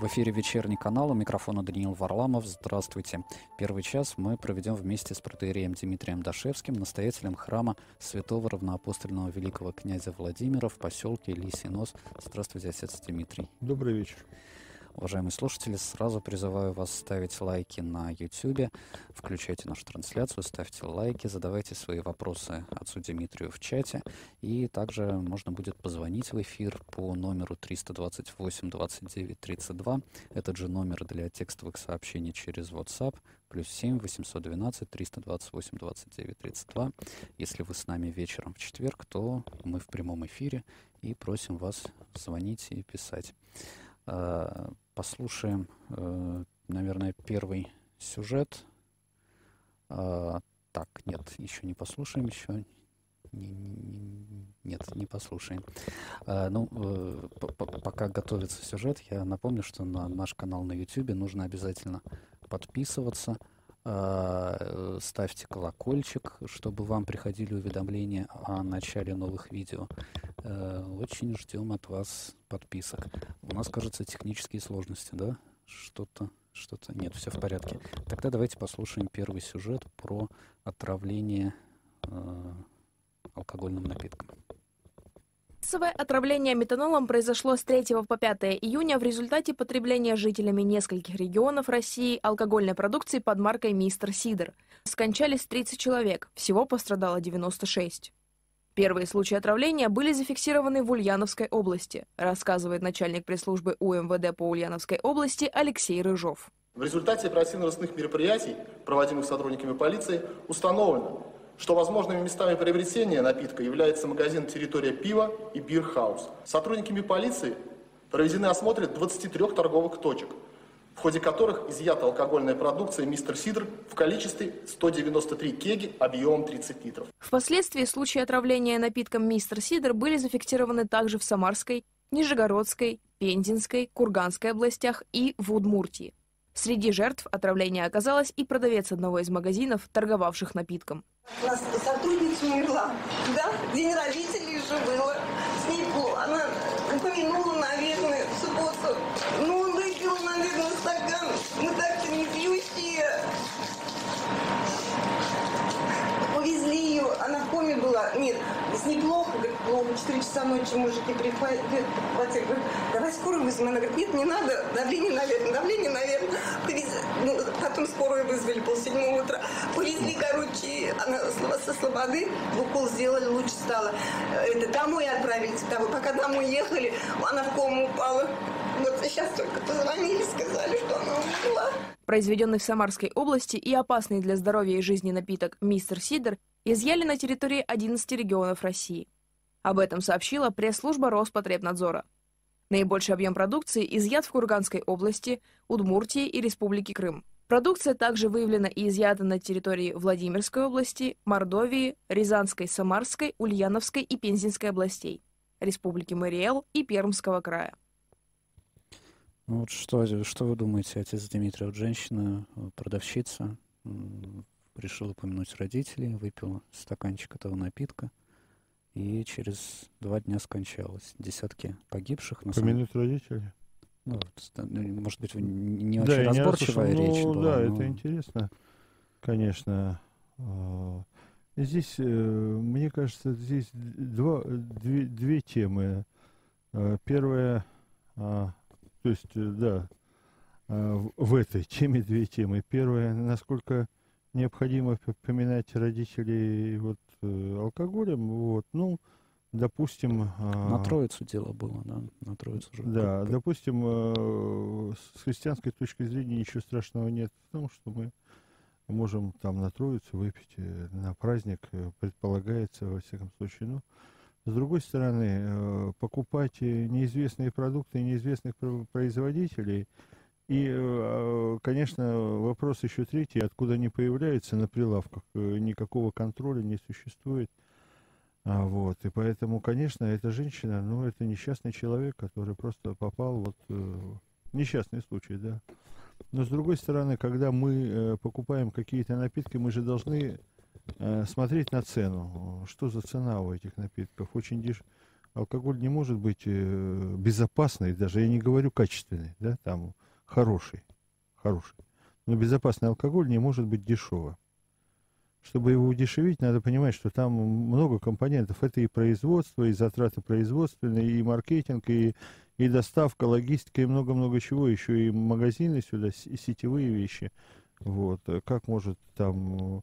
эфире «Вечерний канал», у микрофона Даниил Варламов. Здравствуйте. Первый час мы проведем вместе с протоиереем Дмитрием Дашевским, настоятелем храма святого равноапостольного великого князя Владимира в поселке Лисий Нос. Здравствуйте, отец Дмитрий. Добрый вечер. Уважаемые слушатели, сразу призываю вас ставить лайки на YouTube, включайте нашу трансляцию, ставьте лайки, задавайте свои вопросы отцу Дмитрию в чате, и также можно будет позвонить в эфир по номеру 328 29 32. Этот же номер для текстовых сообщений через WhatsApp, +7 812 328 29 32. Если вы с нами вечером в четверг, то мы в прямом эфире и просим вас звонить и писать. Послушаем, наверное, первый сюжет. Так, нет, еще не послушаем, еще нет, не послушаем. Пока готовится сюжет, я напомню, что на наш канал на YouTube нужно обязательно подписываться. Ставьте колокольчик, чтобы вам приходили уведомления о начале новых видео. Очень ждем от вас подписок. У нас, кажется, технические сложности, да? Что-то... Нет, все в порядке. Тогда давайте послушаем первый сюжет про отравление алкогольным напитком. Массовое отравление метанолом произошло с 3 по 5 июня в результате потребления жителями нескольких регионов России алкогольной продукции под маркой «Мистер Сидр». Скончались 30 человек, всего пострадало 96. Первые случаи отравления были зафиксированы в Ульяновской области, рассказывает начальник пресс-службы УМВД по Ульяновской области Алексей Рыжов. В результате оперативно-розыскных мероприятий, проводимых сотрудниками полиции, установлено, что возможными местами приобретения напитка является магазин «Территория пива» и «Бирхаус». Сотрудниками полиции проведены осмотры 23 торговых точек, в ходе которых изъята алкогольная продукция «Мистер Сидр» в количестве 193 кеги объемом 30 литров. Впоследствии случаи отравления напитком «Мистер Сидр» были зафиксированы также в Самарской, Нижегородской, Пензенской, Курганской областях и в Удмуртии. Среди жертв отравления оказалась и продавец одного из магазинов, торговавших напитком. У нас сотрудница умерла, да, день родителей же было, с ней она упомянула, наверное, в субботу, он выпил, наверное, стакан, мы так-то не пьющие. Повезли ее, она в коме была, нет, с ней плохо, говорит, плохо, 4 часа ночи мужики приходят, говорят, давай скорую вызовем, она говорит, нет, не надо, давление, наверное, потом скорую вызвали, 6:30 утра, повезли, короче, она со Слободы, укол сделали, лучше стало, домой отправили, пока домой ехали, она в кому упала. Вот сейчас только позвонили, сказали, что она умерла. Произведенный в Самарской области и опасный для здоровья и жизни напиток «Мистер Сидр» изъяли на территории 11 регионов России. Об этом сообщила пресс-служба Роспотребнадзора. Наибольший объем продукции изъят в Курганской области, Удмуртии и Республике Крым. Продукция также выявлена и изъята на территории Владимирской области, Мордовии, Рязанской, Самарской, Ульяновской и Пензенской областей, Республики Мариэл и Пермского края. Ну вот что вы думаете, отец Дмитрий? Вот женщина, продавщица, решила упомянуть родителей, выпила стаканчик этого напитка и через 2 дня скончалась. Десятки погибших. Упомянуть родителей? Ну, может быть, не очень разборчивая речь была. Да, это интересно, конечно. Здесь, мне кажется, здесь две темы. Первая... То есть, да, в этой теме 2 темы. Первое, насколько необходимо поминать родителей алкоголем, допустим... На Троицу дело было, да? На Троицу же. Да, допустим, с христианской точки зрения ничего страшного нет в том, что мы можем там на Троицу выпить на праздник, предполагается, во всяком случае, с другой стороны, покупать неизвестные продукты неизвестных производителей. И, конечно, вопрос еще третий, откуда они появляются на прилавках. Никакого контроля не существует. И поэтому, конечно, эта женщина, это несчастный человек, который просто попал, несчастный случай, да. Но, с другой стороны, когда мы покупаем какие-то напитки, мы же должны смотреть на цену. Что за цена у этих напитков? алкоголь не может быть безопасный, даже я не говорю качественный, да, там хороший. Но безопасный алкоголь не может быть дешевым. Чтобы его удешевить, надо понимать, что там много компонентов. Это и производство, и затраты производственные, и маркетинг, и доставка, логистика, и много-много чего. Еще и магазины сюда, и сетевые вещи. Вот. Как может там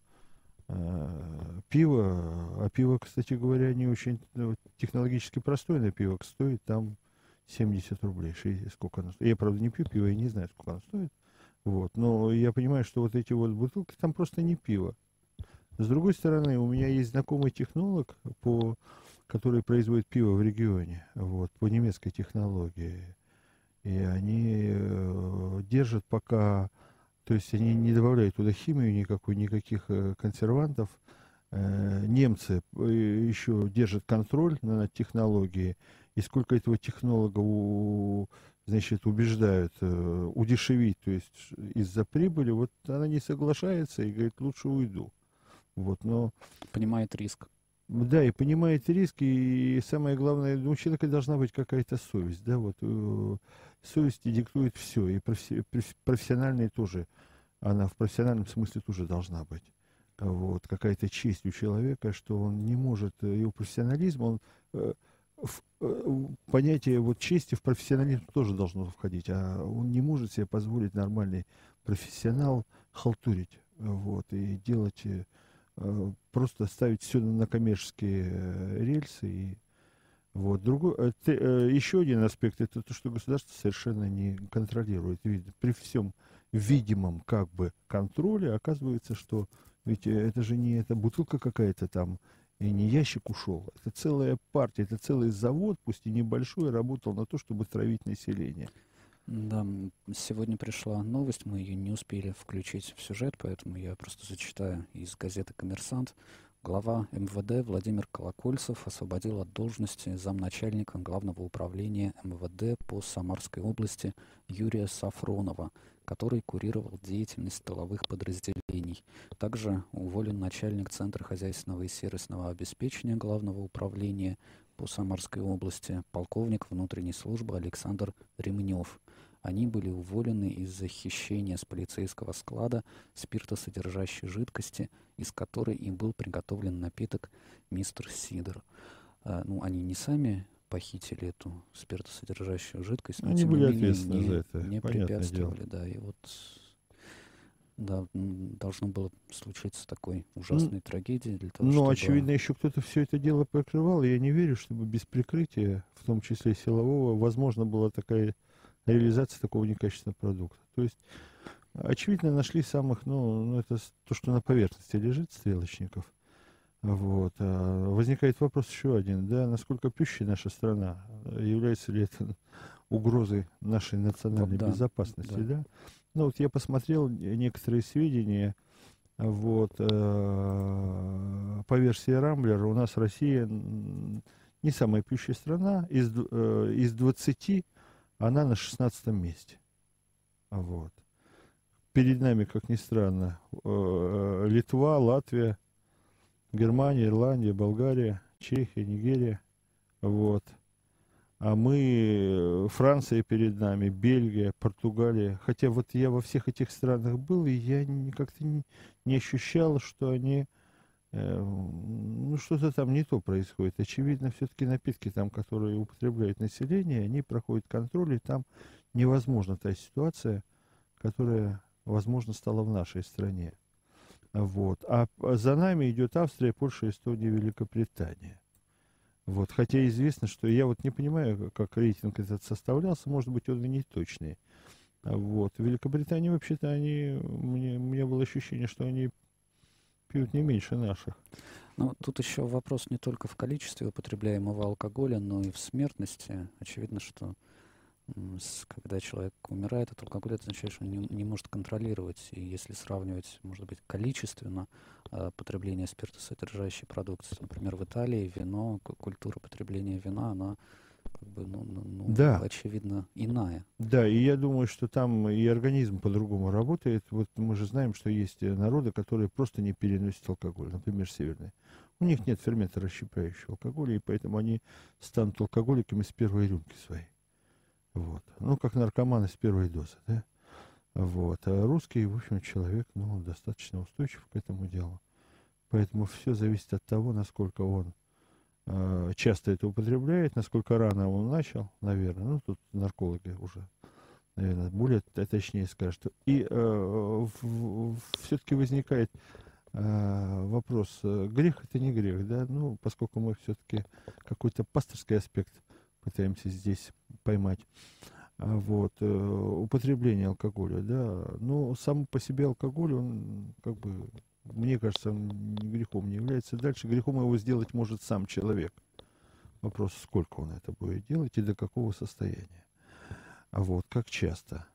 пиво, а пиво, кстати говоря, не очень технологически простое пиво, стоит там 70 рублей. Сколько оно стоит. Я, правда, не пью пиво, я не знаю, сколько оно стоит. Вот. Но я понимаю, что вот эти вот бутылки, там просто не пиво. С другой стороны, у меня есть знакомый технолог, который производит пиво в регионе, вот, по немецкой технологии. И они держат пока, то есть они не добавляют туда химию никаких консервантов. Немцы еще держат контроль над технологией. И сколько этого технолога значит, убеждают удешевить, то есть из-за прибыли, вот она не соглашается и говорит, лучше уйду. Вот, но... Понимает риск. Да, и понимает риск, и самое главное, у человека должна быть какая-то совесть, да, вот, совесть диктует все, и профессиональная тоже, она в профессиональном смысле тоже должна быть. Вот, какая-то честь у человека, что он не может, его профессионализм, он... понятие вот чести в профессионализм тоже должно входить, а он не может себе позволить, нормальный профессионал, халтурить, вот, и делать, просто ставить все на коммерческие рельсы. И вот. Еще один аспект, это то, что государство совершенно не контролирует. При всем видимом как бы контроле оказывается, что ведь это же не эта бутылка какая-то там, и не ящик ушел. Это целая партия, это целый завод, пусть и небольшой, работал на то, чтобы травить население. Да, сегодня пришла новость, мы ее не успели включить в сюжет, поэтому я просто зачитаю из газеты «Коммерсант». Глава МВД Владимир Колокольцев освободил от должности замначальника Главного управления МВД по Самарской области Юрия Сафронова, который курировал деятельность тыловых подразделений. Также уволен начальник Центра хозяйственного и сервисного обеспечения Главного управления по Самарской области, полковник внутренней службы Александр Ремнев. Они были уволены из-за хищения с полицейского склада спиртосодержащей жидкости, из которой им был приготовлен напиток «Мистер Сидр». Они не сами похитили эту спиртосодержащую жидкость, но они тем были не менее ответственны за это, не препятствовали. Да, и вот должно было случиться такой ужасной трагедии для того, но, чтобы... очевидно, еще кто-то все это дело прикрывал, и я не верю, чтобы без прикрытия, в том числе силового, возможно была такая реализация такого некачественного продукта. То есть, очевидно, нашли самых, это то, что на поверхности лежит, стрелочников. Вот. Возникает вопрос еще один, да, насколько пьющая наша страна, является ли это угрозой нашей национальной безопасности, да? Ну, вот я посмотрел некоторые сведения, вот, по версии Рамблера, у нас Россия не самая пьющая страна, из 20 она на 16-м месте. Вот. Перед нами, как ни странно, Литва, Латвия, Германия, Ирландия, Болгария, Чехия, Нигерия. Вот. А мы, Франция перед нами, Бельгия, Португалия. Хотя вот я во всех этих странах был, и я как-то не ощущал, что они... что-то там не то происходит. Очевидно, все-таки напитки там, которые употребляет население, они проходят контроль, и там невозможна та ситуация, которая, возможно, стала в нашей стране. Вот. А за нами идет Австрия, Польша, Эстония, Великобритания. Вот. Хотя известно, что я вот не понимаю, как рейтинг этот составлялся, может быть, он и не точный. Вот. В Великобритании, вообще-то, у меня было ощущение, что они пьют не меньше наших. Ну, тут еще вопрос не только в количестве употребляемого алкоголя, но и в смертности. Очевидно, что когда человек умирает от алкоголя, это означает, что он не может контролировать. И если сравнивать, может быть, количественно потребление спиртосодержащей продукции, например, в Италии вино, культура потребления вина, она как бы, да, очевидно, иная. Да, и я думаю, что там и организм по-другому работает. Вот мы же знаем, что есть народы, которые просто не переносят алкоголь, например, северные. У них нет фермента, расщепляющего алкоголя, и поэтому они станут алкоголиками с первой рюмки своей. Вот. Ну, как наркоманы с первой дозы, да? Вот. А русский, в общем, человек, ну, достаточно устойчив к этому делу. Поэтому все зависит от того, насколько он часто это употребляет, насколько рано он начал, наверное. Ну, тут наркологи уже, наверное, более точнее скажут. И все-таки возникает вопрос, грех это не грех, да? Ну, поскольку мы все-таки какой-то пасторский аспект пытаемся здесь поймать. Вот, употребление алкоголя, да, но сам по себе алкоголь, он, как бы, мне кажется, он грехом не является. Дальше грехом его сделать может сам человек. Вопрос, сколько он это будет делать и до какого состояния. Вот, как часто.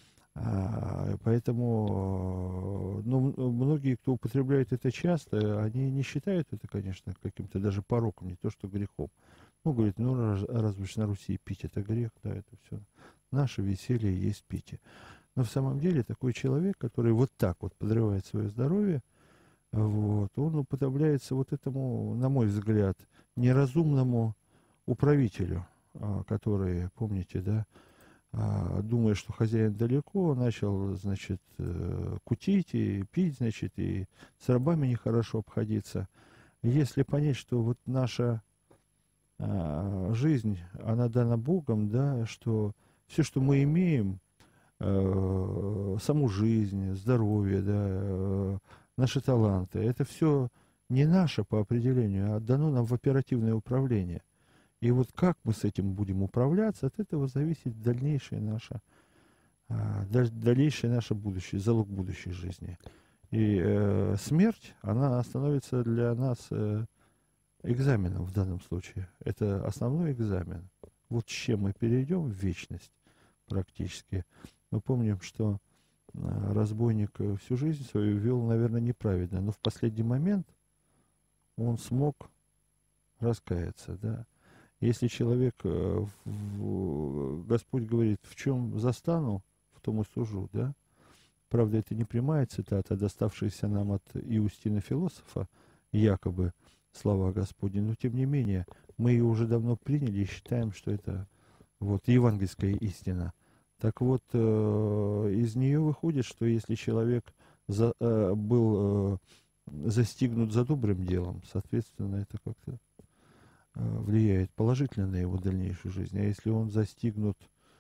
Поэтому, ну, многие, кто употребляет это часто, они не считают это, конечно, каким-то даже пороком, не то что грехом. Ну, говорит, ну, разве ж на Руси пить это грех, да, это все. Наше веселье есть питье. Но в самом деле такой человек, который вот так вот подрывает свое здоровье, вот, он уподобляется вот этому, на мой взгляд, неразумному управителю, который, помните, да, думая, что хозяин далеко, начал, значит, кутить и пить, значит, и с рабами нехорошо обходиться. Если понять, что вот наша жизнь, она дана Богом, да, что все, что мы имеем, саму жизнь, здоровье, да, наши таланты, это все не наше по определению, а дано нам в оперативное управление. И вот как мы с этим будем управляться, от этого зависит дальнейшее наше будущее, залог будущей жизни. И смерть, она становится для нас экзаменом в данном случае. Это основной экзамен. Вот с чем мы перейдем в вечность практически. Мы помним, что разбойник всю жизнь свою вел, наверное, неправедно, но в последний момент он смог раскаяться, да. Если человек, Господь говорит, в чем застану, в том и сужу, да. Правда, это не прямая цитата, доставшаяся нам от Иустина философа, якобы слова Господни, но тем не менее, мы ее уже давно приняли и считаем, что это вот евангельская истина. Так вот, из нее выходит, что если человек был застигнут за добрым делом, соответственно, это как-то влияет положительно на его дальнейшую жизнь. А если он застигнут,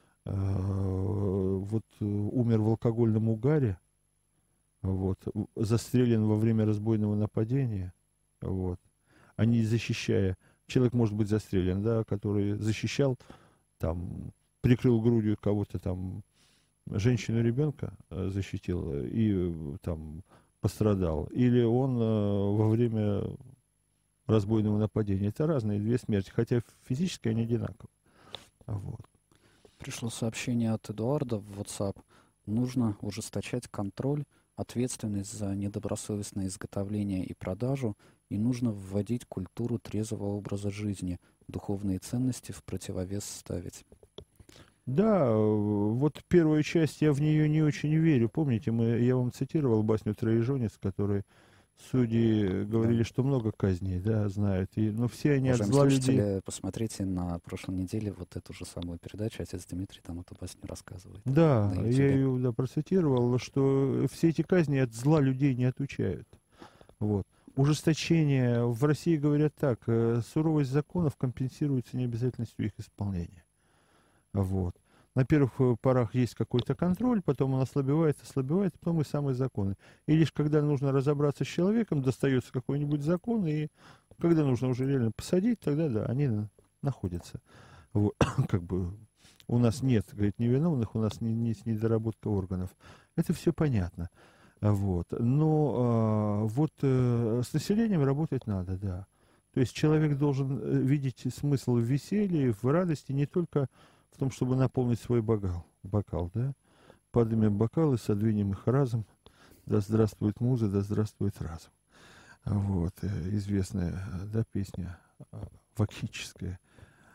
вот умер в алкогольном угаре, вот, застрелен во время разбойного нападения, вот, а не защищая, человек может быть застрелен, да, который защищал, там, прикрыл грудью кого-то там, женщину, ребенка защитил и там пострадал, или он во время разбойного нападения. Это разные две смерти, хотя физически они одинаковы. Вот. Пришло сообщение от Эдуарда в WhatsApp. Нужно ужесточать контроль, ответственность за недобросовестное изготовление и продажу, и нужно вводить культуру трезвого образа жизни, духовные ценности в противовес ставить. Да, вот первую часть я в нее не очень верю. Помните, я вам цитировал басню «Троеженец», который судьи говорили, что много казней, да, знают. Но все они от зла людей. Посмотрите на прошлой неделе вот эту же самую передачу. Отец Дмитрий там эту басню рассказывает. Да, я ее процитировал, что все эти казни от зла людей не отучают. Вот. Ужесточение. В России говорят так: суровость законов компенсируется необязательностью их исполнения. Вот. На первых порах есть какой-то контроль, потом он ослабевает, потом и самые законы. И лишь когда нужно разобраться с человеком, достается какой-нибудь закон, и когда нужно уже реально посадить, тогда да, они находятся. Вот. Как бы у нас нет, говорит, невиновных, у нас есть недоработка органов. Это все понятно. Вот. Но вот с населением работать надо, да. То есть человек должен видеть смысл в веселье, в радости, не только в том, чтобы наполнить свой бокал, да. Поднимем бокалы, содвинем их разом. Да здравствует муза, да здравствует разум. Вот, известная, да, песня вакхическая.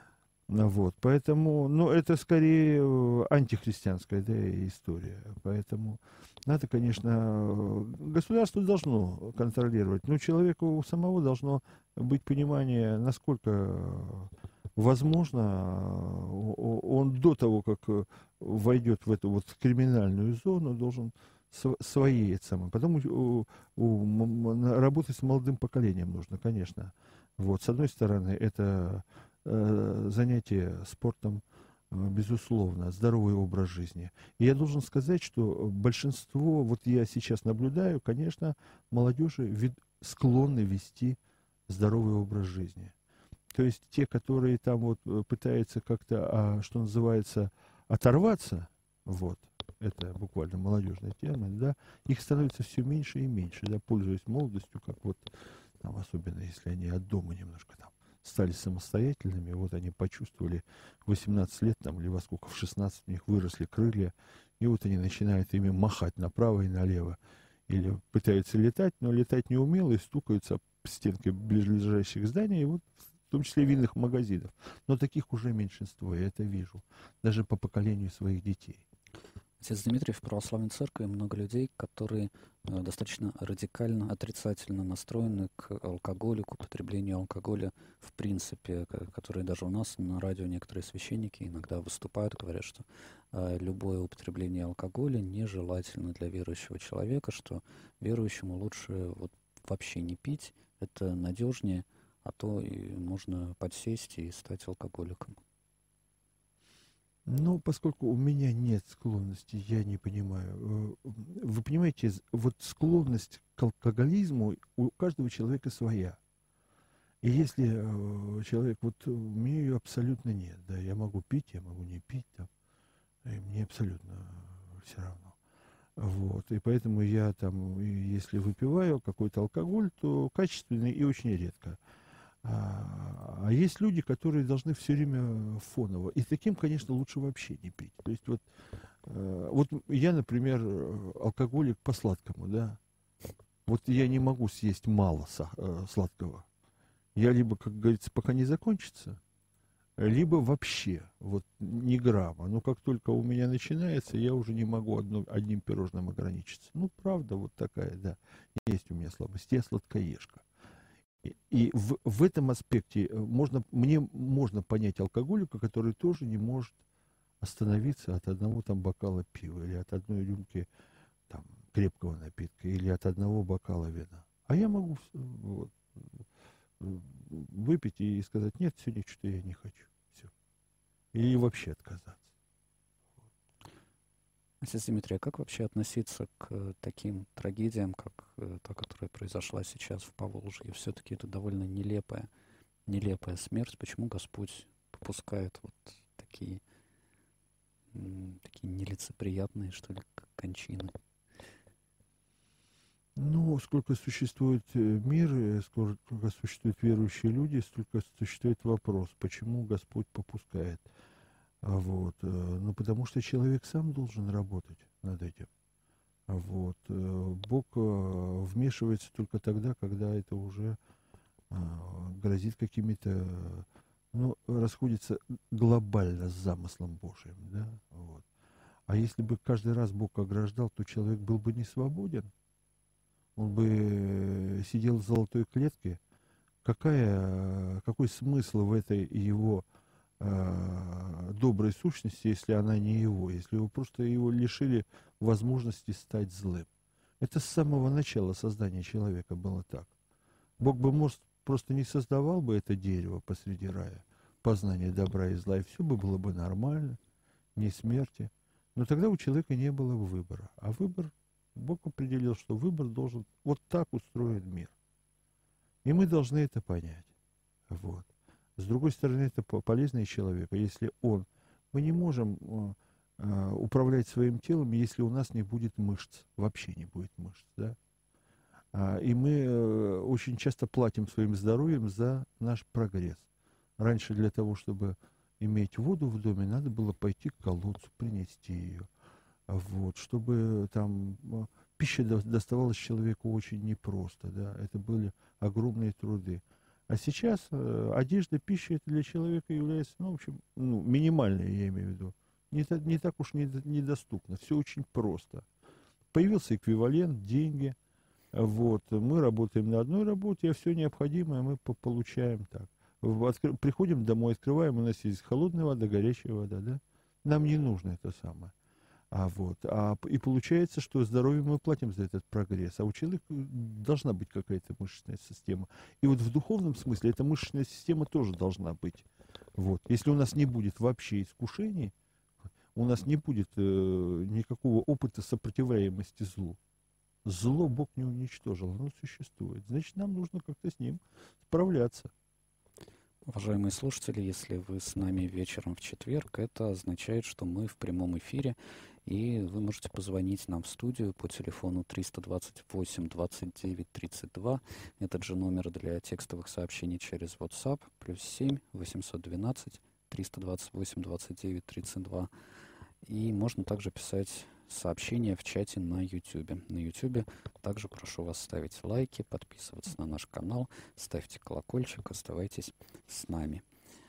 Вот, поэтому, ну, это скорее антихристианская, да, история. Поэтому надо, конечно, государство должно контролировать, но человеку самого должно быть понимание, насколько возможно, он до того, как войдет в эту вот криминальную зону, должен свои это самое. Потом работать с молодым поколением нужно, конечно. Вот, с одной стороны, это занятие спортом, безусловно, здоровый образ жизни. И я должен сказать, что большинство, вот я сейчас наблюдаю, конечно, молодежи склонны вести здоровый образ жизни. То есть те, которые там вот пытаются как-то, что называется, оторваться, вот, это буквально молодежная тема, да, их становится все меньше и меньше, да, пользуясь молодостью, как вот, там, особенно если они от дома немножко там стали самостоятельными, вот они почувствовали в 18 лет там, или во сколько, в 16 у них выросли крылья, и вот они начинают ими махать направо и налево, или пытаются летать, но летать не умело и стукаются об стенки близлежащих зданий, и вот в том числе винных магазинов. Но таких уже меньшинство, я это вижу, даже по поколению своих детей. Отец Дмитрий, в православной церкви много людей, которые достаточно радикально, отрицательно настроены к алкоголю, к употреблению алкоголя в принципе, которые даже у нас на радио некоторые священники иногда выступают, говорят, что любое употребление алкоголя нежелательно для верующего человека, что верующему лучше вот вообще не пить, это надежнее, а то и можно подсесть и стать алкоголиком. Ну, поскольку у меня нет склонности, я не понимаю. Вы понимаете, вот склонность к алкоголизму у каждого человека своя. И если человек, вот у меня ее абсолютно нет, да, я могу пить, я могу не пить, там, и мне абсолютно все равно. Вот, и поэтому я там, если выпиваю какой-то алкоголь, то качественный и очень редко. А есть люди, которые должны все время фоново. И таким, конечно, лучше вообще не пить. То есть вот я, например, алкоголик по сладкому, да. Вот я не могу съесть мало сладкого. Я либо, как говорится, пока не закончится, либо вообще, вот ни грамма. Но как только у меня начинается, я уже не могу одним пирожным ограничиться. Ну, правда, вот такая, да. Есть у меня слабость. Я сладкоежка. И в этом аспекте мне можно понять алкоголика, который тоже не может остановиться от одного там бокала пива или от одной рюмки там крепкого напитка или от одного бокала вина. А я могу вот, выпить и сказать, нет, сегодня что-то я не хочу. Все. Или вообще отказаться. Отец Дмитрий, а как вообще относиться к таким трагедиям, как та, которая произошла сейчас в Поволжье? Все-таки это довольно нелепая смерть. Почему Господь попускает вот такие нелицеприятные, что ли, кончины? Ну, сколько существует мир, сколько существуют верующие люди, столько существует вопрос, почему Господь попускает. Вот. Ну, потому что человек сам должен работать над этим. Вот. Бог вмешивается только тогда, когда это уже грозит какими-то, ну, расходится глобально с замыслом Божьим, да, вот. А если бы каждый раз Бог ограждал, то человек был бы не свободен. Он бы сидел в золотой клетке. Какой смысл в этой его доброй сущности, если она не его, если его лишили возможности стать злым. Это с самого начала создания человека было так. Бог бы, может, просто не создавал бы это дерево посреди рая, познание добра и зла, и все бы было бы нормально, ни смерти. Но тогда у человека не было бы выбора. А выбор, Бог определил, что выбор должен, вот так устроен мир. И мы должны это понять. Вот. С другой стороны, это полезный человек. Если мы не можем управлять своим телом, если у нас не будет мышц. Вообще не будет мышц, да? И мы очень часто платим своим здоровьем за наш прогресс. Раньше для того, чтобы иметь воду в доме, надо было пойти к колодцу, принести ее. Вот, чтобы там пища доставалась человеку очень непросто, да? Это были огромные труды. А сейчас одежда, пища это для человека является, ну, в общем, ну, минимальной, я имею в виду. Не так уж недоступно. Все очень просто. Появился эквивалент, деньги. Вот. Мы работаем на одной работе, а все необходимое мы получаем так. Приходим домой, открываем, у нас есть холодная вода, горячая вода, да? Нам не нужно это самое. И получается, что здоровье мы платим за этот прогресс, а у человека должна быть какая-то мышечная система. И вот в духовном смысле эта мышечная система тоже должна быть. Вот. Если у нас не будет вообще искушений, у нас не будет никакого опыта сопротивляемости злу. Зло Бог не уничтожил, оно существует. Значит, нам нужно как-то с ним справляться. Уважаемые слушатели, если вы с нами вечером в четверг, это означает, что мы в прямом эфире, и вы можете позвонить нам в студию по телефону 328 29 32. Этот же номер для текстовых сообщений через WhatsApp, +7 812 328 29 32. И можно также писать сообщения в чате на YouTube. На YouTube также прошу вас ставить лайки, подписываться на наш канал, ставьте колокольчик, оставайтесь с нами.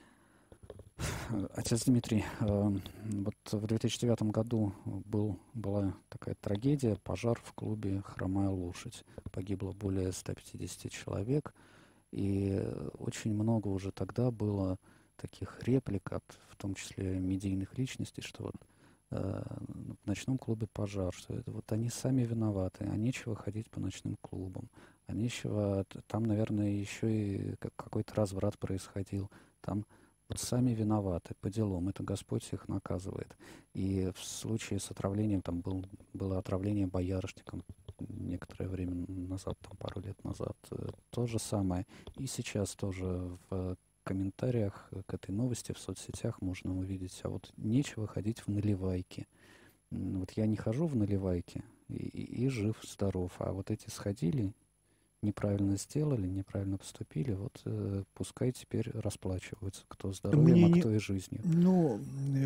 Отец Дмитрий, вот в 2009 году была такая трагедия, пожар в клубе «Хромая лошадь». Погибло более 150 человек, и очень много уже тогда было таких реплик от, в том числе, медийных личностей, что вот в ночном клубе пожар, что это вот они сами виноваты, а нечего ходить по ночным клубам, а нечего, там, наверное, еще и какой-то разврат происходил, там вот сами виноваты по делам, это Господь их наказывает. И в случае с отравлением, там было отравление боярышником некоторое время назад, там пару лет назад, то же самое. И сейчас тоже в комментариях к этой новости в соцсетях можно увидеть, а вот нечего ходить в наливайки. Вот я не хожу в наливайки и жив, здоров, а вот эти сходили, неправильно сделали, неправильно поступили, вот пускай теперь расплачиваются, кто здоровьем, а кто и жизнью. Ну,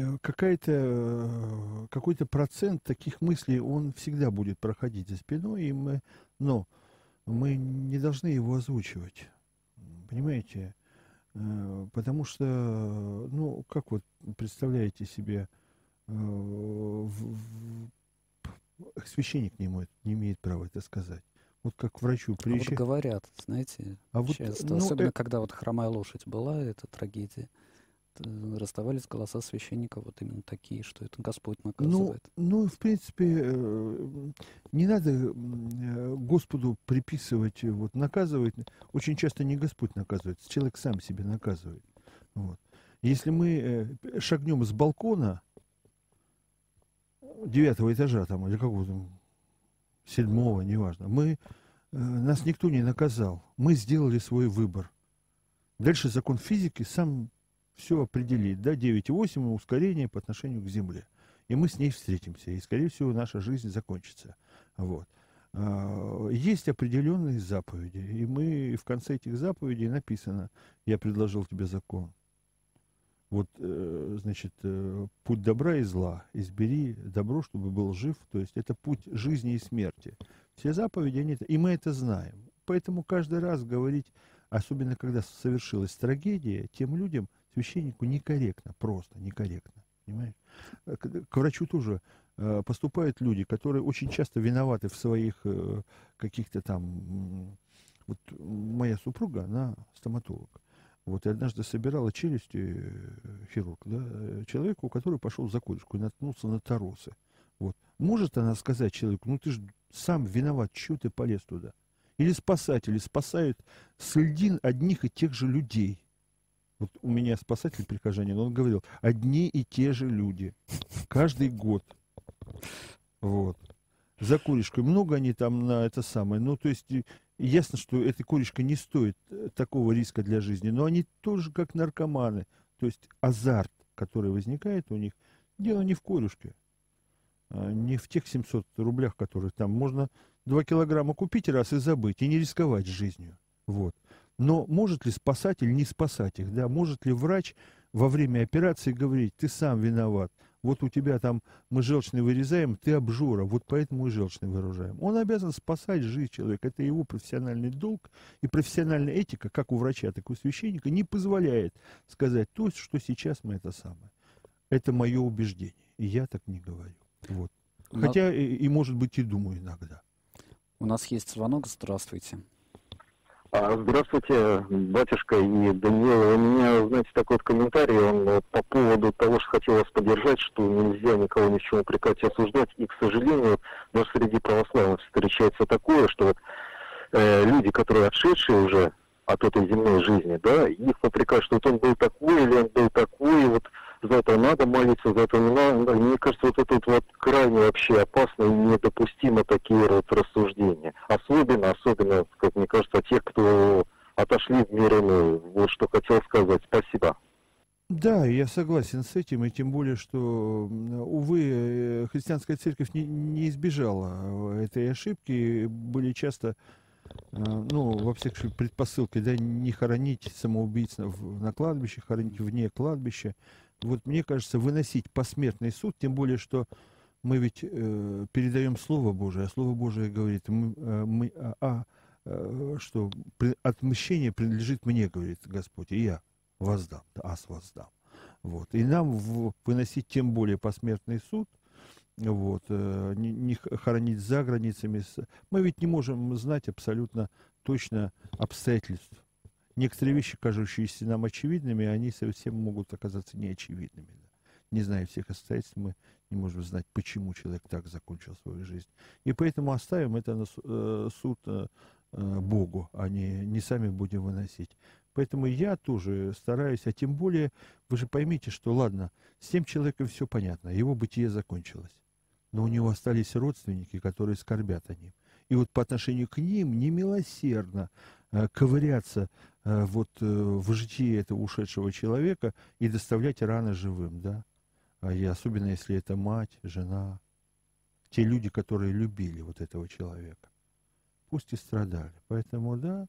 какой-то процент таких мыслей, он всегда будет проходить за спиной, но мы не должны его озвучивать, понимаете? Потому что, ну, как вот представляете себе, священник не имеет права это сказать. Вот как к врачу приезжает. Вот говорят, знаете, часто, особенно когда вот «Хромая лошадь» была, эта трагедия, раздавались голоса священников вот именно такие, что это Господь наказывает. Ну, в принципе, не надо Господу приписывать, вот, наказывать. Очень часто не Господь наказывает, человек сам себя наказывает. Вот. Если мы шагнем с балкона 9-го этажа там, или какого-то 7-го, неважно, нас никто не наказал. Мы сделали свой выбор. Дальше закон физики сам все определит, да, 9,8 ускорение по отношению к Земле. И мы с ней встретимся, и, скорее всего, наша жизнь закончится. Вот. Есть определенные заповеди, и в конце этих заповедей написано: я предложил тебе закон. Вот, значит, путь добра и зла. Избери добро, чтобы был жив. То есть это путь жизни и смерти. Все заповеди, и мы это знаем. Поэтому каждый раз говорить, особенно когда совершилась трагедия, тем людям, священнику, некорректно, просто некорректно. Понимаешь? К врачу тоже поступают люди, которые очень часто виноваты в своих каких-то там... Вот моя супруга, она стоматолог. Вот, и однажды собирала челюсти, хирург, да, человеку, который пошел за курочку и наткнулся на торосы. Вот. Может она сказать человеку: ну ты же сам виноват, чего ты полез туда? Или спасатели спасают с льдин одних и тех же людей. Вот у меня спасатель прихожанин, он говорил: одни и те же люди. Каждый год. Вот. За курочкой. Много они там на это самое. Ну, то есть... Ясно, что эта курочка не стоит такого риска для жизни, но они тоже как наркоманы. То есть азарт, который возникает у них, дело не в курочке, не в тех 700 рублях, которые там можно 2 килограмма купить раз и забыть, и не рисковать жизнью. Вот. Но может ли спасатель не спасать их? Да? Может ли врач во время операции говорить: ты сам виноват, вот у тебя там мы желчный вырезаем, ты обжора, вот поэтому и желчный выражаем. Он обязан спасать жизнь человека. Это его профессиональный долг. И профессиональная этика, как у врача, так и у священника, не позволяет сказать то, что сейчас мы это самое. Это мое убеждение. И я так не говорю. Вот. Хотя и, может быть, и думаю иногда. У нас есть звонок. Здравствуйте. Здравствуйте, батюшка и Даниил. У меня, знаете, такой вот комментарий, он по поводу того, что хотел вас поддержать, что нельзя никого ни в чем упрекать и осуждать. И, к сожалению, даже среди православных встречается такое, что вот люди, которые отшедшие уже от этой земной жизни, да, их упрекают, что вот он был такой или он был такой, вот за это надо молиться, за это не надо. Мне кажется, вот это вот крайне вообще опасно и недопустимо такие вот рассуждения. Особенно, как мне кажется, тех, кто отошли в мир иной. Вот что хотел сказать. Спасибо. Да, я согласен с этим, и тем более, что, увы, христианская церковь не избежала этой ошибки. Были часто, во всяком случае, предпосылки, да, не хоронить самоубийц на кладбище, хоронить вне кладбища. Вот мне кажется, выносить посмертный суд, тем более, что мы ведь передаем Слово Божие, а Слово Божие говорит, что отмщение принадлежит мне, говорит Господь, и я воздам, воздам. Вот. И нам выносить тем более посмертный суд, вот, не хоронить за границами. Мы ведь не можем знать абсолютно точно обстоятельств. Некоторые вещи, кажущиеся нам очевидными, они совсем могут оказаться неочевидными. Да. Не зная всех обстоятельств, мы не можем знать, почему человек так закончил свою жизнь. И поэтому оставим это на суд Богу, а не сами будем выносить. Поэтому я тоже стараюсь, а тем более, вы же поймите, что ладно, с тем человеком все понятно, его бытие закончилось. Но у него остались родственники, которые скорбят о нем. И вот по отношению к ним немилосердно ковыряться в житии этого ушедшего человека и доставлять раны живым, да. И особенно, если это мать, жена, те люди, которые любили вот этого человека. Пусть и страдали. Поэтому, да,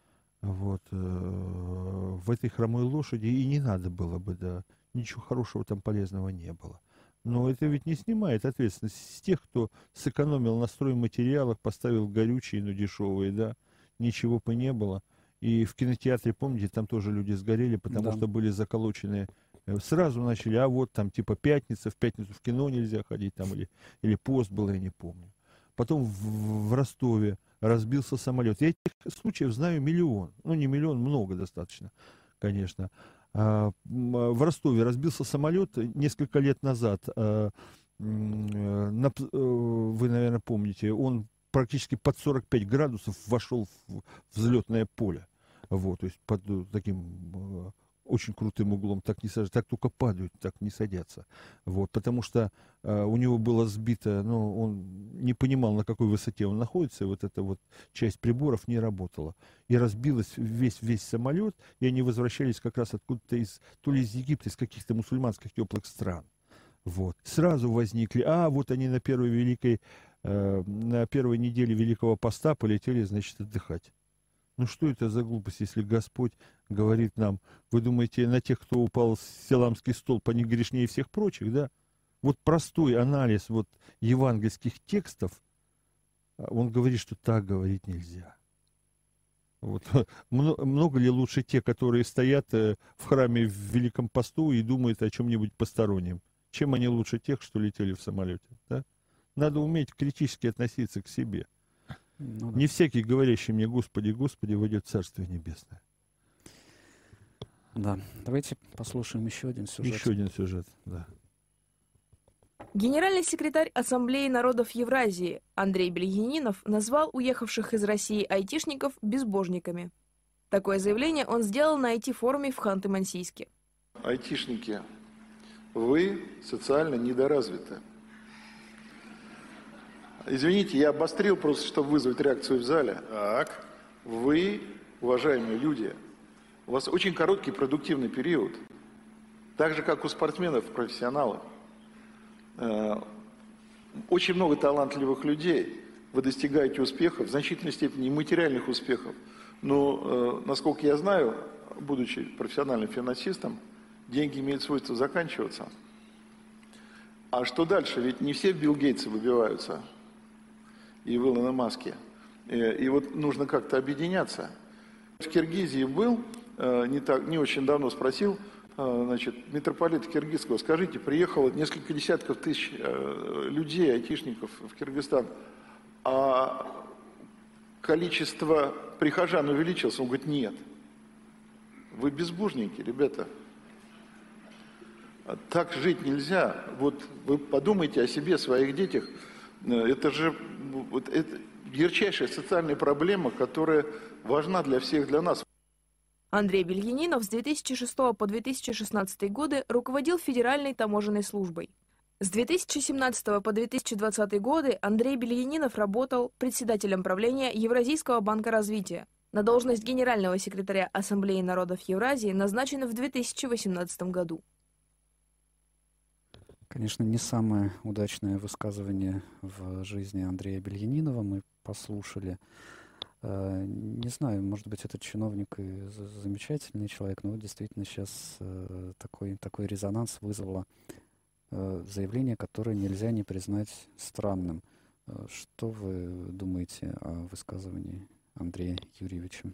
в этой хромой лошади и не надо было бы, да, ничего хорошего там полезного не было. Но это ведь не снимает ответственность с тех, кто сэкономил на стройматериалах, поставил горючие, но дешевые, да, ничего бы не было. И в кинотеатре, помните, там тоже люди сгорели, потому что были заколочены. Сразу начали, вот там типа пятница, в пятницу в кино нельзя ходить, там или пост был, я не помню. Потом в Ростове разбился самолет. Я этих случаев знаю миллион. Ну, не миллион, много достаточно, конечно. В Ростове разбился самолет несколько лет назад. Вы, наверное, помните, он практически под 45 градусов вошел в взлетное поле. Вот, то есть под таким очень крутым углом, так не сажают, так только падают, так не садятся. Вот, потому что у него было сбито, он не понимал, на какой высоте он находится, и вот эта вот часть приборов не работала. И разбилась весь самолет, и они возвращались как раз откуда-то то ли из Египта, из каких-то мусульманских теплых стран. Вот. Сразу возникли, вот они на первой неделе Великого Поста полетели, значит, отдыхать. Ну что это за глупость, если Господь говорит нам, вы думаете, на тех, кто упал с Силамский столб, они грешнее всех прочих, да? Вот простой анализ евангельских текстов, он говорит, что так говорить нельзя. Вот. Много ли лучше те, которые стоят в храме в Великом Посту и думают о чем-нибудь постороннем, чем они лучше тех, что летели в самолете, да? Надо уметь критически относиться к себе. Не всякий, говорящий мне «Господи, Господи», войдет в Царствие Небесное. Да, давайте послушаем еще один сюжет. Еще один сюжет, да. Генеральный секретарь Ассамблеи народов Евразии Андрей Бельянинов назвал уехавших из России айтишников безбожниками. Такое заявление он сделал на IT-форуме в Ханты-Мансийске. Айтишники, вы социально недоразвиты. Извините, я обострил просто, чтобы вызвать реакцию в зале. Так. Вы, уважаемые люди, у вас очень короткий продуктивный период. Так же, как у спортсменов, профессионалов. Очень много талантливых людей. Вы достигаете успехов, в значительной степени материальных успехов. Но, насколько я знаю, будучи профессиональным финансистом, деньги имеют свойство заканчиваться. А что дальше? Ведь не все в Билл Гейтса выбиваются и в Илона Маске. И вот нужно как-то объединяться. В Киргизии был, не очень давно спросил, значит, митрополита киргизского, скажите, приехало несколько десятков тысяч людей, айтишников в Киргизстан, а количество прихожан увеличилось? Он говорит, нет. Вы безбожники, ребята. Так жить нельзя. Вот вы подумайте о себе, о своих детях. Это же это ярчайшая социальная проблема, которая важна для всех, для нас. Андрей Бельянинов с 2006 по 2016 годы руководил Федеральной таможенной службой. С 2017 по 2020 годы Андрей Бельянинов работал председателем правления Евразийского банка развития. На должность генерального секретаря Ассамблеи народов Евразии назначен в 2018 году. Конечно, не самое удачное высказывание в жизни Андрея Бельянинова мы послушали. Не знаю, может быть, этот чиновник и замечательный человек, но вот действительно сейчас такой резонанс вызвало заявление, которое нельзя не признать странным. Что вы думаете о высказывании Андрея Юрьевича?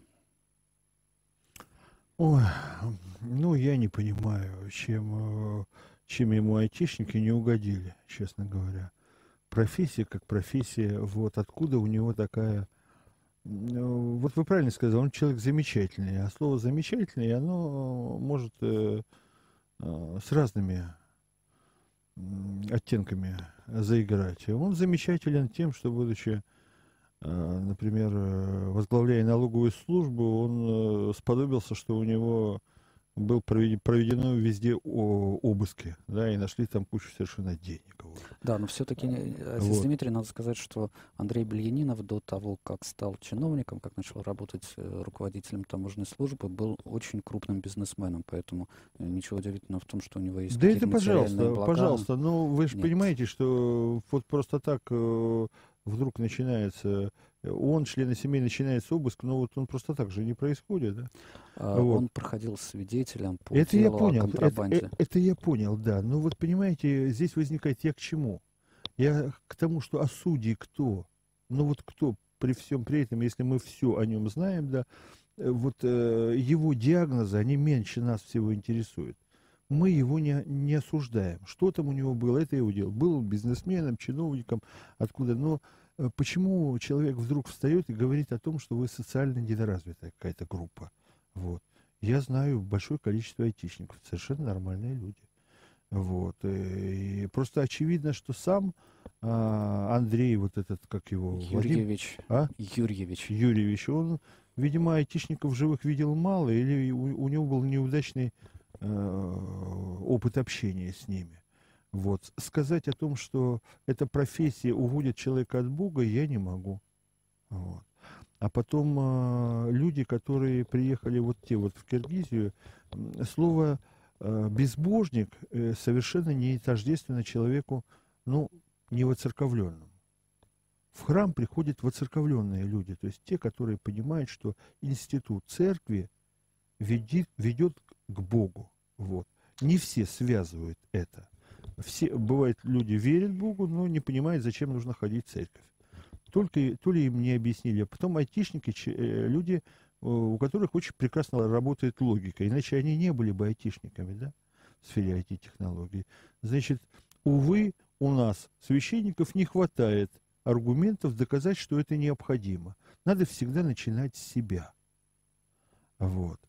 Ой, ну, я не понимаю, чем ему айтишники не угодили, честно говоря. Профессия как профессия, вот откуда у него такая... Вот вы правильно сказали, он человек замечательный, а слово «замечательный», оно может с разными оттенками заиграть. Он замечателен тем, что, будучи, например, возглавляя налоговую службу, он сподобился, что у него был проведено везде обыски, да, и нашли там кучу совершенно денег. Вот. Да, но все-таки, Вот. Дмитрий, надо сказать, что Андрей Бельянинов до того, как стал чиновником, как начал работать руководителем таможенной службы, был очень крупным бизнесменом, поэтому ничего удивительного в том, что у него есть Да какие-то это материальные блага. пожалуйста, ну вы же Нет. понимаете, что вот просто так вдруг начинается, член семьи, начинается обыск, но вот он просто так же не происходит, да? Вот. Он проходил свидетелем по Это я делу о понял, контрабанде. это я понял, да. Но вот понимаете, здесь возникает, я к чему? Я к тому, что судьи кто? Ну вот кто при всем при этом, если мы все о нем знаем, да, вот его диагнозы, они меньше нас всего интересуют. Мы его не осуждаем. Что там у него было, это его дело. Был он бизнесменом, чиновником, откуда. Но почему человек вдруг встает и говорит о том, что вы социально недоразвитая какая-то группа? Вот. Я знаю большое количество айтишников, совершенно нормальные люди. Вот. И просто очевидно, что сам Андрей, вот этот, как его... Юрьевич. Юрьевич, он, видимо, айтишников живых видел мало, или у него был неудачный опыт общения с ними. Вот. Сказать о том, что эта профессия уводит человека от Бога, я не могу. Вот. А потом люди, которые приехали вот в Киргизию, слово безбожник совершенно не тождественно человеку, ну, не воцерковленному. В храм приходят воцерковленные люди, то есть те, которые понимают, что институт церкви ведет к Богу. Вот. Не все связывают это. Бывает, люди верят Богу, но не понимают, зачем нужно ходить в церковь. То ли им не объяснили. А потом айтишники, люди, у которых очень прекрасно работает логика. Иначе они не были бы айтишниками, да, в сфере IT-технологий. Значит, увы, у нас священников не хватает аргументов доказать, что это необходимо. Надо всегда начинать с себя. Вот.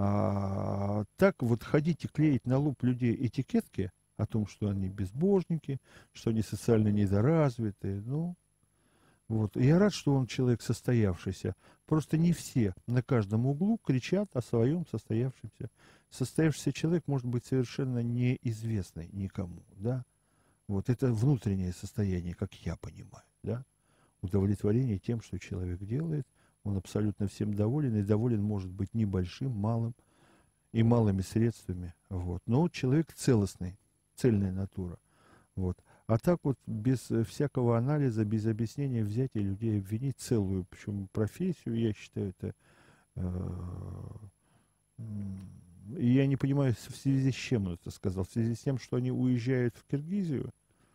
А так вот ходить и клеить на лоб людей этикетки о том, что они безбожники, что они социально недоразвитые, ну... Вот. И я рад, что он человек состоявшийся. Просто не все на каждом углу кричат о своем состоявшемся. Состоявшийся человек может быть совершенно неизвестный никому, да. Вот это внутреннее состояние, как я понимаю, да. Удовлетворение тем, что человек делает. Он абсолютно всем доволен, и доволен может быть небольшим, малым и малыми средствами. Вот. Но человек целостный, цельная натура. Вот. А так вот без всякого анализа, без объяснения взять и людей обвинить целую, причем профессию, я считаю, это... И я не понимаю, в связи с чем он это сказал. В связи с тем, что они уезжают в Киргизию,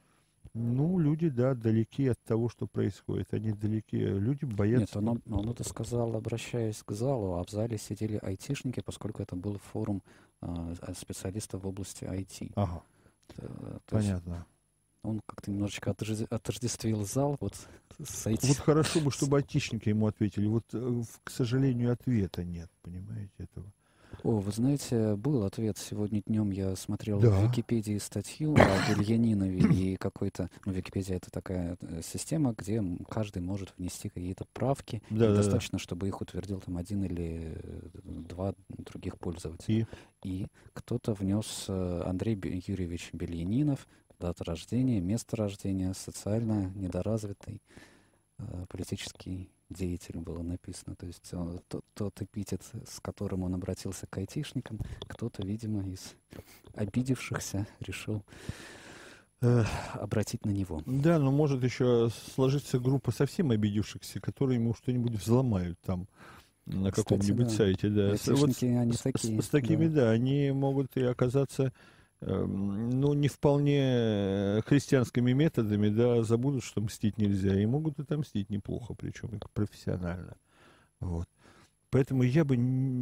Ну, люди, да, далеки от того, что происходит. Они далеки. Люди Нет, боятся. он это сказал, обращаясь к залу, а в зале сидели айтишники, поскольку это был форум специалистов в области IT. Ага, То есть понятно. он как-то немножечко отождествил зал вот с IT. Вот хорошо бы, чтобы айтишники ему ответили. Вот, к сожалению, ответа нет, понимаете, этого. О, вы знаете, был ответ. Сегодня днем я смотрел Да. в Википедии статью о Бельянинове и какой-то... Ну, Википедия — это такая система, где каждый может внести какие-то правки. Да, И да, да. достаточно, чтобы их утвердил там один или два других пользователя. И кто-то внес Андрей Юрьевич Бельянинов, дата рождения, место рождения, социально недоразвитый политический деятель было написано. То есть тот эпитет, с которым он обратился к айтишникам, кто-то, видимо, из обидевшихся решил обратить на него. Да, но может еще сложиться группа совсем обидевшихся, которые ему что-нибудь взломают там на Кстати, каком-нибудь да. сайте. Да. Айтишники, они такие. С такими, да, они могут и оказаться, ну, не вполне христианскими методами, да, забудут, что мстить нельзя, и могут отомстить неплохо, причем и профессионально. Вот. Поэтому я бы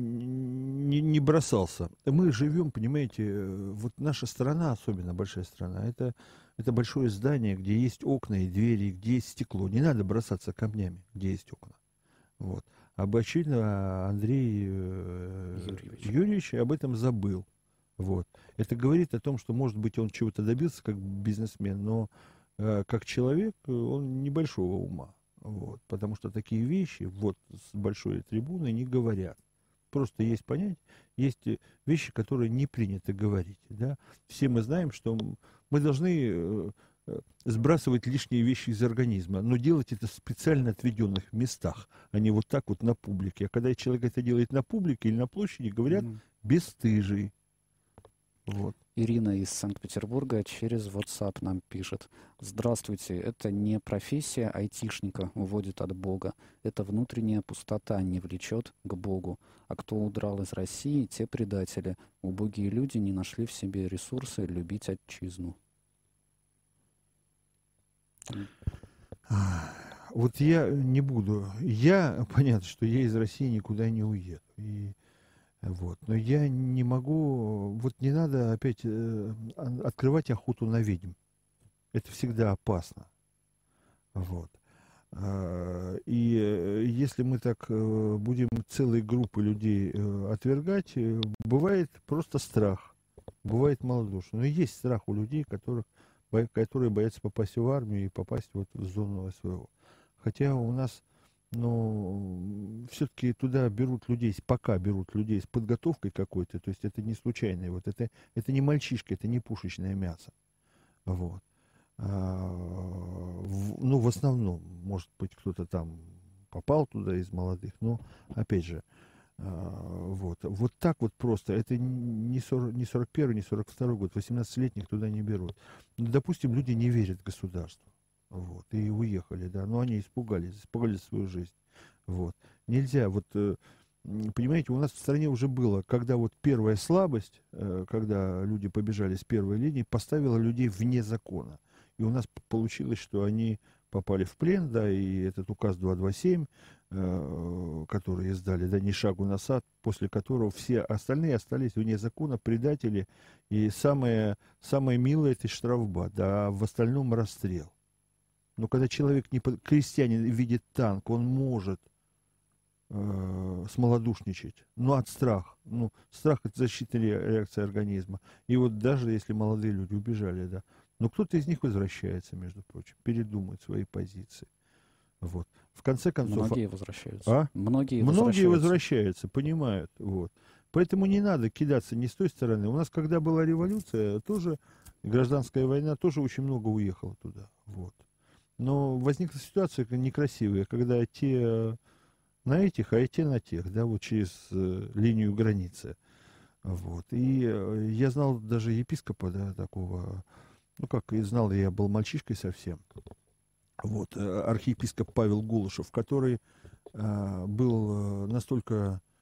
не бросался. Мы живем, понимаете, вот наша страна, особенно большая страна, это большое здание, где есть окна и двери, где есть стекло. Не надо бросаться камнями, где есть окна. Вот. Очевидно, Андрей Юрьевич об этом забыл. Вот. Это говорит о том, что, может быть, он чего-то добился как бизнесмен, но как человек он небольшого ума. Вот. Потому что такие вещи вот с большой трибуны не говорят. Просто есть понятие, есть вещи, которые не принято говорить. Да? Все мы знаем, что мы должны сбрасывать лишние вещи из организма, но делать это в специально отведенных местах, а не вот так вот на публике. А когда человек это делает на публике или на площади, говорят бесстыжий. Вот. Ирина из Санкт-Петербурга через WhatsApp нам пишет. Здравствуйте, это не профессия айтишника уводит от Бога. Это внутренняя пустота не влечет к Богу. А кто удрал из России, те предатели. Убогие люди не нашли в себе ресурсы любить отчизну. Вот я не буду. Понятно, что я из России никуда не уеду. Вот. Но я не могу, вот не надо опять открывать охоту на ведьм. Это всегда опасно. Вот. И если мы так будем целые группы людей отвергать, бывает просто страх, бывает малодушие. Но есть страх у людей, которые боятся попасть в армию и попасть вот в зону СВО. Хотя у нас, все-таки туда пока берут людей с подготовкой какой-то, то есть это не случайное, вот это не мальчишка, это не пушечное мясо. Вот. В основном, может быть, кто-то там попал туда из молодых, но, опять же, вот так вот просто, это не 41-й, не 42-й год, 18-летних туда не берут. Допустим, люди не верят государству. Вот, и уехали, да, но они испугались свою жизнь. Вот. Нельзя, понимаете, у нас в стране уже было, когда вот первая слабость, когда люди побежали с первой линии, поставила людей вне закона. И у нас получилось, что они попали в плен, да, и этот указ 227, который издали, да, ни шагу назад, после которого все остальные остались вне закона, предатели, и самое милое — это штрафбат, да, а в остальном расстрел. Но когда крестьянин видит танк, он может смолодушничать, но от страха. Страх — это защитная реакция организма. И вот даже если молодые люди убежали, да, но кто-то из них возвращается, между прочим, передумает свои позиции. Вот. В конце концов... Многие возвращаются. Многие возвращаются, понимают. Вот. Поэтому не надо кидаться ни с той стороны. У нас, когда была революция, тоже гражданская война, тоже очень много уехало туда. Вот. Но возникла ситуация некрасивая, когда те на этих, а те на тех, да, вот через линию границы. Вот. И я знал даже епископа, да, такого, и знал, я был мальчишкой совсем. Вот, архиепископ Павел Гулышев, который был настолько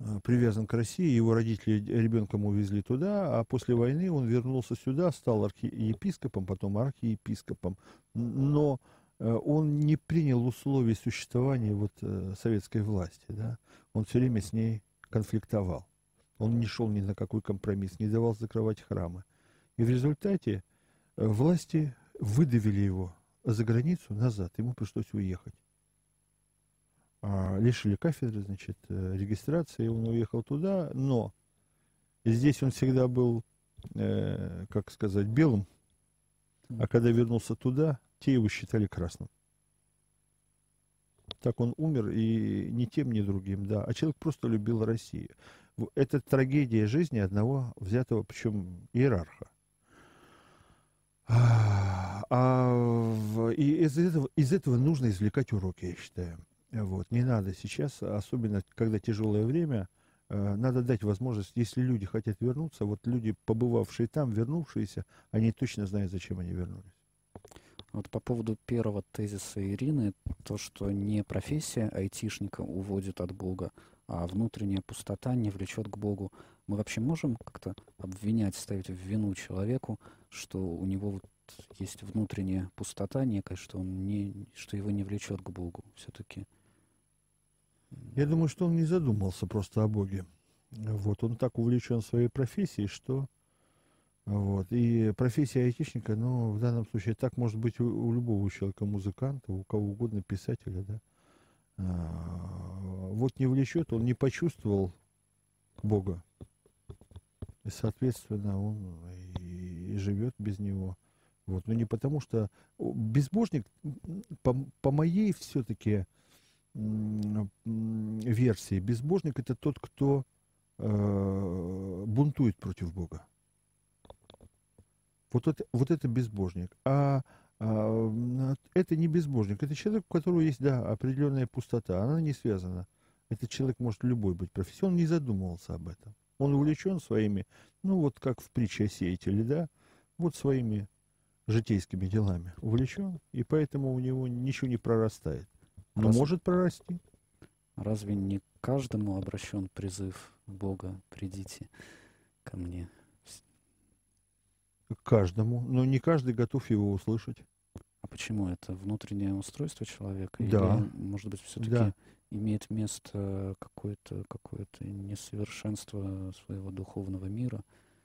привязан к России, его родители ребенком увезли туда, а после войны он вернулся сюда, стал архиепископом, потом архиепископом, но он не принял условий существования вот советской власти, да, он все время с ней конфликтовал, он не шел ни на какой компромисс, не давал закрывать храмы, и в результате власти выдавили его за границу назад, ему пришлось уехать. Лишили кафедры, значит, регистрации, он уехал туда, но здесь он всегда был, как сказать, белым, а когда вернулся туда, те его считали красным. Так он умер, и ни тем, ни другим, да, а человек просто любил Россию. Это трагедия жизни одного взятого, причем иерарха. И из этого нужно извлекать уроки, я считаю. Вот. Не надо сейчас, особенно когда тяжелое время, надо дать возможность, если люди хотят вернуться, вот люди, побывавшие там, вернувшиеся, они точно знают, зачем они вернулись. Вот по поводу первого тезиса Ирины, то, что не профессия айтишника уводит от Бога, а внутренняя пустота не влечет к Богу. Мы вообще можем как-то обвинять, ставить в вину человеку, что у него вот есть внутренняя пустота некая, что его не влечет к Богу все-таки? Я думаю, что он не задумался просто о Боге. Вот, он так увлечен своей профессией, что... Вот, и профессия айтишника, ну, в данном случае так может быть у любого человека, музыканта, у кого угодно, писателя, да. Вот не влечет, он не почувствовал Бога. И, соответственно, он и живет без него. Вот, но не потому что... Безбожник, по моей все-таки... версии, безбожник — это тот, кто бунтует против Бога. Вот это безбожник. Это не безбожник. Это человек, у которого есть, да, определенная пустота. Она не связана. Этот человек может любой быть профессией. Он не задумывался об этом. Он увлечен своими, ну вот как в притче о сеятеле, да, вот своими житейскими делами увлечен, и поэтому у него ничего не прорастает. Но может прорасти. Разве не к каждому обращен призыв Бога: придите ко мне? К каждому, но не каждый готов его услышать. А почему? Это внутреннее устройство человека? Да. Или, может быть, все-таки Да. имеет место какое-то несовершенство своего духовного мира?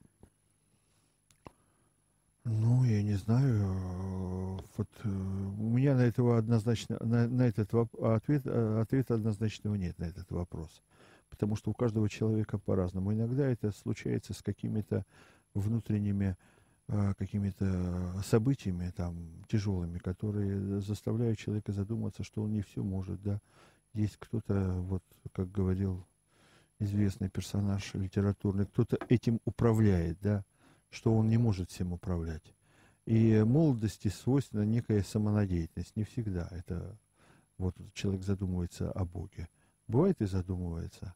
Ну, я не знаю. Вот у меня на этого однозначно, на этот ответа однозначного нет на этот вопрос. Потому что у каждого человека по-разному. Иногда это случается с какими-то внутренними какими-то событиями там тяжелыми, которые заставляют человека задуматься, что он не все может, да. Есть кто-то, вот как говорил известный персонаж литературный, кто-то этим управляет, да, что он не может всем управлять. И молодости свойственна некая самонадеятельность. Не всегда это вот человек задумывается о Боге. Бывает и задумывается.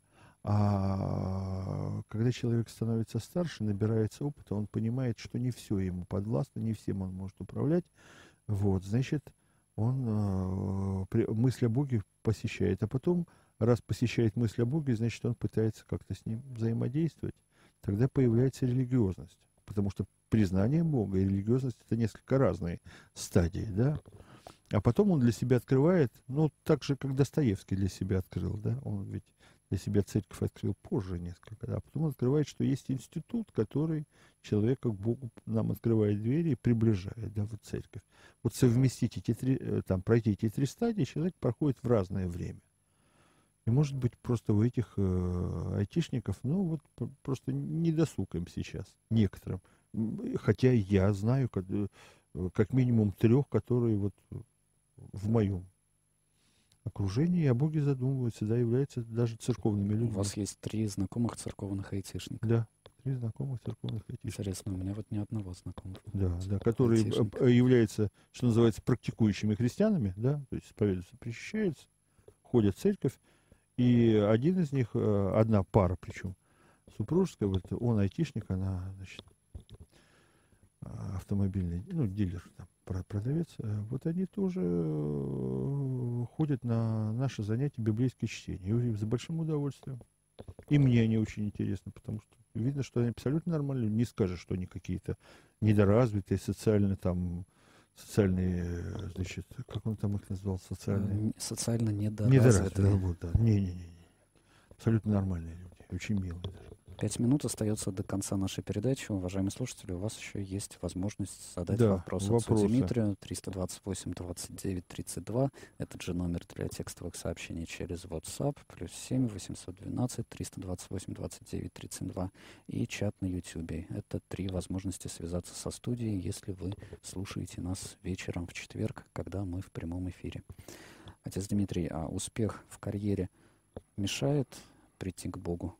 А когда человек становится старше, набирается опыта, он понимает, что не все ему подвластно, не всем он может управлять. Вот, значит, он мысль о Боге посещает. А потом, раз посещает мысль о Боге, значит, он пытается как-то с ним взаимодействовать. Тогда появляется религиозность. Потому что признание Бога и религиозность — это несколько разные стадии, да. А потом он для себя открывает, ну, так же, как Достоевский для себя открыл, да. Он ведь для себя церковь открыл позже несколько, да. А потом он открывает, что есть институт, который человека к Богу нам открывает двери и приближает, да, вот церковь. Вот совместить пройти эти три стадии человек проходит в разное время. И, может быть, просто у этих айтишников, ну, вот просто не досуг им сейчас, некоторым. Хотя я знаю как минимум 3, которые вот в моем окружении о Боге задумываются, да, являются даже церковными людьми. У вас есть 3 знакомых церковных айтишника? Да, 3 знакомых церковных айтишника. Интересно, у меня вот ни одного знакомого. Да, которые являются, что называется, практикующими христианами, да, то есть исповедуются, причащаются, ходят в церковь. И один из них, одна пара причем, супружеская, вот он айтишник, она, значит, автомобильный, ну, дилер, там, продавец, вот они тоже ходят на наши занятия библейские чтения, и за большим удовольствием. И мне они очень интересны, потому что видно, что они абсолютно нормальные. Не скажешь, что они какие-то недоразвитые, социальные, значит, как он там их назвал, социальные? Социально Недоразвитые. недоразвитые. Вот, да. Не. Абсолютно нормальные люди. Очень милые даже. 5 минут остается до конца нашей передачи. Уважаемые слушатели, у вас еще есть возможность задать Да, вопрос отцу вопросы. Дмитрию. 328-29-32. Этот же номер для текстовых сообщений через WhatsApp. +7 812 328-29-32. И чат на YouTube. Это 3 возможности связаться со студией, если вы слушаете нас вечером в четверг, когда мы в прямом эфире. Отец Дмитрий, а успех в карьере мешает прийти к Богу?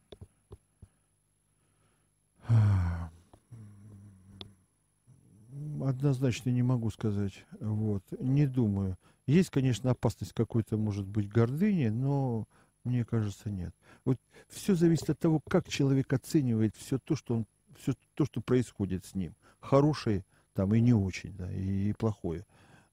Однозначно не могу сказать. Вот. Не думаю. Есть, конечно, опасность какой-то, может быть, гордыни, но мне кажется, нет. Вот все зависит от того, как человек оценивает все то, что происходит с ним. Хорошее там и не очень, да, и плохое.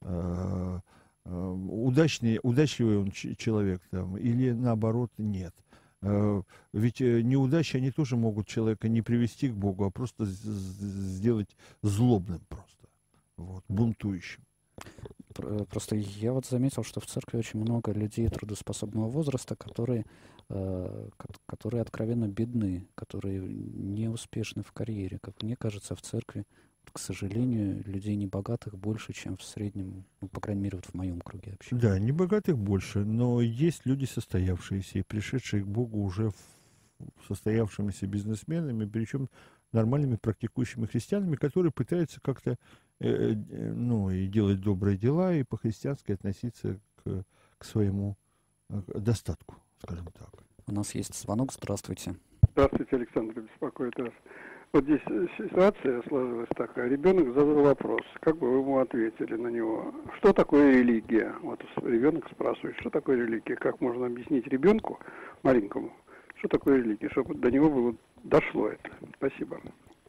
Удачливый он человек там, или наоборот нет. Ведь неудачи, они тоже могут человека не привести к Богу, а просто сделать злобным просто, вот, бунтующим. Просто я вот заметил, что в церкви очень много людей трудоспособного возраста, которые откровенно бедны, которые неуспешны в карьере. Как мне кажется, в церкви, к сожалению, людей небогатых больше, чем в среднем, ну, по крайней мере, вот в моем круге общения. Да, небогатых больше, но есть люди состоявшиеся и пришедшие к Богу уже состоявшимися бизнесменами, причем нормальными практикующими христианами, которые пытаются как-то и делать добрые дела, и по-христиански относиться к своему достатку, скажем так. У нас есть звонок. Здравствуйте. Здравствуйте, Александр, беспокоит вас. Вот здесь ситуация сложилась такая. Ребенок задал вопрос, как бы вы ему ответили на него? Что такое религия? Вот ребенок спрашивает, что такое религия? Как можно объяснить ребенку маленькому, что такое религия, чтобы до него было дошло это? Спасибо.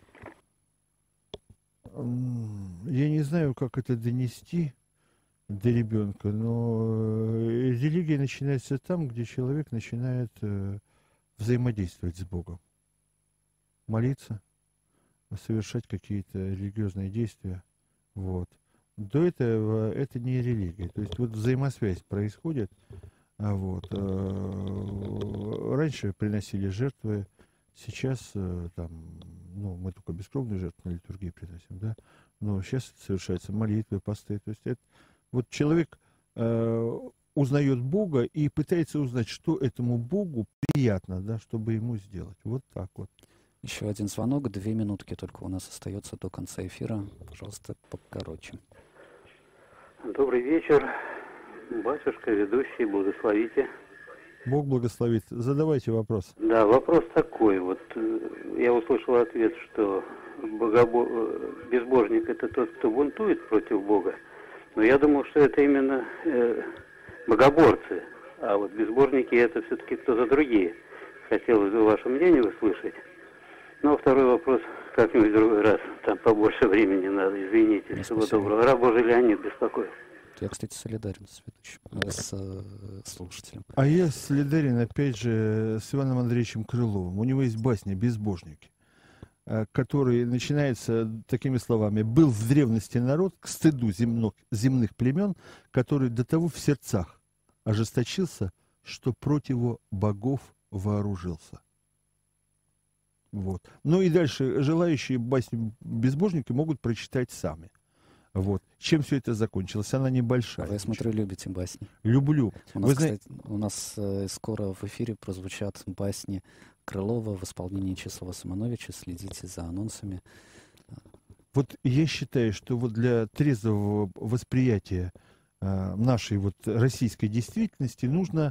Я не знаю, как это донести до ребенка, но религия начинается там, где человек начинает взаимодействовать с Богом, молиться, совершать какие-то религиозные действия. Вот. До этого это не религия. То есть вот взаимосвязь происходит. Раньше приносили жертвы, сейчас мы только бескровные жертвы на литургии приносим, да. Но сейчас совершаются молитвы, посты. То есть это, вот человек узнает Бога и пытается узнать, что этому Богу приятно, да, чтобы ему сделать. Вот так вот. Еще один звонок, 2 минутки только у нас остается до конца эфира. Пожалуйста, покороче. Добрый вечер, батюшка, ведущий, благословите. Бог благословит. Задавайте вопрос. Да, вопрос такой. Вот я услышал ответ, что безбожник — это тот, кто бунтует против Бога. Но я думал, что это именно богоборцы. А вот безбожники — это все-таки кто-то другие. Хотелось бы ваше мнение услышать. Ну, а второй вопрос как-нибудь в другой раз. Там побольше времени надо, извините. Всего доброго. Раб Божий Леонид беспокоит. Я, кстати, солидарен с ведущим, с слушателем. А я солидарен, опять же, с Иваном Андреевичем Крыловым. У него есть басня «Безбожники», который начинается такими словами: «Был в древности народ, к стыду земных племен, который до того в сердцах ожесточился, что против богов вооружился». Вот. Ну и дальше желающие басни «Безбожники» могут прочитать сами. Вот. Чем все это закончилось? Она небольшая. Вы, я смотрю, любите басни. Люблю. У нас, кстати, скоро в эфире прозвучат басни Крылова в исполнении Числава Симоновича. Следите за анонсами. Вот я считаю, что вот для трезвого восприятия нашей вот российской действительности нужно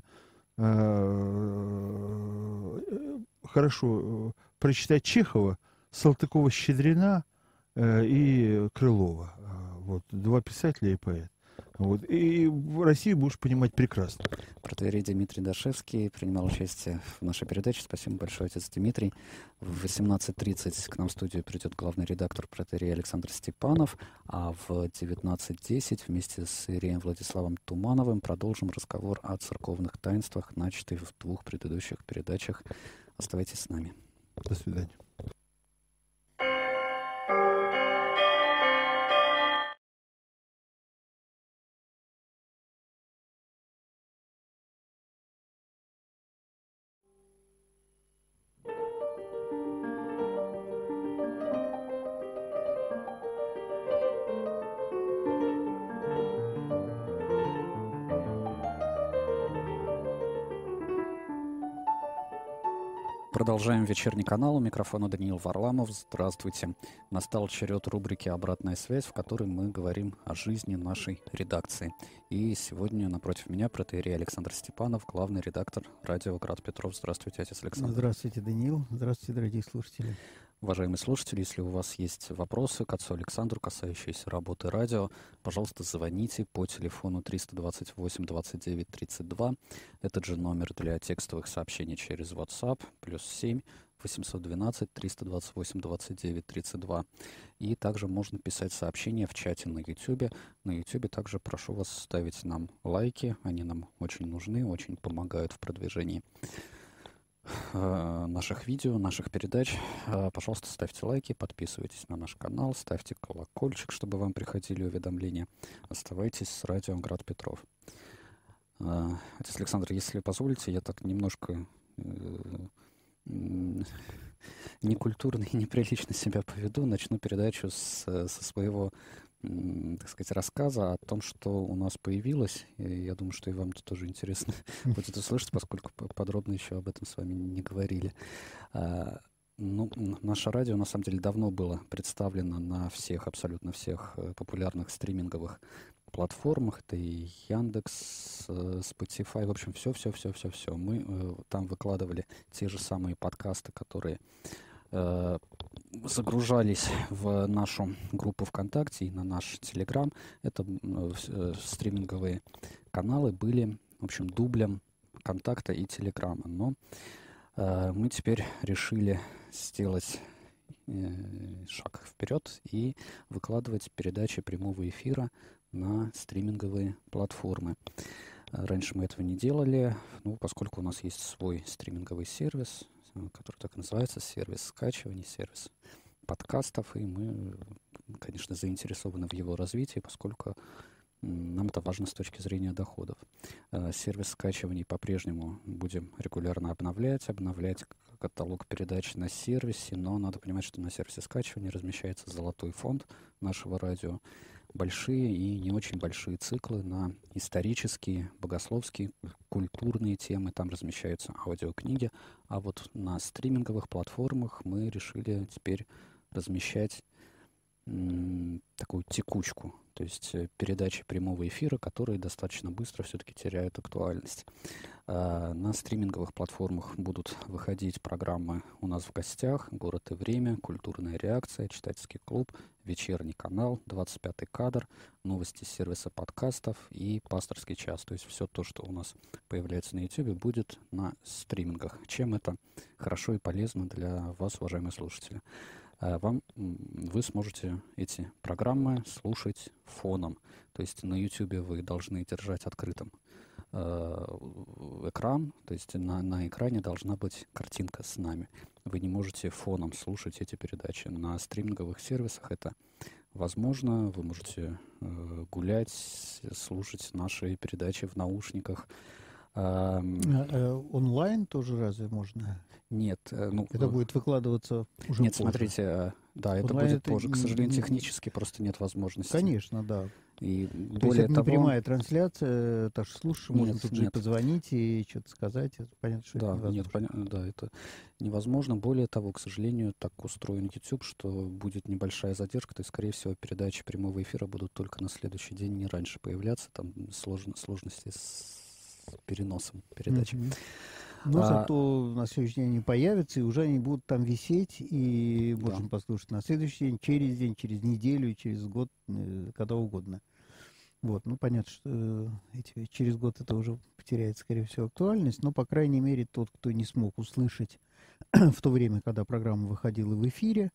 хорошо прочитать Чехова, Салтыкова-Щедрина и Крылова. Вот, 2 писателя и поэт. Вот. И в России будешь понимать прекрасно. Протоиерей Дмитрий Дашевский принимал участие в нашей передаче. Спасибо большое, отец Дмитрий. В 18:30 к нам в студию придет главный редактор протоиерей Александр Степанов, а в 19:10 вместе с иереем Владиславом Тумановым продолжим разговор о церковных таинствах, начатый в 2 предыдущих передачах. Оставайтесь с нами. До свидания. Продолжаем вечерний канал. У микрофона Даниил Варламов. Здравствуйте. Настал черед рубрики «Обратная связь», в которой мы говорим о жизни нашей редакции. И сегодня напротив меня протоиерей Александр Степанов, главный редактор радио «Град Петров». Здравствуйте, отец Александр. Здравствуйте, Даниил. Здравствуйте, дорогие слушатели. Уважаемые слушатели, если у вас есть вопросы к отцу Александру, касающиеся работы радио, пожалуйста, звоните по телефону 328 29 32. Этот же номер для текстовых сообщений через WhatsApp, +7 812 328 29 32. И также можно писать сообщения в чате на YouTube. На YouTube также прошу вас ставить нам лайки, они нам очень нужны, очень помогают в продвижении наших видео, наших передач. Пожалуйста, ставьте лайки, подписывайтесь на наш канал, ставьте колокольчик, чтобы вам приходили уведомления. Оставайтесь с радио «Град Петров». Отец Александр, если позволите, я так немножко некультурно и неприлично себя поведу. Начну передачу со своего, так сказать, рассказа о том, что у нас появилось. И я думаю, что и вам это тоже интересно будет услышать, поскольку подробно еще об этом с вами не говорили. Ну, наше радио, на самом деле, давно было представлено на всех, абсолютно всех популярных стриминговых платформах. Это и Яндекс, Spotify, в общем, все. Мы там выкладывали те же самые подкасты, которые загружались в нашу группу ВКонтакте и на наш Телеграм. Это стриминговые каналы были, в общем, дублем Контакта и Телеграма. Но мы теперь решили сделать шаг вперед и выкладывать передачи прямого эфира на стриминговые платформы. Раньше мы этого не делали, поскольку у нас есть свой стриминговый сервис, который так и называется, сервис скачиваний, сервис подкастов, и мы, конечно, заинтересованы в его развитии, поскольку нам это важно с точки зрения доходов. Сервис скачиваний по-прежнему будем регулярно обновлять каталог передач на сервисе, но надо понимать, что на сервисе скачивания размещается золотой фонд нашего радио, большие и не очень большие циклы на исторические, богословские, культурные темы. Там размещаются аудиокниги. А вот на стриминговых платформах мы решили теперь размещать такую текучку. То есть передачи прямого эфира, которые достаточно быстро все-таки теряют актуальность. На стриминговых платформах будут выходить программы «У нас в гостях», «Город и время», «Культурная реакция», «Читательский клуб», «Вечерний канал», «25-й кадр», новости сервиса подкастов и «Пасторский час». То есть все то, что у нас появляется на YouTube, будет на стримингах. Чем это хорошо и полезно для вас, уважаемые слушатели? Вы сможете эти программы слушать фоном. То есть на YouTube вы должны держать открытым экран, то есть на экране должна быть картинка с нами. Вы не можете фоном слушать эти передачи. На стриминговых сервисах это возможно. Вы можете гулять, слушать наши передачи в наушниках. Онлайн тоже разве можно? Нет. Это будет выкладываться уже Нет, позже. смотрите, да, это Онлайн будет это позже. К сожалению, технически просто нет возможности. Конечно, да. И То есть более это не того, прямая трансляция, так что слушаешь, можно Нет, тут же нет. позвонить и что-то сказать. Это понятно, что да, это невозможно. да, это невозможно. Более того, к сожалению, так устроен YouTube, что будет небольшая задержка, то есть, скорее всего, передачи прямого эфира будут только на следующий день, не раньше появляться. Там сложности с переносом передачи. Но зато на следующий день они появятся, и уже они будут там висеть, и можем послушать на следующий день, через неделю, через год, когда угодно. Вот, ну, понятно, что через год это уже потеряет, скорее всего, актуальность, но, по крайней мере, тот, кто не смог услышать в то время, когда программа выходила в эфире,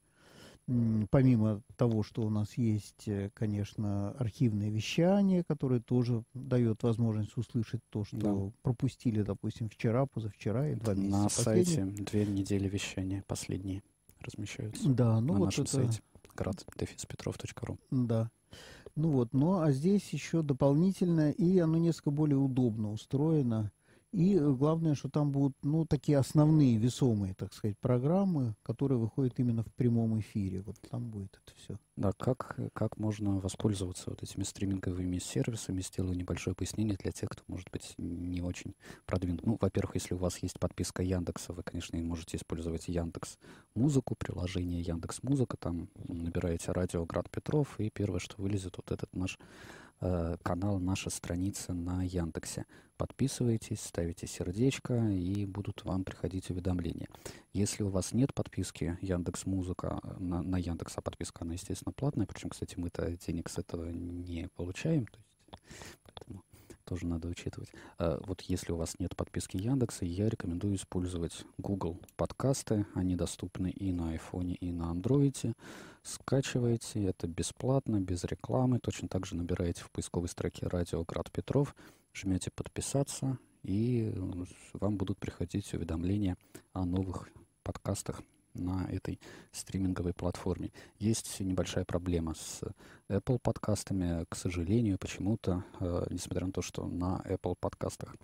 помимо того, что у нас есть, конечно, архивное вещание, которое тоже дает возможность услышать то, что пропустили, допустим, вчера, позавчера и 2 месяца. На сайте 2 недели вещания последние размещаются. Да, ну на вот нашем это... сайте grad-petrov.ru. Да. Ну вот, ну а здесь еще дополнительно, и оно несколько более удобно устроено. И главное, что там будут, ну, такие основные весомые, так сказать, программы, которые выходят именно в прямом эфире. Вот там будет это все. Да, как можно воспользоваться вот этими стриминговыми сервисами? Сделаю небольшое пояснение для тех, кто, может быть, не очень продвинут. Ну, во-первых, если у вас есть подписка Яндекса, вы, конечно, можете использовать Яндекс.Музыку, приложение Яндекс.Музыка, там набираете радио Град Петров, и первое, что вылезет, вот этот наш канал, наша страница на Яндексе. Подписывайтесь, ставите сердечко, и будут вам приходить уведомления. Если у вас нет подписки Яндекс.Музыка на Яндекс, а подписка, она, естественно, платная, причем, кстати, мы-то денег с этого не получаем, то есть, поэтому тоже надо учитывать. Вот если у вас нет подписки Яндекса, я рекомендую использовать Google подкасты. Они доступны и на айфоне, и на андроиде. Скачивайте, это бесплатно, без рекламы. Точно так же набираете в поисковой строке «Радио Град Петров», жмете «Подписаться», и вам будут приходить уведомления о новых подкастах на этой стриминговой платформе. Есть небольшая проблема с Apple подкастами. К сожалению, почему-то, несмотря на то, что на Apple подкастах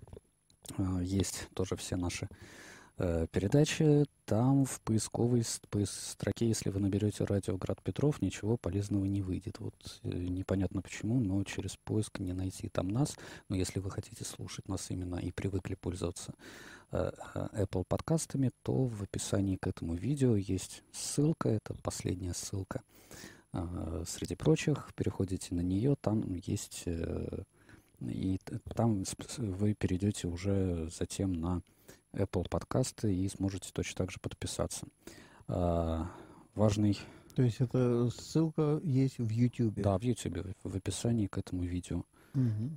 есть тоже все наши передачи, там в поисковой строке, если вы наберете «Радио Град Петров», ничего полезного не выйдет. Вот непонятно почему, но через поиск не найти там нас. Но если вы хотите слушать нас именно и привыкли пользоваться Apple подкастами, то в описании к этому видео есть ссылка, это последняя ссылка среди прочих. Переходите на нее, там есть, и там вы перейдете уже затем на Apple подкасты и сможете точно так же подписаться. Важный... То есть эта ссылка есть в YouTube? Да, в YouTube, в описании к этому видео. Угу.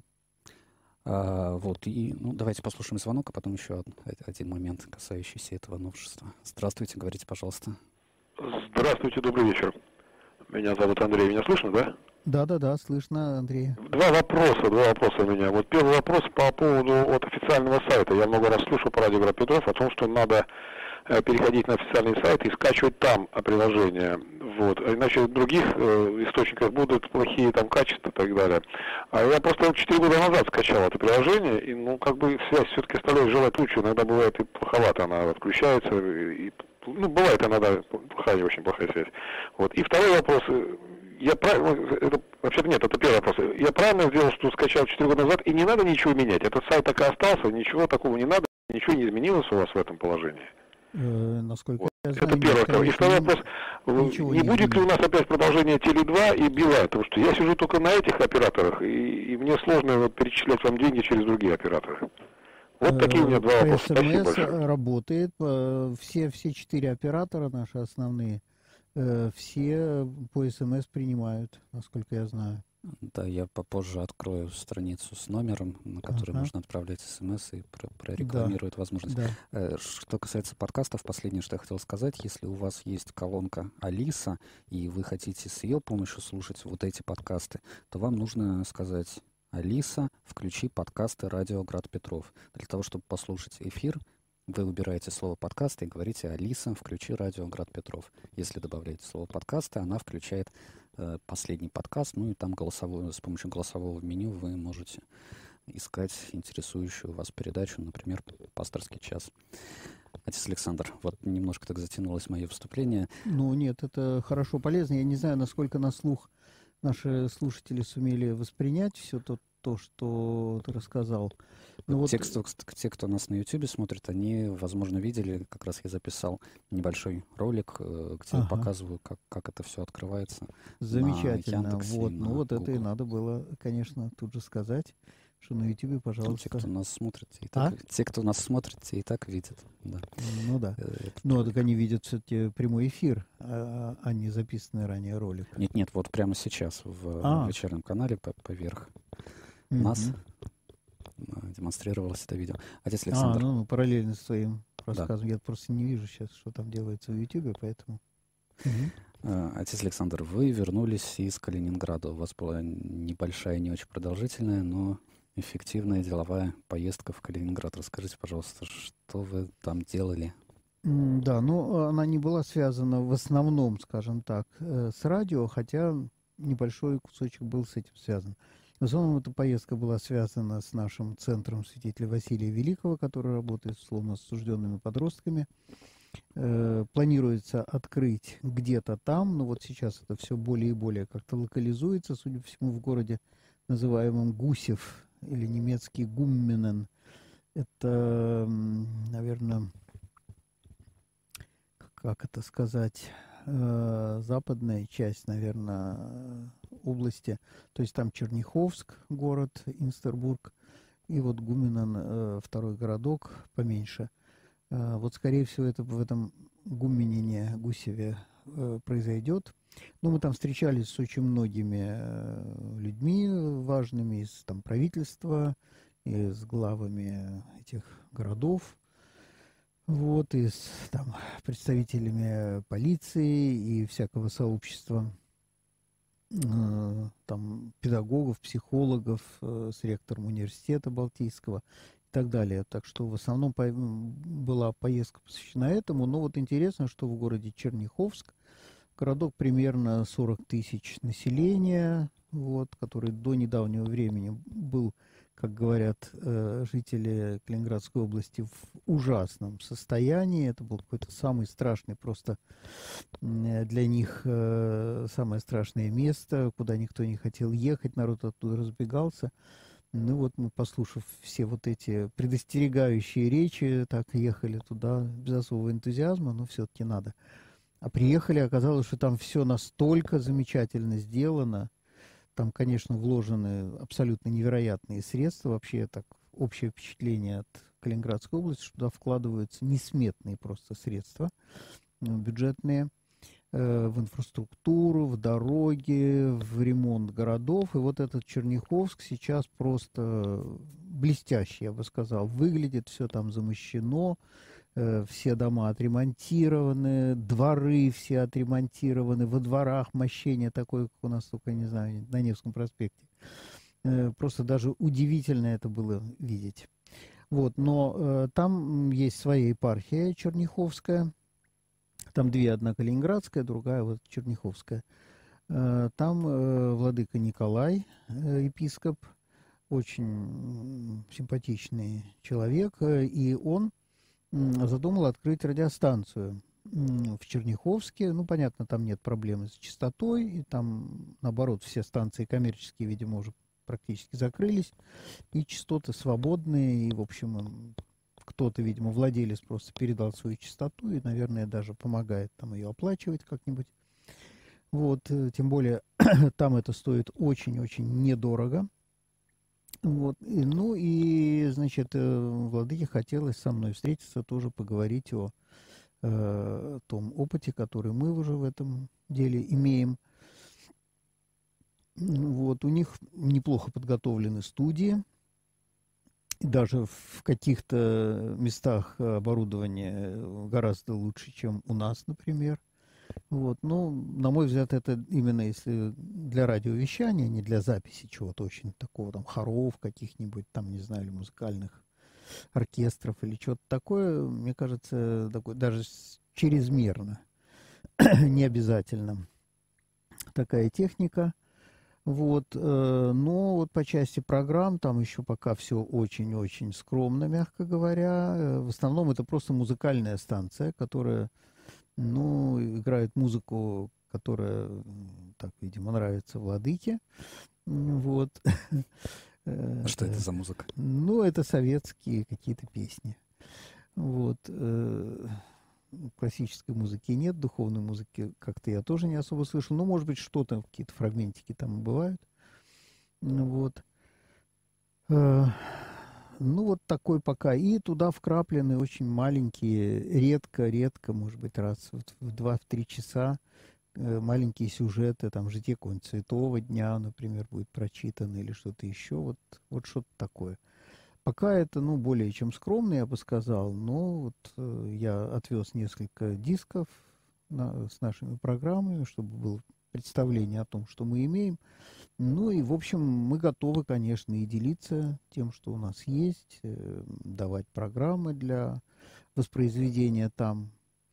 Вот, и давайте послушаем звонок, а потом еще один момент, касающийся этого новшества. Здравствуйте, говорите, пожалуйста. Здравствуйте, добрый вечер. Меня зовут Андрей, меня слышно, да? Да, слышно, Андрей. Два вопроса у меня. Вот первый вопрос по поводу официального сайта. Я много раз слышал по радио Град Петров о том, что надо переходить на официальный сайт и скачивать там приложение. Вот. Иначе в других источниках будут плохие там качества и так далее. А я просто 4 года назад скачал это приложение, и связь все-таки оставляет желать лучшего. Иногда бывает и плоховато, она отключается, и бывает иногда плохая, очень плохая связь. Вот. И второй вопрос. Это первый вопрос. Я правильно сделал, что скачал 4 года назад, и не надо ничего менять? Этот сайт так и остался, ничего такого не надо, ничего не изменилось у вас в этом положении? Насколько я знаю, это первый вопрос. И второй вопрос. Не будет ли у нас опять продолжение Теле2 и Билайн? Потому что я сижу только на этих операторах, и мне сложно перечислять вам деньги через другие операторы. Вот такие у меня два вопроса. Спасибо большое. Работает. Все 4 оператора наши основные, все по СМС принимают, насколько я знаю. Да, я попозже открою страницу с номером, на который можно отправлять СМС, и прорекламирует возможность. Да. Что касается подкастов, последнее, что я хотел сказать, если у вас есть колонка Алиса, и вы хотите с ее помощью слушать вот эти подкасты, то вам нужно сказать: «Алиса, включи подкасты «Радио Град Петров». Для того, чтобы послушать эфир, вы выбираете слово «подкасты» и говорите: «Алиса, включи «Радио Град Петров». Если добавляете слово «подкасты», она включает последний подкаст, и там с помощью голосового меню вы можете искать интересующую вас передачу, например, «Пасторский час». Отец Александр, вот немножко так затянулось мое выступление. Нет, это хорошо, полезно. Я не знаю, насколько на слух наши слушатели сумели воспринять все то, что ты рассказал. Те, кто нас на YouTube смотрит, они, возможно, видели, как раз я записал небольшой ролик, где я показываю, как это все открывается. Замечательно. Это и надо было, конечно, тут же сказать, что на YouTube, пожалуйста. Те, кто нас смотрит, и так, те, кто нас смотрит, те и так видят. Да. Ну да. Ну, так они видят все-таки прямой эфир, а не записанный ранее ролик. Нет, вот прямо сейчас в вечернем канале поверх нас демонстрировалось это видео. Отец Александр. Ну, параллельно с своим рассказом. Да. Я просто не вижу сейчас, что там делается в YouTube, поэтому... Отец Александр, вы вернулись из Калининграда. У вас была небольшая, не очень продолжительная, но эффективная деловая поездка в Калининград. Расскажите, пожалуйста, что вы там делали? Да, ну, она не была связана в основном, скажем так, с радио, хотя небольшой кусочек был с этим связан. В основном эта поездка была связана с нашим центром святителя Василия Великого, который работает с условно осужденными подростками. Планируется открыть где-то там, но вот сейчас это все более и более как-то локализуется, судя по всему, в городе, называемом Гусев, или немецкий Гумменен. Это, наверное, как это сказать, западная часть, наверное, области. То есть там Черняховск, город, Инстербург, и вот Гумменен, второй городок поменьше. Вот, скорее всего, это в этом Гумменине, Гусеве произойдет. Но мы там встречались с очень многими людьми важными из там правительства, и с главами этих городов, вот, и с там представителями полиции и всякого сообщества, там педагогов, психологов, с ректором университета Балтийского и так далее. Так что в основном была поездка посвящена этому. Но вот интересно, что в городе Черняховск, городок примерно 40 тысяч населения, вот, который до недавнего времени был, как говорят жители Калининградской области, в ужасном состоянии. Это был какой-то самый страшный, просто для них самое страшное место, куда никто не хотел ехать, народ оттуда разбегался. Ну вот мы, послушав все вот эти предостерегающие речи, так ехали туда без особого энтузиазма, но все-таки надо. А приехали, оказалось, что там все настолько замечательно сделано. Там, конечно, вложены абсолютно невероятные средства. Вообще, так, общее впечатление от Калининградской области, что туда вкладываются несметные просто средства бюджетные в инфраструктуру, в дороги, в ремонт городов. И вот этот Черняховск сейчас просто блестящий, я бы сказал. Выглядит все там замощено, все дома отремонтированы, дворы все отремонтированы, во дворах мощение такое, как у нас, только, не знаю, на Невском проспекте. Просто даже удивительно это было видеть. Вот, но там есть своя епархия Черняховская. Там две, одна Калининградская, другая вот Черняховская. Там владыка Николай, епископ, очень симпатичный человек, и он задумал открыть радиостанцию в Черняховске. Ну, понятно, там нет проблемы с частотой, и там, наоборот, все станции коммерческие, видимо, уже практически закрылись, и частоты свободные, и, в общем, кто-то, видимо, владелец просто передал свою частоту и, наверное, даже помогает там ее оплачивать как-нибудь. Вот, тем более, там это стоит очень-очень недорого. Вот, ну и, значит, владыке хотелось со мной встретиться, тоже поговорить о том опыте, который мы уже в этом деле имеем. Вот, у них неплохо подготовлены студии. Даже в каких-то местах оборудование гораздо лучше, чем у нас, например. Вот. Ну, на мой взгляд, это именно если для радиовещания, не для записи чего-то очень такого, там, хоров каких-нибудь, там, не знаю, или музыкальных оркестров или что-то такое, мне кажется, такое, даже чрезмерно не обязательно такая техника. Вот, но вот по части программ там еще пока все очень-очень скромно, мягко говоря. В основном это просто музыкальная станция, которая, ну, играет музыку, которая, так, видимо, нравится владыке. Вот. Что это за музыка? Ну, это советские какие-то песни. Вот. Классической музыки нет, духовной музыки как-то я тоже не особо слышал. Ну, может быть, что-то, какие-то фрагментики там бывают. Вот. Ну, вот такой пока. И туда вкраплены очень маленькие, редко, может быть, раз в 2-3 часа маленькие сюжеты, там, «Житие какого-нибудь святого дня», например, будет прочитано, или что-то еще, вот что-то такое. Пока это, ну, более чем скромно, я бы сказал, но вот я отвез несколько дисков с нашими программами, чтобы было представление о том, что мы имеем. Ну и, в общем, мы готовы, конечно, и делиться тем, что у нас есть, давать программы для воспроизведения там.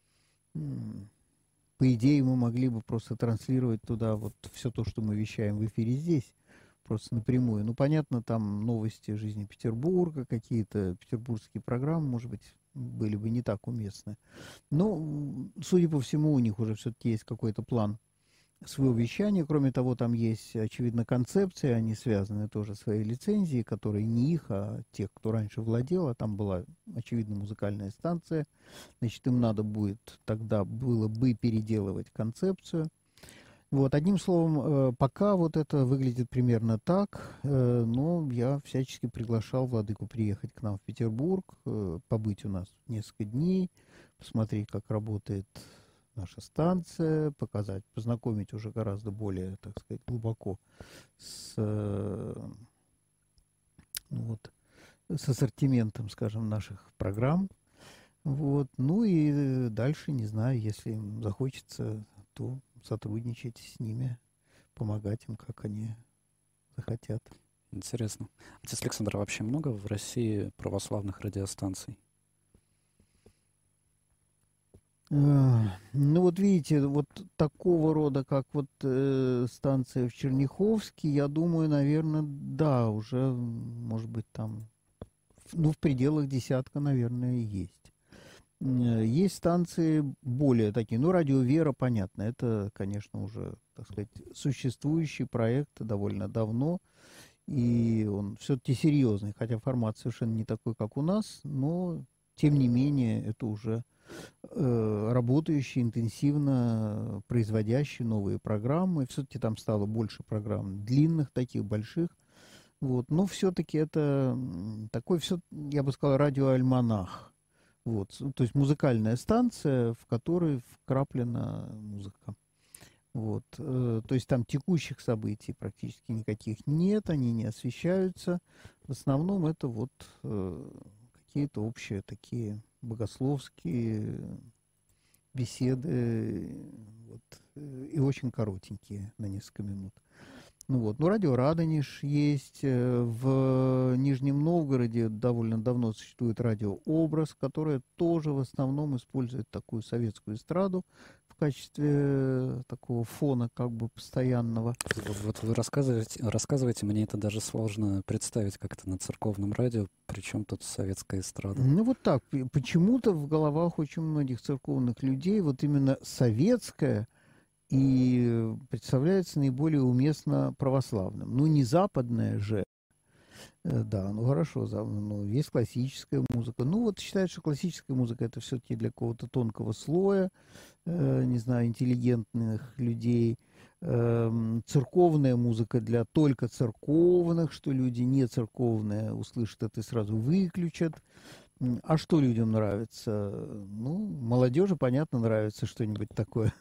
По идее, мы могли бы просто транслировать туда вот все то, что мы вещаем в эфире здесь, просто напрямую. Ну, понятно, там новости жизни Петербурга, какие-то петербургские программы, может быть, были бы не так уместны. Но, судя по всему, у них уже все-таки есть какой-то план своего вещания. Кроме того, там есть, очевидно, концепции, они связаны тоже с своей лицензией, которые не их, а тех, кто раньше владел, а там была, очевидно, музыкальная станция. Значит, им надо будет тогда было бы переделывать концепцию. Вот, одним словом, пока вот это выглядит примерно так, но я всячески приглашал Владыку приехать к нам в Петербург, побыть у нас несколько дней, посмотреть, как работает наша станция, показать, познакомить уже гораздо более, так сказать, глубоко с, вот, с ассортиментом, скажем, наших программ. Вот. Ну и дальше, не знаю, если им захочется, то сотрудничать с ними, помогать им, как они захотят. Интересно. Отец Александр, а вообще много в России православных радиостанций? Ну вот видите, вот такого рода, как вот станция в Черняховске, я думаю, наверное, да, уже, может быть, там, ну, в пределах десятка, наверное, есть. Есть станции более такие, ну, «Радио Вера», понятно, это, конечно, уже, так сказать, существующий проект довольно давно, и он все-таки серьезный, хотя формат совершенно не такой, как у нас, но, тем не менее, это уже работающие, интенсивно производящие новые программы. Все-таки там стало больше программ длинных, таких больших. Вот. Но все-таки это такой, я бы сказал, радиоальманах. Вот. То есть музыкальная станция, в которой вкраплена музыка. Вот. То есть там текущих событий практически никаких нет, они не освещаются. В основном это вот какие-то общие такие богословские беседы, вот, и очень коротенькие, на несколько минут. Ну вот, ну, радио «Радонеж» есть, в Нижнем Новгороде довольно давно существует радио «Образ», которое тоже в основном использует такую советскую эстраду в качестве такого фона как бы постоянного. Вот вы рассказываете, мне это даже сложно представить как-то на церковном радио, причем тут советская эстрада. Ну вот так, почему-то в головах очень многих церковных людей вот именно советская и представляется наиболее уместно православным. Ну, не западная же. Да, ну хорошо, ну, есть классическая музыка. Ну, вот считают, что классическая музыка это все-таки для какого-то тонкого слоя, не знаю, интеллигентных людей. Церковная музыка для только церковных, что люди не церковные услышат это и сразу выключат. А что людям нравится? Ну, молодежи, понятно, нравится что-нибудь такое,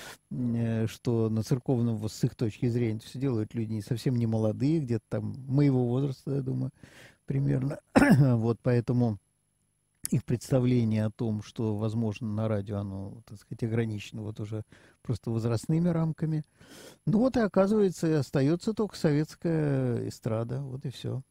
что на церковном, с их точки зрения, все делают люди совсем не молодые, где-то там моего возраста, я думаю, примерно. Вот поэтому их представление о том, что возможно на радио, оно, так сказать, ограничено вот уже просто возрастными рамками. Ну вот и оказывается, и остается только советская эстрада, вот и все.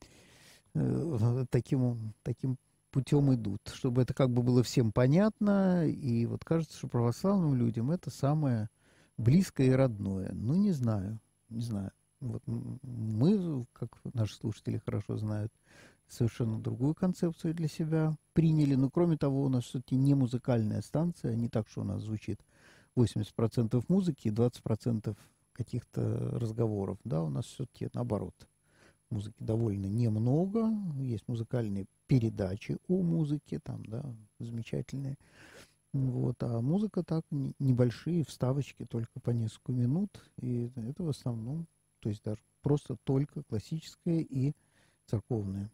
Таким путем идут, чтобы это как бы было всем понятно, и вот кажется, что православным людям это самое близкое и родное. Ну, не знаю. Вот мы, как наши слушатели хорошо знают, совершенно другую концепцию для себя приняли, но кроме того, у нас все-таки не музыкальная станция, не так, что у нас звучит 80% музыки и 20% каких-то разговоров, да, у нас все-таки наоборот. Музыки довольно немного, есть музыкальные передачи о музыке, там, да, замечательные. Вот, а музыка так, небольшие вставочки, только по несколько минут, и это в основном, то есть даже просто только классическая и церковные.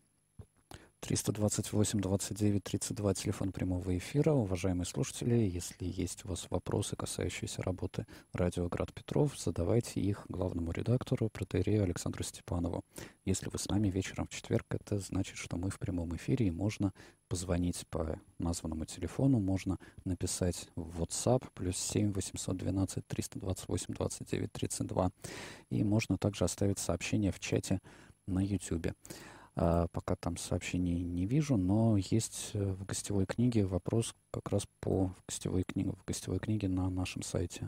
328-29-32, телефон прямого эфира. Уважаемые слушатели, если есть у вас вопросы, касающиеся работы радио «Град Петров», задавайте их главному редактору, протоиерею Александру Степанову. Если вы с нами вечером в четверг, это значит, что мы в прямом эфире, и можно позвонить по названному телефону, можно написать в WhatsApp +7 812 328 29 32, и можно также оставить сообщение в чате на YouTube. Пока там сообщений не вижу, но есть в гостевой книге вопрос как раз в гостевой книге на нашем сайте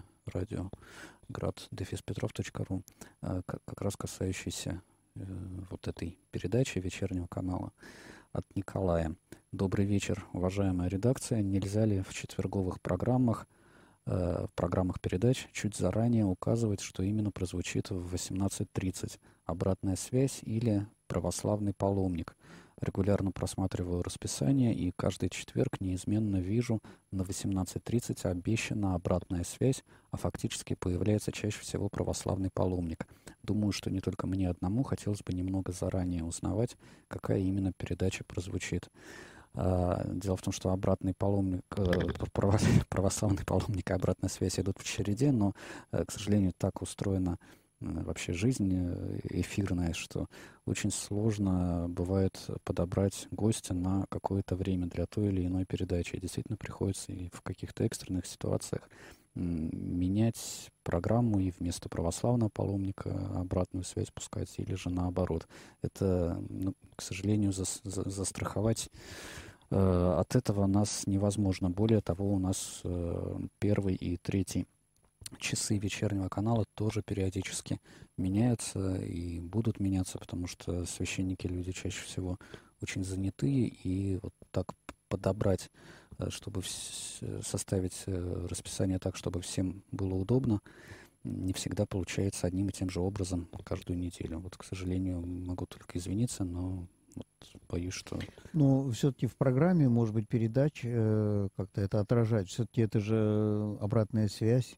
radio.grad-petrov.ru, как раз касающийся вот этой передачи вечернего канала от Николая. Добрый вечер, уважаемая редакция. Нельзя ли в четверговых программах передач чуть заранее указывать, что именно прозвучит в 18:30? Обратная связь или православный паломник? Регулярно просматриваю расписание, и каждый четверг неизменно вижу на 18:30 обещана обратная связь, а фактически появляется чаще всего православный паломник. Думаю, что не только мне одному, хотелось бы немного заранее узнавать, какая именно передача прозвучит. Дело в том, что обратный паломник, православный паломник и обратная связь идут в череде, но, к сожалению, так устроена вообще жизнь эфирная, что очень сложно бывает подобрать гостя на какое-то время для той или иной передачи. И действительно приходится и в каких-то экстренных ситуациях менять программу и вместо православного паломника обратную связь пускать, или же наоборот. Это, к сожалению, застраховать от этого нас невозможно. Более того, у нас первый и третий часы вечернего канала тоже периодически меняются и будут меняться, потому что священники люди чаще всего очень занятые, и вот так подобрать, чтобы составить расписание так, чтобы всем было удобно, не всегда получается одним и тем же образом каждую неделю. Вот, к сожалению, могу только извиниться, но вот боюсь, что... Но все-таки в программе, может быть, передач как-то это отражать. Все-таки это же обратная связь.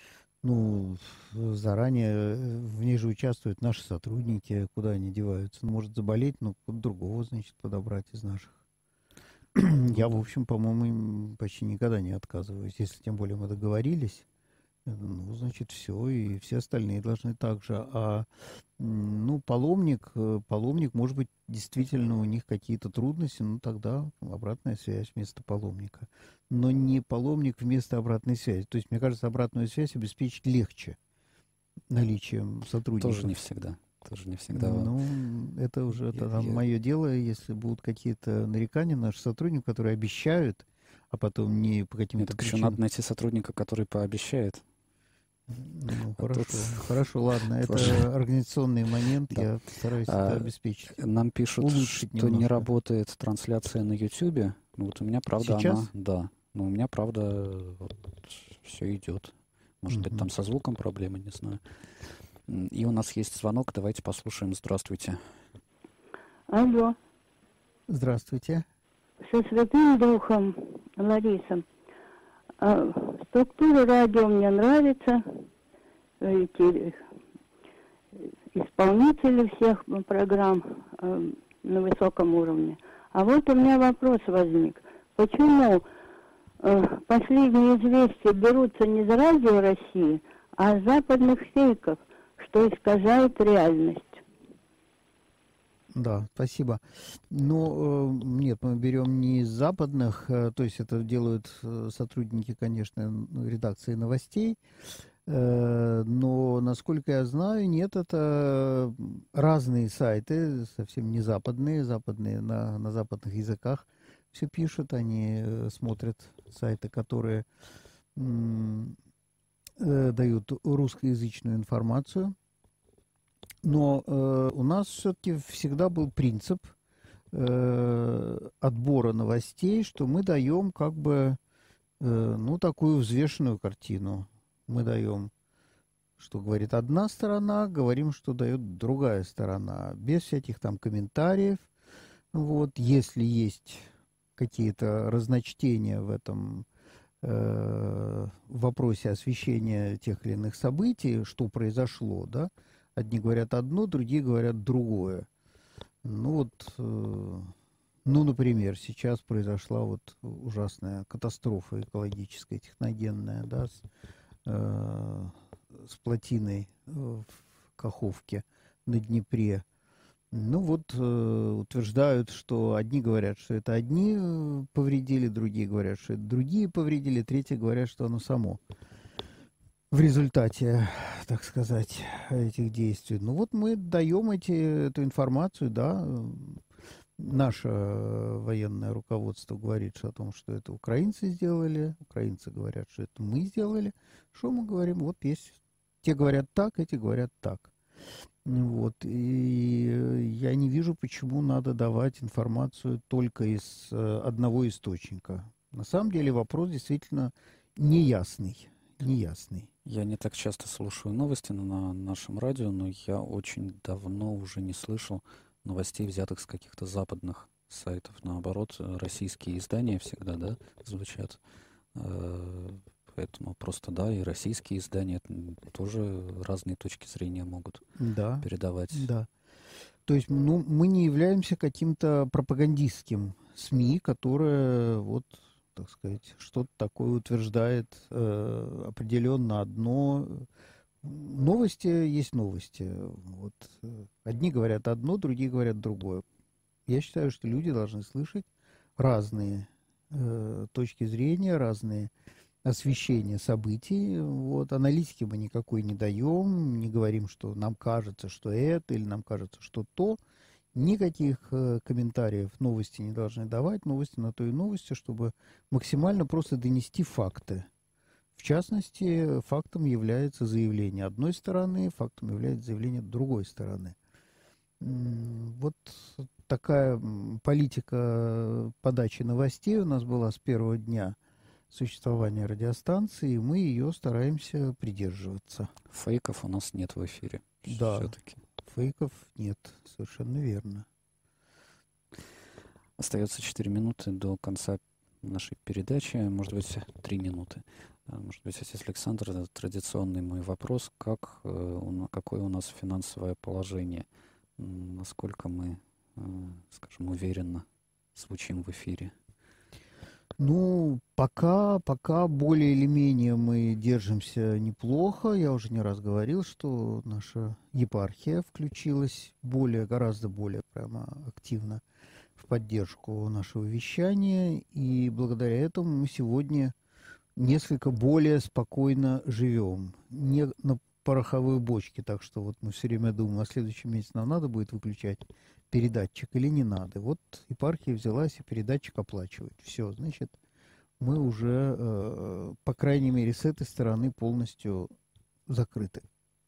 Заранее в ней же участвуют наши сотрудники, куда они деваются. Может заболеть, другого, значит, подобрать из наших. Я, в общем, по-моему, им почти никогда не отказываюсь. Если тем более мы договорились, значит, все, и все остальные должны так же. Паломник, может быть, действительно у них какие-то трудности, тогда обратная связь вместо паломника. Но не паломник вместо обратной связи. То есть, мне кажется, обратную связь обеспечить легче наличием сотрудников. Тоже не всегда. Это уже мое дело, если будут какие-то нарекания наших сотрудников, которые обещают, а потом не по каким-то причинам. Еще надо найти сотрудника, который пообещает. Хорошо, ладно. Это организационный момент, да. Я постараюсь это обеспечить. Нам пишут, что не работает трансляция на YouTube. Вот у меня, правда, сейчас? у меня, правда, все идет. Может быть, там со звуком проблемы, не знаю. И у нас есть звонок, давайте послушаем. Здравствуйте. Алло. Здравствуйте. Со Святым Духом, Лариса. Структура радио мне нравится, исполнители всех программ на высоком уровне. А вот у меня вопрос возник. Почему последние известия берутся не из радио России, а из западных фейков, что искажает реальность? Да, спасибо. Нет, мы берем не из западных, то есть это делают сотрудники, конечно, редакции новостей, но, насколько я знаю, нет, это разные сайты, совсем не западные, на западных языках все пишут, они смотрят сайты, которые дают русскоязычную информацию. Но у нас все-таки всегда был принцип отбора новостей, что мы даем такую взвешенную картину. Мы даем, что говорит одна сторона, говорим, что дает другая сторона, без всяких там комментариев. Если есть какие-то разночтения в этом вопросе освещения тех или иных событий, что произошло, да, одни говорят одно, другие говорят другое. Ну вот, ну, например, сейчас произошла вот ужасная катастрофа экологическая, техногенная, да, с плотиной в Каховке на Днепре. Ну вот, утверждают, что одни говорят, что это одни повредили, другие говорят, что это другие повредили, третьи говорят, что оно само в результате, так сказать, этих действий. Ну вот мы даем эту информацию, да. Наше военное руководство говорит о том, что это украинцы сделали, украинцы говорят, что это мы сделали. Что мы говорим? Вот есть. Те говорят так, эти говорят так. Вот. И я не вижу, почему надо давать информацию только из одного источника. На самом деле вопрос действительно неясный. Я не так часто слушаю новости на нашем радио, но я очень давно уже не слышал новостей, взятых с каких-то западных сайтов. Наоборот, российские издания всегда, да, звучат. Поэтому просто, да, и российские издания тоже разные точки зрения могут передавать. Да. То есть, ну, мы не являемся каким-то пропагандистским СМИ, которое, вот, так сказать, что-то такое утверждает определенно одно. Новости есть новости. Вот. Одни говорят одно, другие говорят другое. Я считаю, что люди должны слышать разные точки зрения, разные освещения событий. Вот. Аналитики мы никакой не даем, не говорим, что нам кажется, что это, или нам кажется, что то. Никаких комментариев новости не должны давать. Новости на то и новости, чтобы максимально просто донести факты. В частности, фактом является заявление одной стороны, фактом является заявление другой стороны. Вот такая политика подачи новостей у нас была с первого дня существования радиостанции, и мы ее стараемся придерживаться. Фейков у нас нет в эфире. Да, все-таки. Фейков нет, совершенно верно. Остается 4 минуты до конца нашей передачи, может быть, 3 минуты. Может быть, отец Александр, это традиционный мой вопрос, какое у нас финансовое положение, насколько мы, скажем, уверенно звучим в эфире? Ну, пока более или менее мы держимся неплохо. Я уже не раз говорил, что наша епархия включилась гораздо более прямо активно в поддержку нашего вещания, и благодаря этому мы сегодня несколько более спокойно живем. Не на пороховой бочке, так что вот мы все время думаем, а в следующем месяце нам надо будет выключать передатчик или не надо. Вот епархия взялась и передатчик оплачивает. Все, значит, мы уже, по крайней мере, с этой стороны полностью закрыты.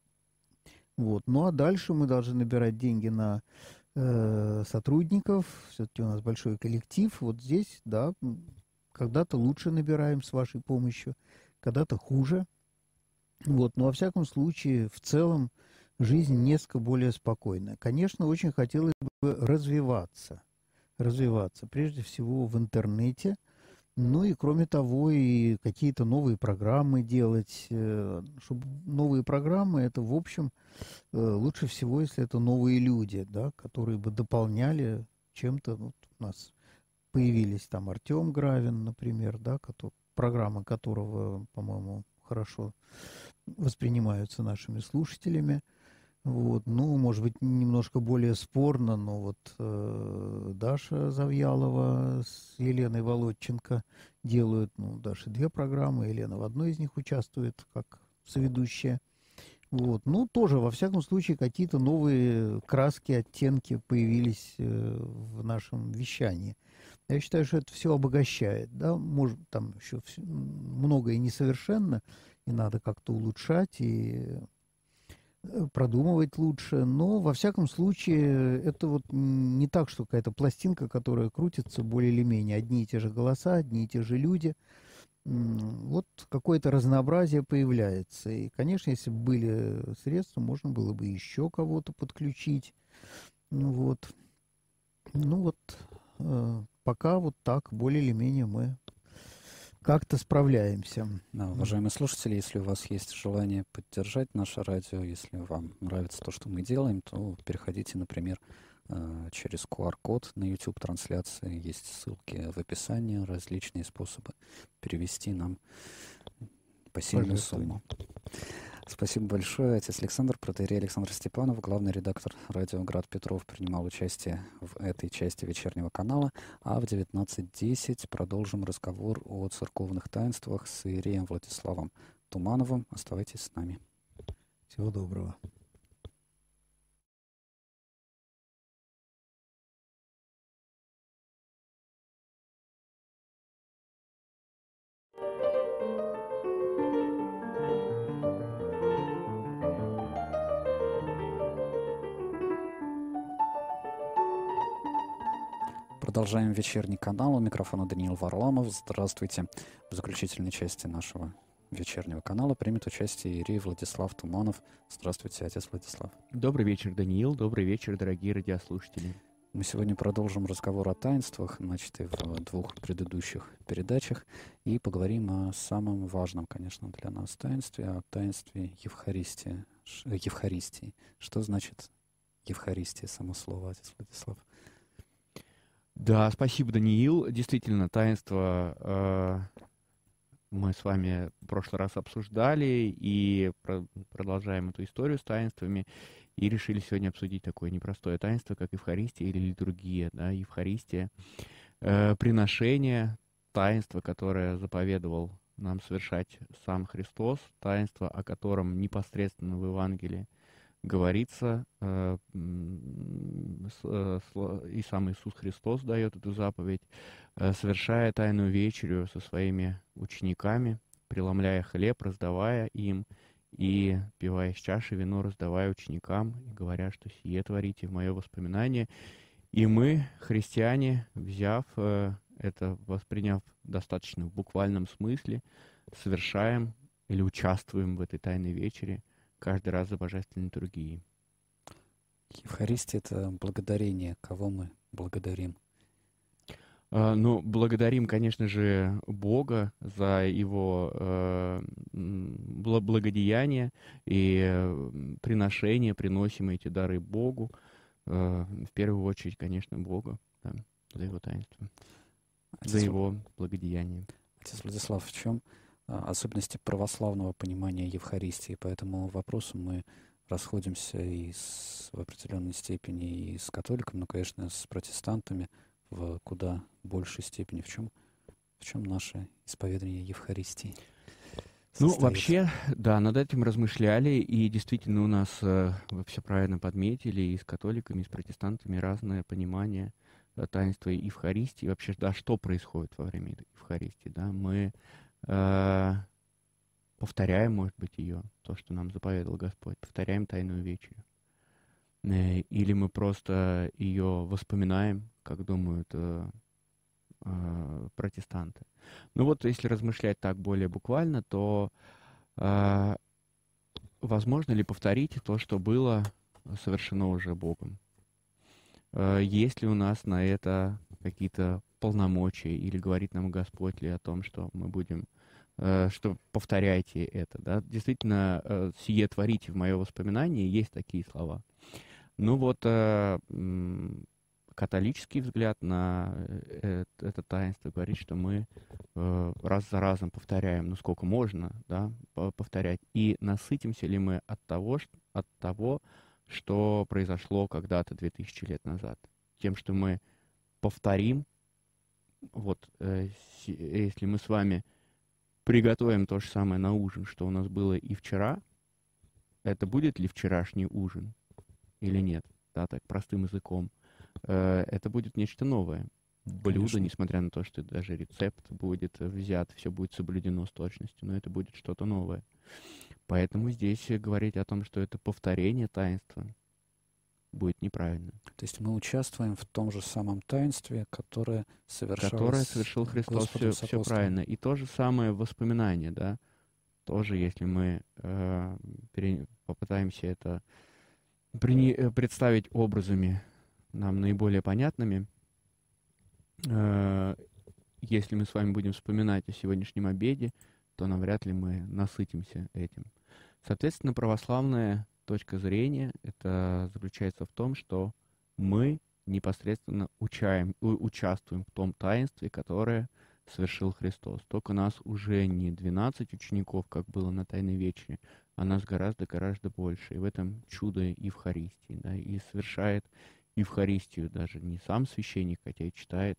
Вот. Ну а дальше мы должны набирать деньги на сотрудников. Все-таки у нас большой коллектив. Вот здесь, да, когда-то лучше набираем с вашей помощью, когда-то хуже. Вот. Но во всяком случае, в целом, жизнь несколько более спокойная. Конечно, очень хотелось бы развиваться, прежде всего в интернете, ну и кроме того, и какие-то новые программы делать. Чтобы новые программы, это, в общем, лучше всего, если это новые люди, да, которые бы дополняли чем-то. Вот у нас появились там Артем Гравин, например, да, программы которого, по-моему, хорошо воспринимаются нашими слушателями. Вот. Ну, может быть, немножко более спорно, но вот Даша Завьялова с Еленой Володченко делают, Даша 2 программы, Елена в одной из них участвует как соведущая. Вот. Ну, тоже, во всяком случае, какие-то новые краски, оттенки появились в нашем вещании. Я считаю, что это все обогащает, да, может, там еще многое несовершенно, и надо как-то улучшать, и продумывать лучше, но, во всяком случае, это вот не так, что какая-то пластинка, которая крутится более или менее, одни и те же голоса, одни и те же люди, вот какое-то разнообразие появляется, и, конечно, если бы были средства, можно было бы еще кого-то подключить, пока вот так, более или менее мы как-то справляемся. Да, уважаемые слушатели, если у вас есть желание поддержать наше радио, если вам нравится то, что мы делаем, то переходите, например, через QR-код на YouTube-трансляции. Есть ссылки в описании, различные способы перевести нам посильную сумму. Спасибо большое. Отец Александр, протоиерей Александр Степанов, главный редактор радио «Град Петров», принимал участие в этой части вечернего канала. А в 19:10 продолжим разговор о церковных таинствах с иереем Владиславом Тумановым. Оставайтесь с нами. Всего доброго. Продолжаем вечерний канал. У микрофона Даниил Варламов. Здравствуйте. В заключительной части нашего вечернего канала примет участие иерей Владислав Туманов. Здравствуйте, отец Владислав. Добрый вечер, Даниил. Добрый вечер, дорогие радиослушатели. Мы сегодня продолжим разговор о таинствах, начатый в 2 предыдущих передачах, и поговорим о самом важном, конечно, для нас таинстве, о таинстве Евхаристии. Что значит Евхаристия, само слово, отец Владислав? Да, спасибо, Даниил. Действительно, таинство мы с вами в прошлый раз обсуждали и продолжаем эту историю с таинствами. И решили сегодня обсудить такое непростое таинство, как Евхаристия или литургия. Да? Евхаристия, приношение, таинство, которое заповедовал нам совершать сам Христос, таинство, о котором непосредственно в Евангелии говорится, и сам Иисус Христос дает эту заповедь, совершая Тайную вечерю со своими учениками, преломляя хлеб, раздавая им, и, пивая из чаши вино, раздавая ученикам, и говоря, что сие творите в мое воспоминание. И мы, христиане, взяв это, восприняв достаточно в буквальном смысле, совершаем или участвуем в этой Тайной вечере каждый раз за божественной литургией. Евхаристия — это благодарение. Кого мы благодарим? Ну, благодарим, конечно же, Бога за Его благодеяние и приношение, приносим эти дары Богу. В первую очередь, конечно, Богу, да, за Его таинство, за Его благодеяние. Отец Владислав, в чем особенности православного понимания Евхаристии? По этому вопросу мы расходимся в определенной степени и с католиками, но, конечно, с протестантами в куда большей степени. В чем наше исповедание Евхаристии состоит? Ну, вообще, да, над этим размышляли, и действительно у нас, вы все правильно подметили, и с католиками, и с протестантами разное понимание таинства Евхаристии. Вообще, да, что происходит во время Евхаристии, да, мы повторяем, может быть, ее, то, что нам заповедал Господь, повторяем Тайную вечерю. Или мы просто ее воспоминаем, как думают протестанты. Ну вот, если размышлять так более буквально, то возможно ли повторить то, что было совершено уже Богом? Есть ли у нас на это какие-то полномочия, или говорит нам Господь ли о том, что мы будем, что повторяйте это, да? Действительно, сие творите в мое воспоминание, есть такие слова. Ну вот, католический взгляд на это таинство говорит, что мы раз за разом повторяем, ну сколько можно, да, повторять, и насытимся ли мы от того, что произошло когда-то 2000 лет назад. Тем, что мы повторим, вот, если мы с вами приготовим то же самое на ужин, что у нас было и вчера, это будет ли вчерашний ужин или нет, да, так простым языком. Это будет нечто новое. Блюдо, конечно, несмотря на то, что даже рецепт будет взят, все будет соблюдено с точностью, но это будет что-то новое. Поэтому здесь говорить о том, что это повторение таинства, будет неправильно. То есть мы участвуем в том же самом таинстве, которое совершил Христос, все правильно. И то же самое воспоминание, да, тоже, если мы попытаемся это представить образами нам наиболее понятными, если мы с вами будем вспоминать о сегодняшнем обеде, то навряд ли мы насытимся этим. Соответственно, православная точка зрения это заключается в том, что мы непосредственно участвуем в том таинстве, которое совершил Христос. Только нас уже не 12 учеников, как было на Тайной Вечере, а нас гораздо больше. И в этом чудо Евхаристии. Да, и совершает Евхаристию даже не сам священник, хотя и читает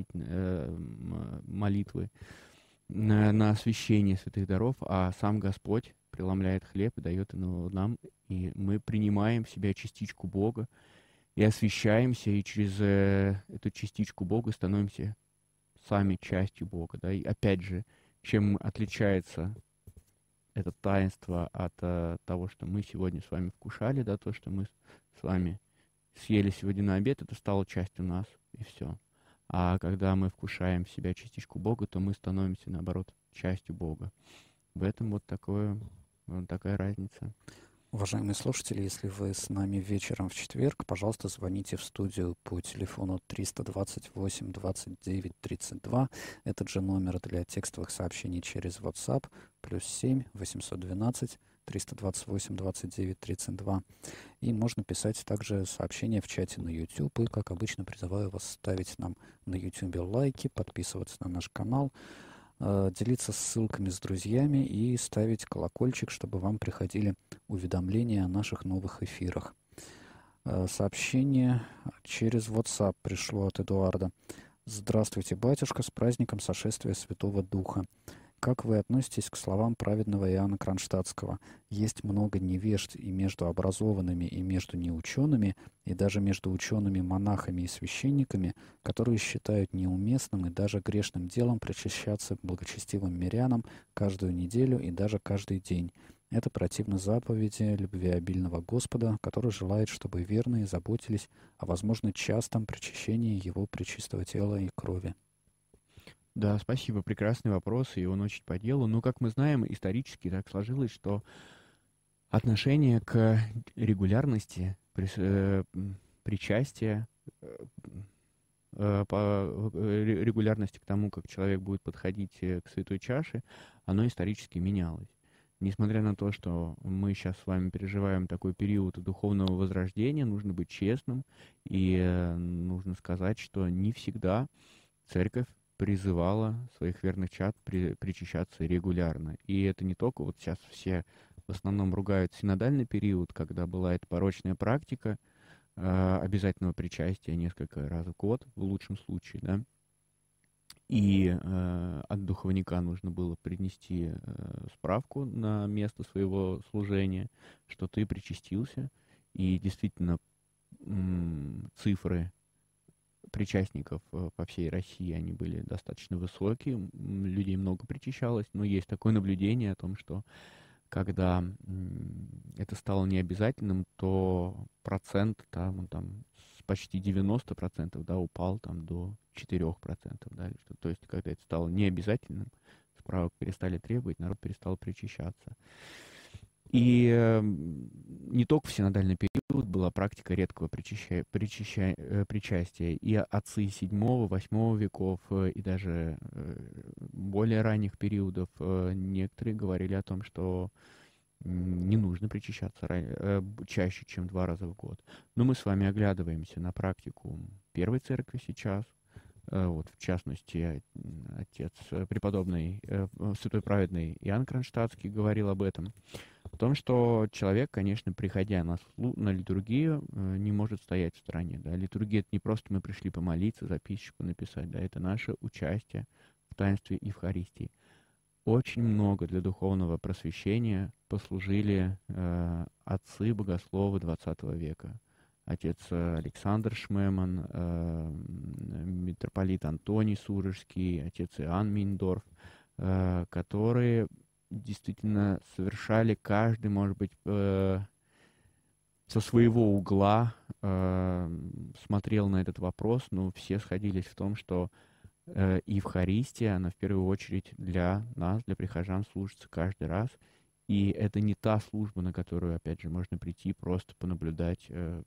молитвы на освящение святых даров, а сам Господь преломляет хлеб и дает его нам, и мы принимаем в себя частичку Бога и освящаемся, и через эту частичку Бога становимся сами частью Бога. Да? И опять же, чем отличается это таинство от того, что мы сегодня с вами вкушали, да, то, что мы с вами съели сегодня на обед, это стало частью нас, и все. А когда мы вкушаем в себя частичку Бога, то мы становимся, наоборот, частью Бога. В этом вот такая разница. Уважаемые слушатели, если вы с нами вечером в четверг, пожалуйста, звоните в студию по телефону 328 29 32. Этот же номер для текстовых сообщений через WhatsApp, +7 812 328 29 32. И можно писать также сообщения в чате на YouTube. И, как обычно, призываю вас ставить нам на YouTube лайки, подписываться на наш канал, делиться ссылками с друзьями и ставить колокольчик, чтобы вам приходили уведомления о наших новых эфирах. Сообщение через WhatsApp пришло от Эдуарда. Здравствуйте, батюшка, с праздником сошествия Святого Духа. Как вы относитесь к словам праведного Иоанна Кронштадтского? Есть много невежд и между образованными, и между неучеными, и даже между учеными-монахами и священниками, которые считают неуместным и даже грешным делом причащаться благочестивым мирянам каждую неделю и даже каждый день. Это противно заповеди любвеобильного Господа, который желает, чтобы верные заботились о, возможно, частом причащении Его пречистого тела и крови. Да, спасибо. Прекрасный вопрос, и он очень по делу. Ну, как мы знаем, исторически так сложилось, что отношение к регулярности причастия, по регулярности к тому, как человек будет подходить к святой чаше, оно исторически менялось. Несмотря на то, что мы сейчас с вами переживаем такой период духовного возрождения, нужно быть честным, и нужно сказать, что не всегда церковь призывала своих верных чад причащаться регулярно. И это не только вот сейчас все в основном ругают синодальный период, когда была эта порочная практика обязательного причастия несколько раз в год, в лучшем случае, да. И от духовника нужно было принести справку на место своего служения, что ты причастился. И действительно цифры причастников по всей России, они были достаточно высокие, людей много причащалось, но есть такое наблюдение о том, что когда это стало необязательным, то процент там с почти 90%, да, упал там до 4%, да, то есть когда это стало необязательным, справок перестали требовать, народ перестал причащаться. И не только в синодальный период была практика редкого причастия. И отцы VII, VIII веков, и даже более ранних периодов некоторые говорили о том, что не нужно причащаться чаще, чем 2 раза в год. Но мы с вами оглядываемся на практику Первой Церкви сейчас. Вот, в частности, отец преподобный, святой праведный Иоанн Кронштадтский говорил об этом. В том, что человек, конечно, приходя на литургию, не может стоять в стороне. Да? Литургия — это не просто мы пришли помолиться, записочку написать, да? Это наше участие в таинстве Евхаристии. Очень много для духовного просвещения послужили отцы-богословы XX века. Отец Александр Шмеман, митрополит Антоний Сурожский, отец Иоанн Мейндорф, которые действительно совершали, каждый, может быть, со своего угла смотрел на этот вопрос, но все сходились в том, что Евхаристия, она в первую очередь для нас, для прихожан, служится каждый раз. И это не та служба, на которую, опять же, можно прийти, просто понаблюдать,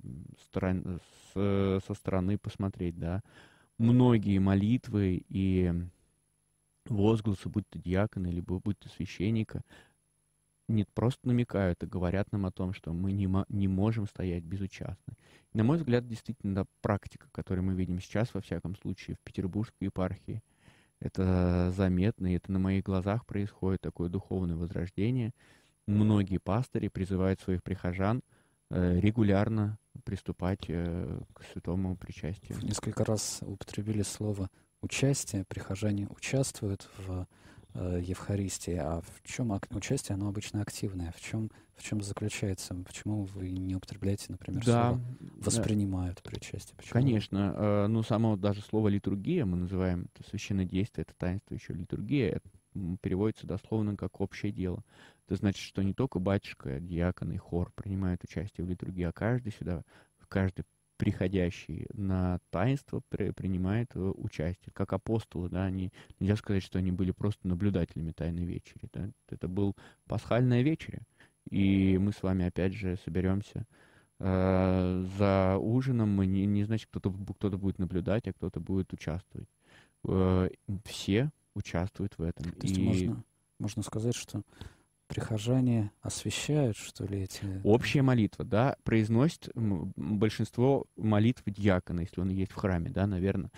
со стороны посмотреть, да. Многие молитвы и возгласы, будь то диакона, либо будь то священника, не просто намекают, а говорят нам о том, что мы не можем стоять безучастны. И, на мой взгляд, действительно, практика, которую мы видим сейчас, во всяком случае, в Петербургской епархии, это заметно, и это на моих глазах происходит такое духовное возрождение. Многие пастыри призывают своих прихожан регулярно приступать к святому причастию. Несколько раз употребили слово «участие». Прихожане участвуют в Евхаристии. А в чем участие? Оно обычно активное. В чем заключается? Почему вы не употребляете, например, слово «воспринимают причастие»? Почему? Конечно. Ну, само даже слово «литургия» мы называем, это священное действие, это таинство еще литургия, это переводится дословно как «общее дело». Это значит, что не только батюшка, диакон и хор принимают участие в литургии, а каждый приходящий на таинство принимает участие. Как апостолы, да, нельзя сказать, что они были просто наблюдателями Тайной Вечери. Да? Это был пасхальная вечеря. И мы с вами, опять же, соберемся за ужином. Мы не значит, кто-то будет наблюдать, а кто-то будет участвовать. Все участвуют в этом. То есть можно сказать, что прихожане освящают, что ли, эти... Общая молитва, да, произносит большинство молитв диакона, если он есть в храме, да, наверное,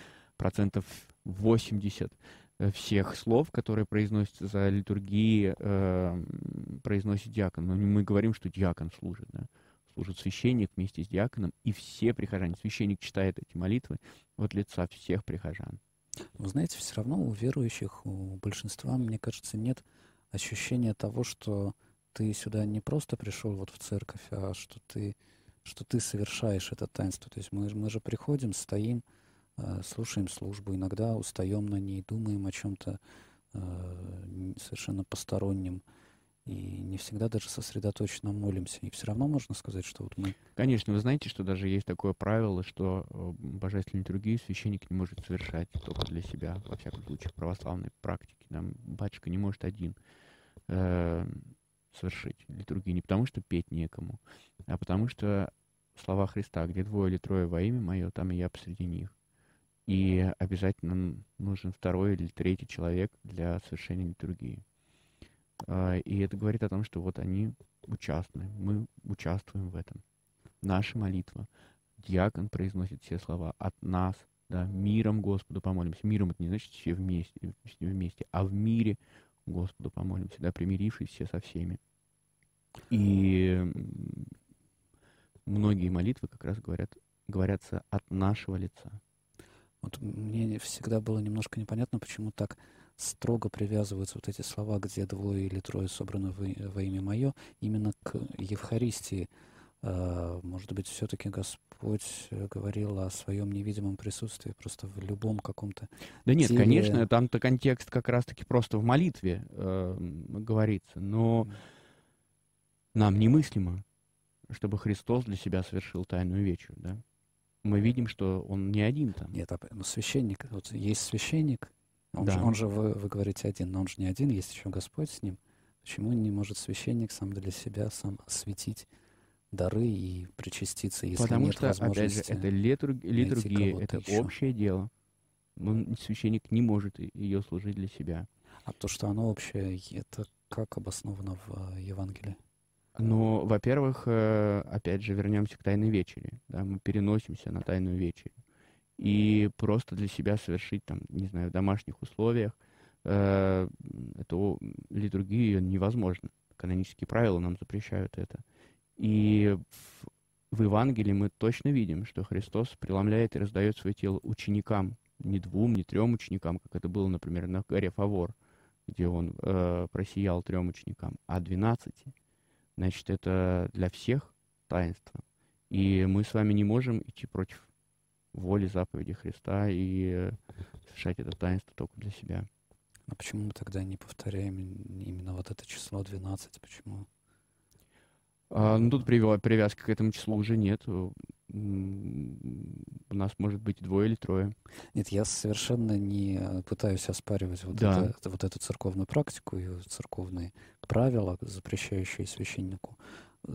80% всех слов, которые произносятся за литургии, произносит диакон. Но мы говорим, что диакон служит, да, служит священник вместе с диаконом, и все прихожане. Священник читает эти молитвы от лица всех прихожан. Вы знаете, все равно у верующих, у большинства, мне кажется, нет ощущение того, что ты сюда не просто пришел вот в церковь, а что ты совершаешь это таинство. То есть мы же приходим, стоим, слушаем службу, иногда устаем на ней, думаем о чем-то совершенно постороннем, и не всегда даже сосредоточенно молимся. И все равно можно сказать, что вот мы... Конечно, вы знаете, что даже есть такое правило, что божественную литургию священник не может совершать только для себя, во всяком случае, в православной практике. Там батюшка не может один совершить литургию не потому, что петь некому, а потому что слова Христа: где двое или трое во имя Мое, там и я посреди них. И обязательно нужен второй или третий человек для совершения литургии. И это говорит о том, что вот они участны, мы участвуем в этом. Наша молитва. Диакон произносит все слова от нас, да, миром Господу помолимся. Миром это не значит все вместе, а в мире Господу помолимся, да, примирившись все со всеми. И многие молитвы как раз говорятся от нашего лица. Вот мне всегда было немножко непонятно, почему так строго привязываются вот эти слова, где двое или трое собраны во имя Мое, именно к Евхаристии. Может быть, все-таки Господь говорил о своем невидимом присутствии просто в любом каком-то... Да нет, теле. конечно, там-то контекст как раз-таки просто в молитве говорится, но нам немыслимо, чтобы Христос для себя совершил Тайную Вечерю, да? Мы видим, что Он не один там. Нет, но священник, вот есть священник, Да. он же вы говорите один, но он же не один, есть еще Господь с ним. Почему не может священник сам для себя сам осветить дары и причаститься, если Потому нет что, опять же, возможности это литургия, кого-то это еще? общее дело. Священник не может ее служить для себя. А то, что оно общее, это как обосновано в Евангелии? Но, во-первых, опять же, вернемся к Тайной Вечере. Да, мы переносимся на Тайную Вечерю. И просто для себя совершить, там, не знаю, в домашних условиях эту литургию невозможно. Канонические правила нам запрещают это. И в Евангелии мы точно видим, что Христос преломляет и раздает свое тело ученикам. Не 2, не 3 ученикам, как это было, например, на горе Фавор, где Он просиял 3 ученикам, а 12. Значит, это для всех таинство. И мы с вами не можем идти против воли заповеди Христа и совершать это таинство только для себя. А почему мы тогда не повторяем именно вот это число 12? Почему? Ну, тут привязки к этому числу уже нет. У нас может быть 2 или 3. Нет, я совершенно не пытаюсь оспаривать вот эту церковную практику и церковные правила, запрещающие священнику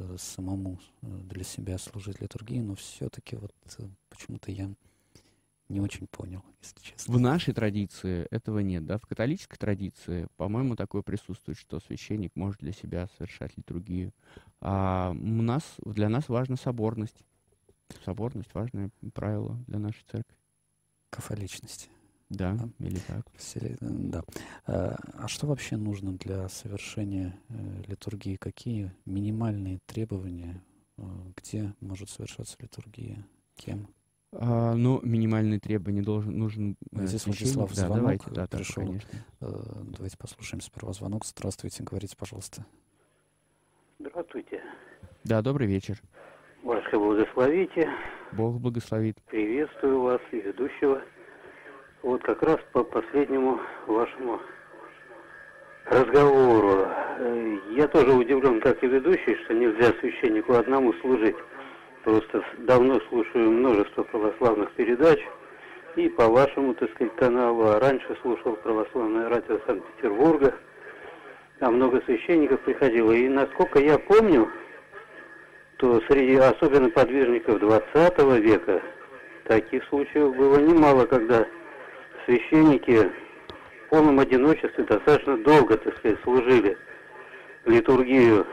самому для себя служить литургии, но все-таки вот почему-то я не очень понял, если честно. В нашей традиции этого нет, да, в католической традиции, по-моему, такое присутствует, что священник может для себя совершать литургию. А для нас важна соборность. Соборность — важное правило для нашей церкви. Кафоличности. Да, или так. Да. А что вообще нужно для совершения литургии? Какие минимальные требования? Где может совершаться литургия? Кем? Минимальные требования нужен Здесь священник. Владислав Да, звонок давайте, пришел. конечно. Давайте послушаем сперва звонок. Здравствуйте, говорите, пожалуйста. Здравствуйте. Да, добрый вечер. Ваше благословите. Бог благословит. Приветствую вас и ведущего. Вот как раз по последнему вашему разговору. Я тоже удивлен, как и ведущий, что нельзя священнику одному служить. Просто давно слушаю множество православных передач. И по вашему, так сказать, каналу. А раньше слушал православное радио Санкт-Петербурга. Там много священников приходило. И насколько я помню, то среди особенно подвижников 20 века таких случаев было немало, когда священники в полном одиночестве достаточно долго, так сказать, служили литургию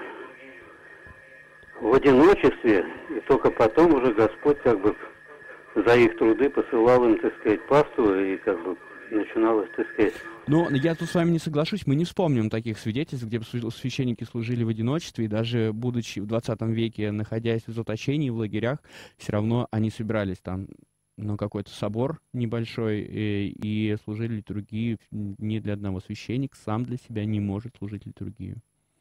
в одиночестве, и только потом уже Господь как бы за их труды посылал им, так сказать, паству, и как бы начиналось, так сказать... Но я тут с вами не соглашусь, мы не вспомним таких свидетельств, где священники служили в одиночестве, и даже будучи в 20 веке, находясь в заточении, в лагерях, все равно они собирались там на какой-то собор небольшой и служили литургию не для одного. Священник сам для себя не может служить литургию.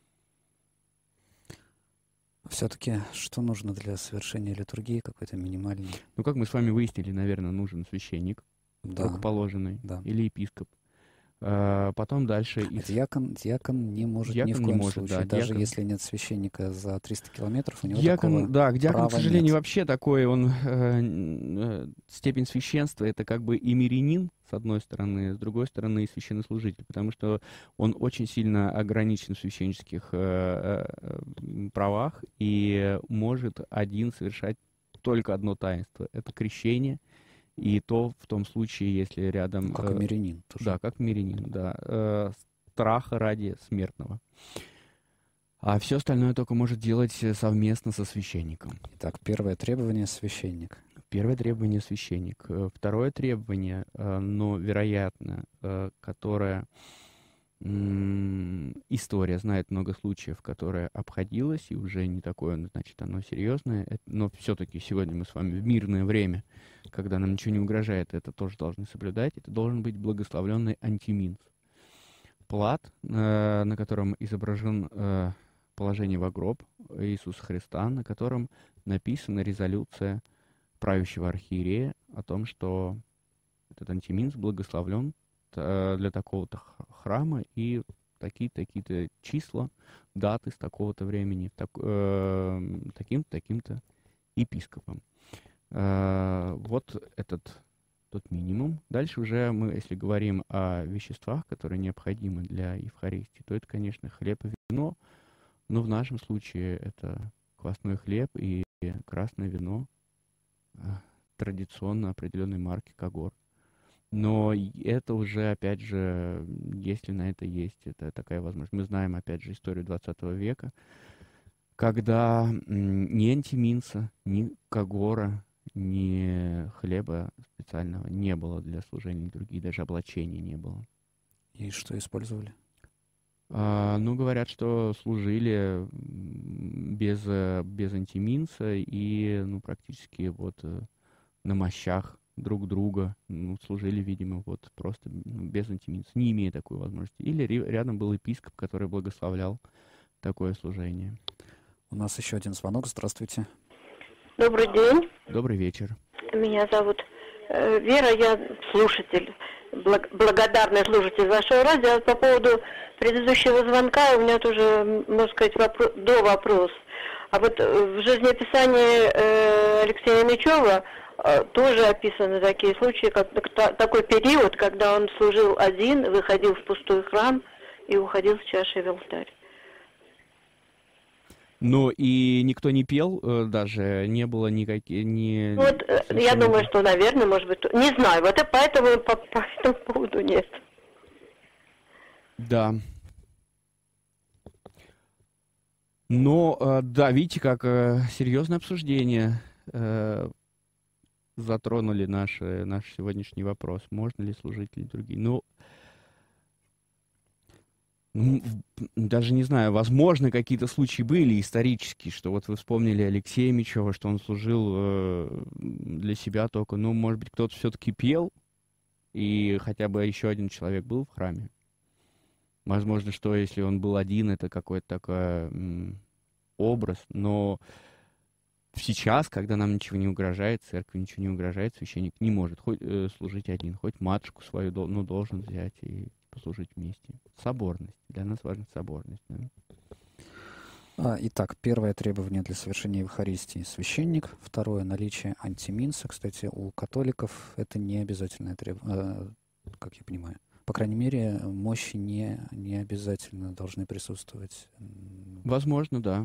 Все-таки что нужно для совершения литургии, какой-то минимальный? Ну, как мы с вами выяснили, наверное, нужен священник, да, рукоположенный, да, или епископ. Потом дальше... Диакон не может ни в коем случае, да, даже диакон. Если нет священника за 300 километров, у него диакон, такого да, диакон, права к сожалению, нет. вообще такой, он степень священства, это как бы и мирянин, с одной стороны, с другой стороны, и священнослужитель, потому что он очень сильно ограничен в священнических правах и может один совершать только одно таинство, это крещение. И то в том случае, если рядом... Как мирянин. Да, как мирянин, да. Страха ради смертного. А все остальное только может делать совместно со священником. Итак, первое требование — священник. Первое требование — священник. Второе требование, но, вероятно, которое... История знает много случаев, которое обходилось, и уже не такое, значит, оно серьезное. Но все-таки сегодня мы с вами в мирное время, когда нам ничего не угрожает, это тоже должны соблюдать. Это должен быть благословленный антиминс. Плат, на котором изображен положение во гроб Иисуса Христа, на котором написана резолюция правящего архиерея о том, что этот антиминс благословлен для такого-то храма и такие-то числа, даты с такого-то времени, таким-то епископом. Вот тот минимум. Дальше уже мы, если говорим о веществах, которые необходимы для Евхаристии, то это, конечно, хлеб и вино, но в нашем случае это квасной хлеб и красное вино традиционно определенной марки Когор. Но это уже, опять же, если на это есть, это такая возможность. Мы знаем, опять же, историю 20 века, когда ни антиминса, ни когора, ни хлеба специального не было для служения литургии, даже облачения не было. И что использовали? Говорят, что служили без антиминса и, практически вот на мощах друг друга, служили, видимо, вот просто без антиминса, не имея такой возможности. Или рядом был епископ, который благословлял такое служение. У нас еще один звонок. Здравствуйте. Добрый день. Добрый вечер. Меня зовут Вера, я слушатель, благодарный слушатель вашего радио. По поводу предыдущего звонка у меня тоже, можно сказать, вопрос. А вот в жизнеописании Алексея Мечева тоже описаны такие случаи, как такой период, когда он служил один, выходил в пустой храм и уходил с чашей в алтарь. Но и никто не пел, даже не было никаких... Вот, я думаю, что, наверное, может быть... Не знаю, вот и поэтому по этому поводу нет. Да. Но, да, видите, как серьезное обсуждение затронули наш сегодняшний вопрос. Можно ли служить литургии? Ну, даже не знаю, возможно, какие-то случаи были исторические, что вот вы вспомнили Алексея Мечева, что он служил для себя только. Ну, может быть, кто-то все-таки пел, и хотя бы еще один человек был в храме. Возможно, что если он был один, это какой-то такой образ, но сейчас, когда нам ничего не угрожает, церкви ничего не угрожает, священник не может хоть служить один, хоть матушку свою должен взять и послужить вместе. Соборность. Для нас важна соборность. Да? Итак, первое требование для совершения Евхаристии — священник. Второе — наличие антиминса. Кстати, у католиков это не обязательное требование, как я понимаю. По крайней мере, мощи не обязательно должны присутствовать. Возможно, да.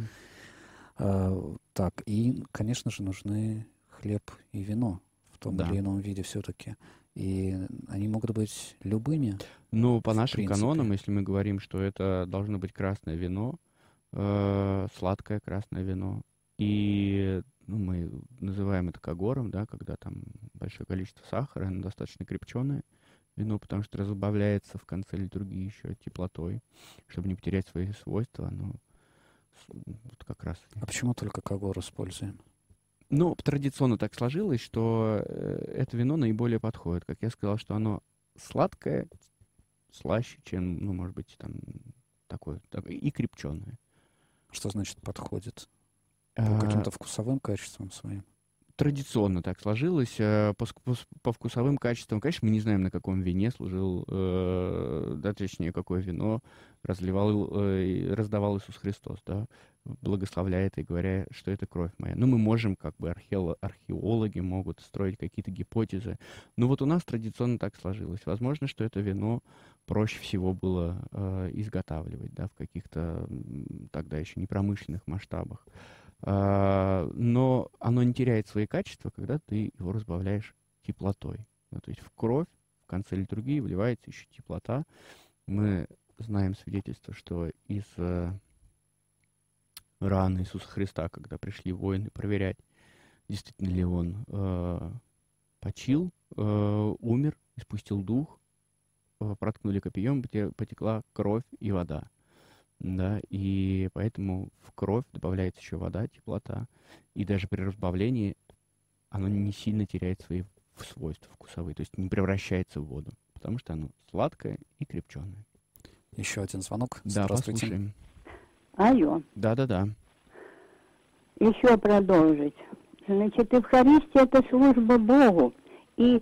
Так, и, конечно же, нужны хлеб и вино в том или ином виде все-таки. И они могут быть любыми. Ну, по нашим канонам, если мы говорим, что это должно быть красное вино, сладкое красное вино, и мы называем это когором, да, когда там большое количество сахара, оно достаточно крепченое вино, потому что разбавляется в конце литургии еще теплотой, чтобы не потерять свои свойства. Оно вот как раз. А почему только когор используем? Ну, традиционно так сложилось, что это вино наиболее подходит. Как я сказал, что оно сладкое, слаще, чем, ну, может быть, там такое и крепченое. Что значит подходит? По каким-то вкусовым качествам своим? Традиционно так сложилось. По вкусовым качествам, конечно, мы не знаем, на каком вине служил, да, точнее, какое вино раздавал Иисус Христос, да, благословляя это и говоря, что это кровь моя. Ну, мы можем, как бы, археологи могут строить какие-то гипотезы. Но вот у нас традиционно так сложилось. Возможно, что это вино проще всего было изготавливать, да, в каких-то тогда еще непромышленных масштабах. Но оно не теряет свои качества, когда ты его разбавляешь теплотой. Ну, то есть в кровь в конце литургии вливается еще теплота. Мы знаем свидетельство, что из раны Иисуса Христа, когда пришли воины проверять, действительно ли он почил, умер, испустил дух, проткнули копьем, потекла кровь и вода. Да, и поэтому в кровь добавляется еще вода, теплота. И даже при разбавлении оно не сильно теряет свои свойства вкусовые, то есть не превращается в воду, потому что оно сладкое и крепченое. Еще один звонок. Да, Здравствуйте. послушаем. Алло. Да. Еще продолжить. Значит, Евхаристия — это служба Богу. И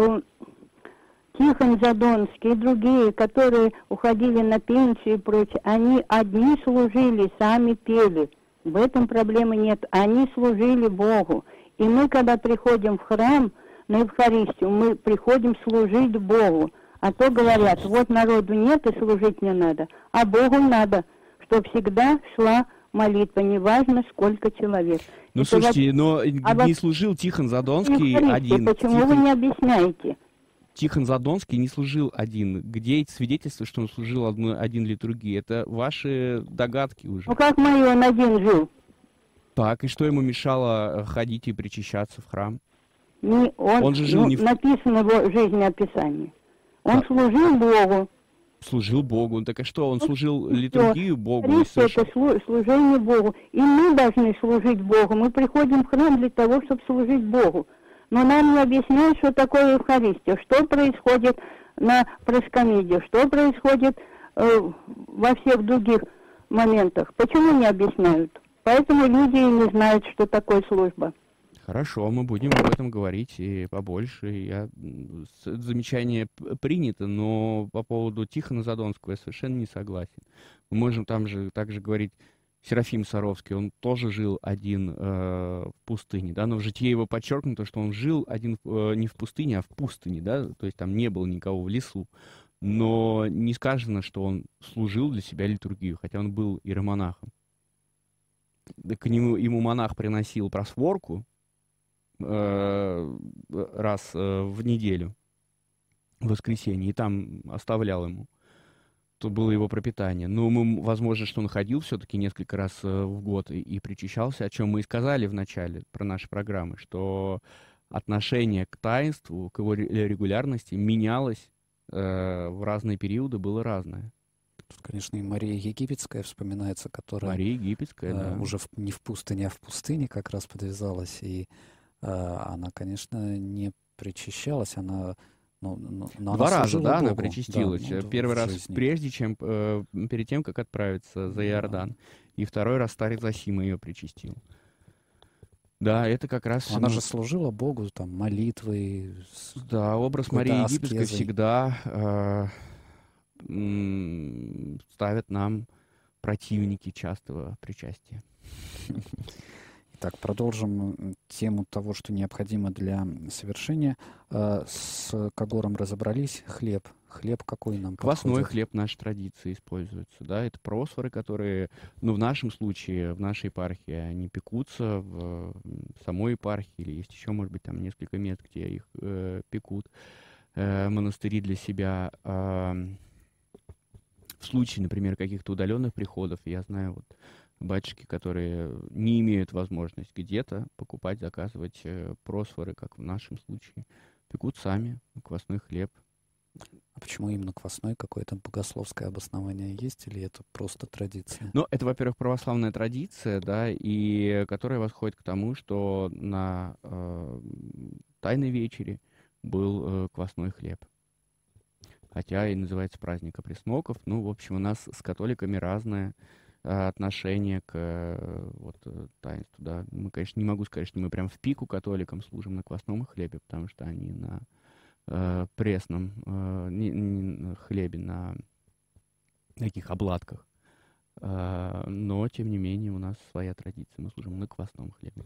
Тихон Задонский и другие, которые уходили на пенсию и прочее, они одни служили, сами пели. В этом проблемы нет. Они служили Богу. И мы, когда приходим в храм на Евхаристию, мы приходим служить Богу. А то говорят, вот народу нет и служить не надо, а Богу надо, чтобы всегда шла молитва, неважно сколько человек. Ну, это слушайте, но не служил Тихон Задонский один. Почему вы не объясняете? Тихон Задонский не служил один. Где эти свидетельства, что он служил один литургии? Это ваши догадки уже. Ну как мои, он один жил? Так, и что ему мешало ходить и причащаться в храм? Он же жил не в... Написано в жизнеописании. Он служил Богу. Служил Богу. Так а что, он служил литургию Богу? Это служение Богу. И мы должны служить Богу. Мы приходим в храм для того, чтобы служить Богу. Но нам не объясняют, что такое Евхаристия, что происходит на проскомидии, что происходит во всех других моментах. Почему не объясняют? Поэтому люди и не знают, что такое служба. Хорошо, мы будем об этом говорить и побольше. Замечание принято, но по поводу Тихона Задонского я совершенно не согласен. Мы можем там же также говорить Серафим Саровский, он тоже жил один в пустыне, да, но в житии его подчеркнуто, что он жил один не в пустыне, а в пустыне, да, то есть там не было никого в лесу. Но не сказано, что он служил для себя литургию, хотя он был иеромонахом. ему монах приносил просворку раз в неделю, в воскресенье, и там оставлял ему. То было его пропитание. Но возможно, что он ходил все-таки несколько раз в год и причащался, о чем мы и сказали в начале про наши программы, что отношение к таинству, к его регулярности менялось в разные периоды, было разное. Тут, конечно, и Мария Египетская вспоминается, которая Мария Египетская, да. уже не в пустыне, а в пустыне как раз подвязалась. И она, конечно, не причащалась, она... Два раза, да, она причастилась. Да, Первый раз перед тем, как отправиться за Иордан. И второй раз старец Зосима ее причастил. Да, это как раз... Она же служила Богу, там, молитвой. Да, образ Марии Египетской всегда ставят нам противники частого причастия. Так, продолжим тему того, что необходимо для совершения. С Кагором разобрались. Хлеб. Хлеб какой нам Квасной подходит? хлеб нашей традиции используется. Да? Это просфоры, которые, в нашем случае, в нашей епархии, они пекутся в самой епархии, или есть еще, может быть, там несколько мест, где их пекут. Монастыри для себя. В случае, например, каких-то удаленных приходов, я знаю, вот, батюшки, которые не имеют возможность где-то покупать, заказывать просфоры, как в нашем случае, пекут сами квасной хлеб. А почему именно квасной? Какое-то богословское обоснование есть или это просто традиция? Ну, это, во-первых, православная традиция, да, и которая восходит к тому, что на Тайной вечере был квасной хлеб. Хотя и называется праздник опресноков. Ну, в общем, у нас с католиками разное отношение к таинству, да. Мы, конечно, не могу сказать, что мы прям в пику католикам служим на квасном хлебе, потому что они на пресном хлебе, на таких обладках. Но, тем не менее, у нас своя традиция. Мы служим на квасном хлебе.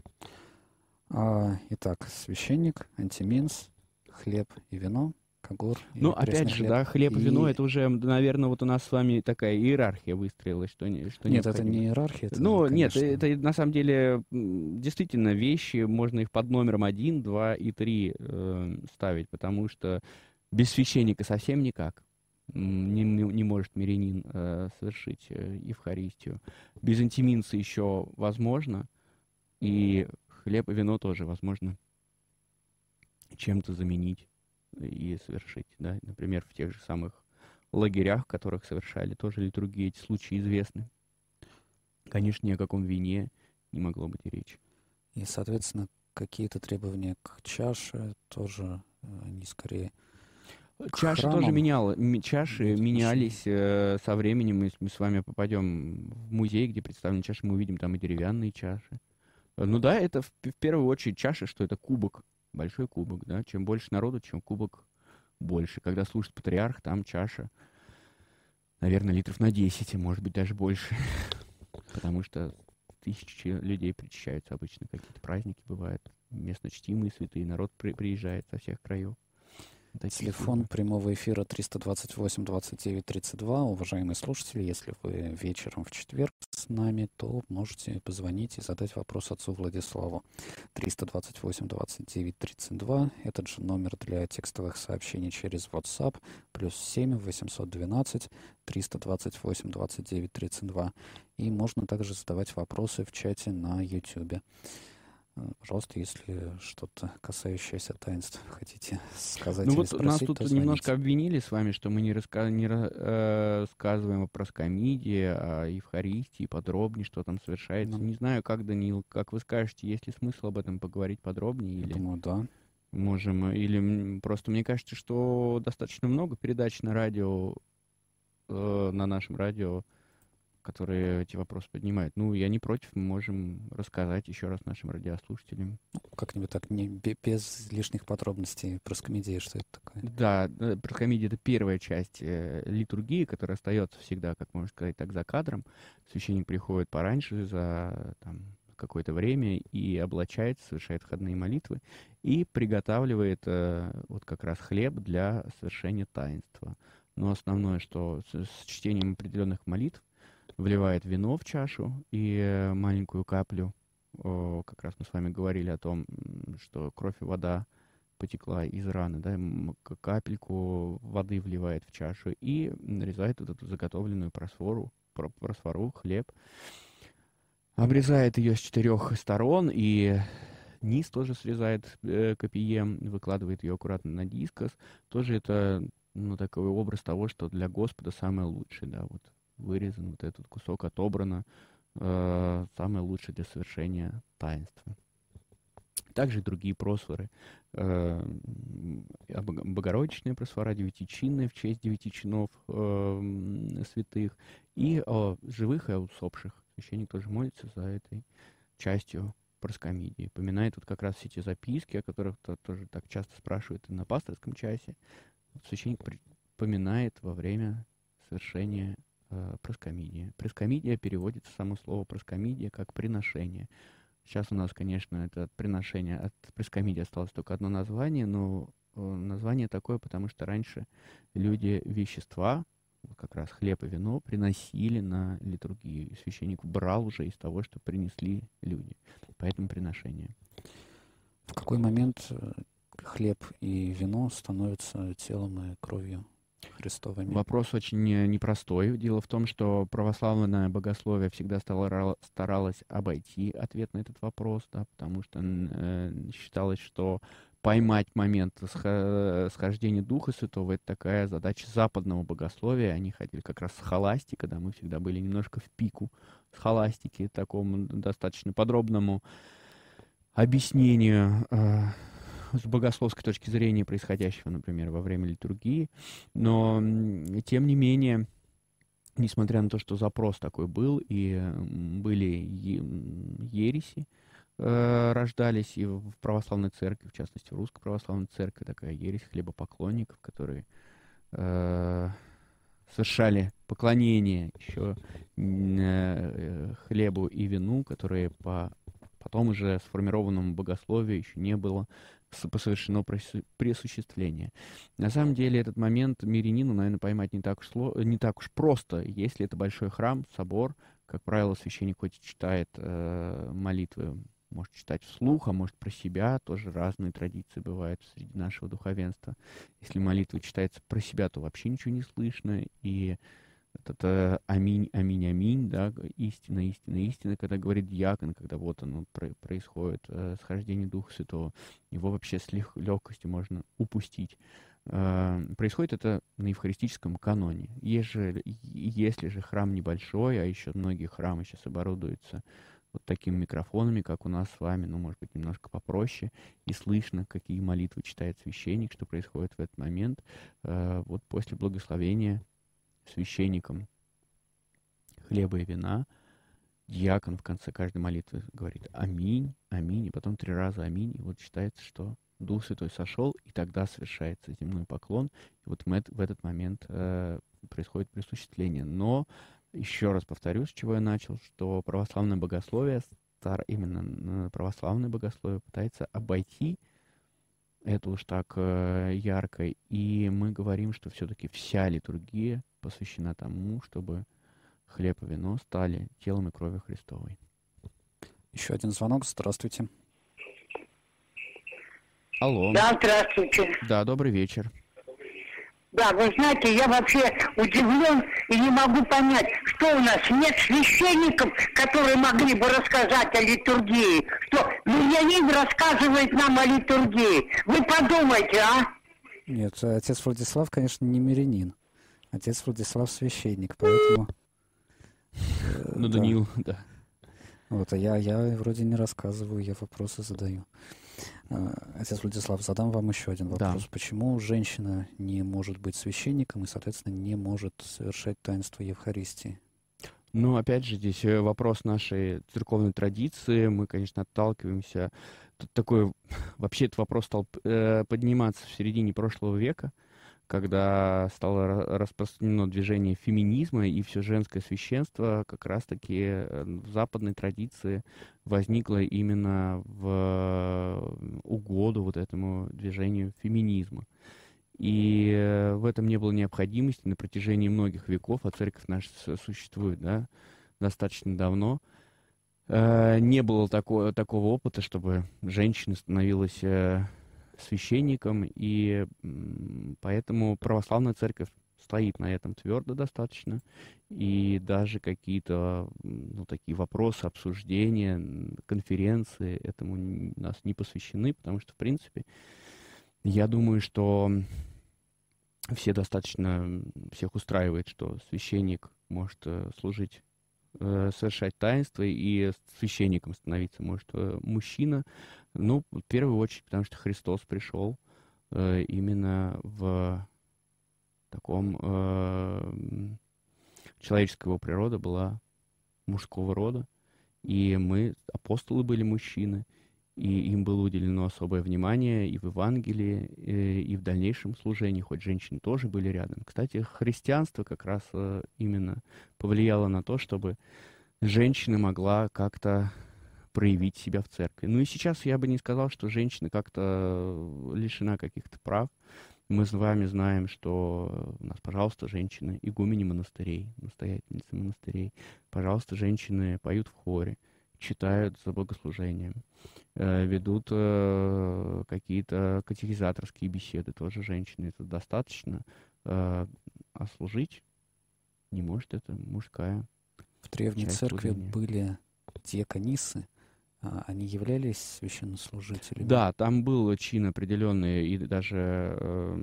Итак, священник, антиминс, хлеб и вино. Кагор, ну, опять же, да, хлеб и вино, это уже, наверное, вот у нас с вами такая иерархия выстроилась, что нет, это не иерархия. Это, ну, конечно... нет, это на самом деле действительно вещи, можно их под номером 1, 2 и 3 ставить, потому что без священника совсем никак не может мирянин совершить Евхаристию. Без антиминца еще возможно, и хлеб и вино тоже возможно чем-то заменить и совершить, да, например, в тех же самых лагерях, в которых совершали тоже литургии, эти случаи известны. Конечно, ни о каком вине не могло быть и речи. И, соответственно, какие-то требования к чаше тоже, они скорее Чаши тоже менялись со временем. Если мы с вами попадем в музей, где представлены чаши, мы увидим там и деревянные чаши. Ну да, это в первую очередь чаша, что это кубок. Большой кубок, да. Чем больше народу, чем кубок больше. Когда служит патриарх, там чаша, наверное, литров на 10, а может быть даже больше. Потому что тысячи людей причащаются обычно. Какие-то праздники бывают. Местно чтимые святые. Народ приезжает со всех краев. Телефон прямого эфира 328-29-32. Уважаемые слушатели, если вы вечером в четверг с нами, то можете позвонить и задать вопрос отцу Владиславу. 328-29-32. Этот же номер для текстовых сообщений через WhatsApp. +7 812 328 29 32. И можно также задавать вопросы в чате на YouTube. Пожалуйста, если что-то касающееся таинств хотите сказать. Ну или вот спросить, нас тут то немножко обвинили с вами, что мы не рассказываем о проскомидии, о Евхаристии подробнее, что там совершается. Не знаю, как, Даниил, как вы скажете, есть ли смысл об этом поговорить подробнее? Я думаю, да. Можем, или просто мне кажется, что достаточно много передач на радио, на нашем радио, которые эти вопросы поднимают. Ну, я не против, мы можем рассказать еще раз нашим радиослушателям. Как-нибудь так, без лишних подробностей, проскомидия, что это такое? Да, проскомидия — это первая часть литургии, которая остается всегда, как можно сказать, так, за кадром. Священник приходит пораньше, за какое-то время, и облачается, совершает входные молитвы, и приготавливает вот как раз хлеб для совершения таинства. Но основное, что с чтением определенных молитв вливает вино в чашу и маленькую каплю, как раз мы с вами говорили о том, что кровь и вода потекла из раны, да, капельку воды вливает в чашу и нарезает вот эту заготовленную просфору, хлеб, обрезает ее с 4 сторон и низ тоже срезает копьем, выкладывает ее аккуратно на дискос. Тоже это, ну, такой образ того, что для Господа самое лучшее, да, вот вырезан вот этот кусок, отобрано самое лучшее для совершения таинства. Также и другие просфоры, богородичные просфора, девятичинные в честь 9 чинов святых, и о живых и о усопших. Священник тоже молится за этой частью проскомидии. Поминает вот как раз все эти записки, о которых тоже так часто спрашивают и на пасторском часе. Священник поминает во время совершения проскомидии. Проскомидия переводится, само слово проскомидия, как приношение. Сейчас у нас, конечно, это приношение от проскомидии осталось только одно название, но название такое, потому что раньше люди вещества, как раз хлеб и вино, приносили на литургию. И священник брал уже из того, что принесли люди. Поэтому приношение. В какой момент хлеб и вино становятся телом и кровью Христовыми? Вопрос очень непростой. Дело в том, что православное богословие всегда старалось обойти ответ на этот вопрос, да, потому что считалось, что поймать момент схождения Духа Святого — это такая задача западного богословия. Они ходили как раз с схоластика, да, мы всегда были немножко в пику схоластики, такому достаточно подробному объяснению с богословской точки зрения происходящего, например, во время литургии. Но, тем не менее, несмотря на то, что запрос такой был, и были ереси, рождались и в православной церкви, в частности, в Русской православной церкви, такая ересь хлебопоклонников, которые совершали поклонение еще хлебу и вину, которые потом уже сформированному богословию еще не было совершено присуществление. На самом деле этот момент мирянину, наверное, поймать не так уж просто. Если это большой храм, собор, как правило, священник хоть и читает молитвы, может читать вслух, а может про себя, тоже разные традиции бывают среди нашего духовенства. Если молитва читается про себя, то вообще ничего не слышно, и это аминь, аминь, аминь, да, истина, истина, истина, когда говорит диакон, когда вот оно происходит, схождение Духа Святого, его вообще с легкостью можно упустить. Происходит это на евхаристическом каноне. Если же храм небольшой, а еще многие храмы сейчас оборудуются вот такими микрофонами, как у нас с вами, ну, может быть, немножко попроще, и слышно, какие молитвы читает священник, что происходит в этот момент. Вот после благословения священником хлеба и вина диакон в конце каждой молитвы говорит «Аминь, аминь», и потом 3 раза «Аминь», и вот считается, что Дух Святой сошел, и тогда совершается земной поклон, и вот в этот момент происходит присуществление. Но еще раз повторю, с чего я начал, что православное богословие, именно православное богословие пытается обойти это уж так ярко, и мы говорим, что все-таки вся литургия посвящена тому, чтобы хлеб и вино стали телом и кровью Христовой. Еще один звонок. Здравствуйте. Алло. Да, здравствуйте. Да, добрый вечер. Да, вы знаете, я вообще удивлен и не могу понять, что у нас нет священников, которые могли бы рассказать о литургии. Что мирянин рассказывает нам о литургии. Вы подумайте, а? Нет, отец Владислав, конечно, не мирянин. Отец Владислав священник, поэтому... Ну, Даниил, да. Вот, а я вроде не рассказываю, я вопросы задаю. Отец Владислав, задам вам еще один вопрос. Да. Почему женщина не может быть священником и, соответственно, не может совершать таинство Евхаристии? Ну, опять же, здесь вопрос нашей церковной традиции. Мы, конечно, отталкиваемся. Тут такой, вообще этот вопрос стал подниматься в середине прошлого века, когда стало распространено движение феминизма, и все женское священство как раз-таки в западной традиции возникло именно в угоду вот этому движению феминизма. И в этом не было необходимости на протяжении многих веков, а церковь наша существует, да, достаточно давно. Не было такого опыта, чтобы женщина становилась священником, и поэтому православная церковь стоит на этом твердо достаточно, и даже какие-то такие вопросы, обсуждения, конференции этому нас не посвящены, потому что, в принципе, я думаю, что всех устраивает, что священник может служить, совершать таинство, и священником становиться может мужчина. Ну, в первую очередь, потому что Христос пришел именно в таком... человеческая его природа была мужского рода, и мы, апостолы, были мужчины, и им было уделено особое внимание и в Евангелии, и в дальнейшем служении, хоть женщины тоже были рядом. Кстати, христианство как раз именно повлияло на то, чтобы женщина могла как-то проявить себя в церкви. Ну и сейчас я бы не сказал, что женщина как-то лишена каких-то прав. Мы с вами знаем, что у нас, пожалуйста, женщины игумени монастырей, настоятельницы монастырей. Пожалуйста, женщины поют в хоре, читают за богослужением, ведут какие-то катехизаторские беседы, тоже женщины. Это достаточно. А служить не может, это мужская В древней часть церкви служения. были диаконисы, они являлись священнослужителями? Да, там был чин определенный, и даже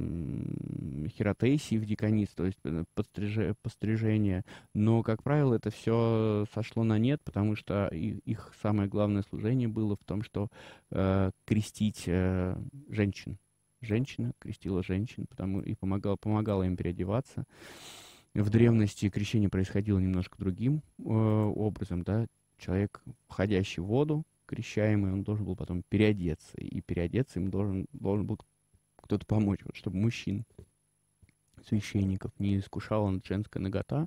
хиротесий в диконис, то есть пострижение. Но, как правило, это все сошло на нет, потому что их самое главное служение было в том, что крестить женщин. Женщина крестила женщин, и помогала им переодеваться. В древности крещение происходило немножко другим образом, да. Человек, входящий в воду, крещаемый, он должен был потом переодеться. И переодеться им должен был кто-то помочь, вот, чтобы мужчин, священников, не искушала женская нагота.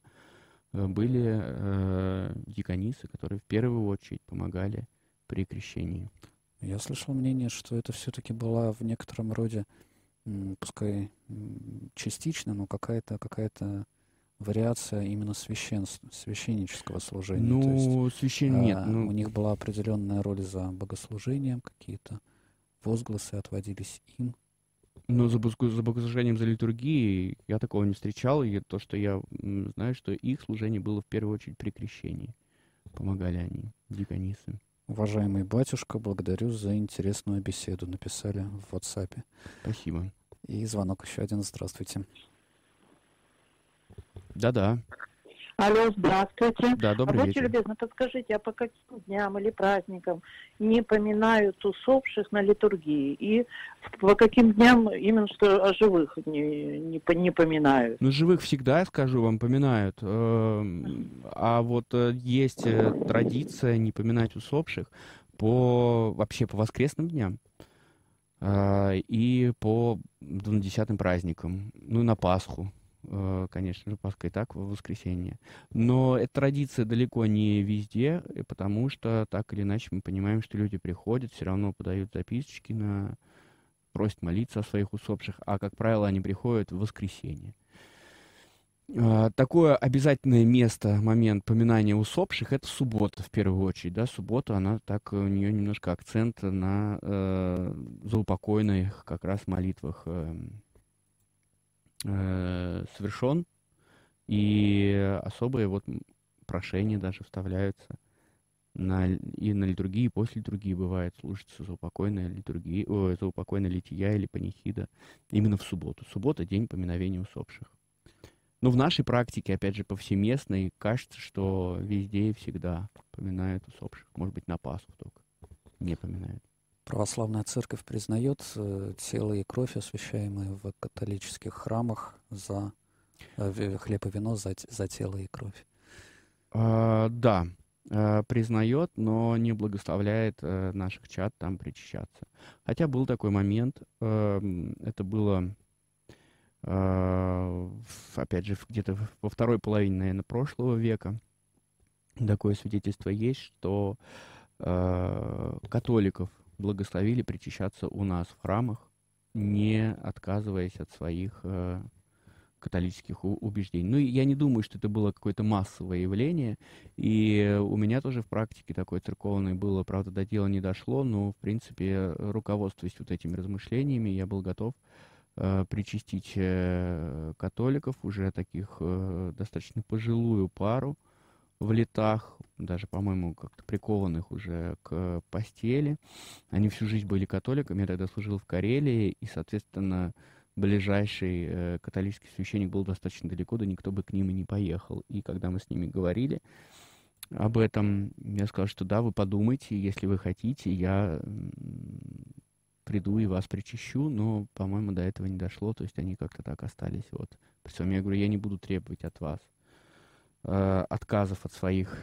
Были диконисы, которые в первую очередь помогали при крещении. Я слышал мнение, что это все-таки была в некотором роде, пускай частично, но какая-то вариация именно священнического служения. Ну, нет. У них была определенная роль за богослужением, какие-то возгласы отводились им. Но за богослужением, за литургией я такого не встречал. И то, что я знаю, что их служение было в первую очередь при крещении. Помогали они, диконисы. Уважаемый батюшка, благодарю за интересную беседу. Написали в WhatsApp. Спасибо. И звонок еще один. Здравствуйте. Да-да. Алло, здравствуйте. Да, добрый Будьте вечер. любезны, подскажите, а по каким дням или праздникам не поминают усопших на литургии? И по каким дням именно что о живых не поминают? Ну, живых всегда, я скажу вам, поминают. А вот есть традиция не поминать усопших вообще по воскресным дням и по 10-м праздникам. Ну, на Пасху. Конечно же, Пасха и так в воскресенье. Но эта традиция далеко не везде, потому что так или иначе мы понимаем, что люди приходят, все равно подают записочки, просят молиться о своих усопших, а, как правило, они приходят в воскресенье. Такое обязательное момент поминания усопших — это суббота, в первую очередь. Да? Суббота, у нее немножко акцент на заупокойных как раз молитвах совершен, и особые прошения даже вставляются и на литургии, и после литургии бывает служится заупокойная лития или панихида именно в субботу. Суббота — день поминовения усопших. Но в нашей практике, опять же, повсеместной, кажется, что везде и всегда поминают усопших. Может быть, на Пасху только не поминают. Православная церковь признает тело и кровь, освящаемые в католических храмах, за хлеб и вино, за тело и кровь. Да, признает, но не благословляет наших чад там причащаться. Хотя был такой момент, это было, опять же, где-то во второй половине, наверное, прошлого века. Такое свидетельство есть, что католиков благословили причащаться у нас в храмах, не отказываясь от своих католических убеждений. Ну, я не думаю, что это было какое-то массовое явление, и у меня тоже в практике такой церковной было, правда, до дела не дошло, но, в принципе, руководствуясь вот этими размышлениями, я был готов причастить католиков, уже таких достаточно пожилую пару в летах, даже, по-моему, как-то прикованных уже к постели. Они всю жизнь были католиками, я тогда служил в Карелии, и, соответственно, ближайший католический священник был достаточно далеко, да никто бы к ним и не поехал. И когда мы с ними говорили об этом, я сказал, что да, вы подумайте, если вы хотите, я приду и вас причащу, но, по-моему, до этого не дошло, то есть они как-то так остались. Вот. Причем я говорю, я не буду требовать от вас отказов от своих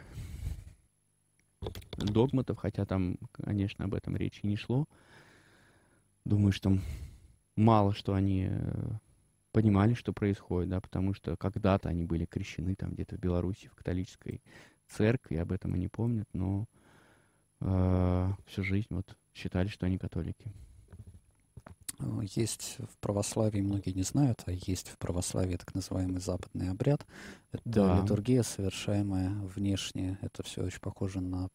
догматов, хотя там, конечно, об этом речи не шло. Думаю, что мало что они понимали, что происходит, да, потому что когда-то они были крещены там где-то в Беларуси, в католической церкви, об этом и не помнят, но всю жизнь вот считали, что они католики. Есть в православии, многие не знают, а есть в православии так называемый западный обряд. Это Да. литургия, совершаемая внешне. Это все очень похоже на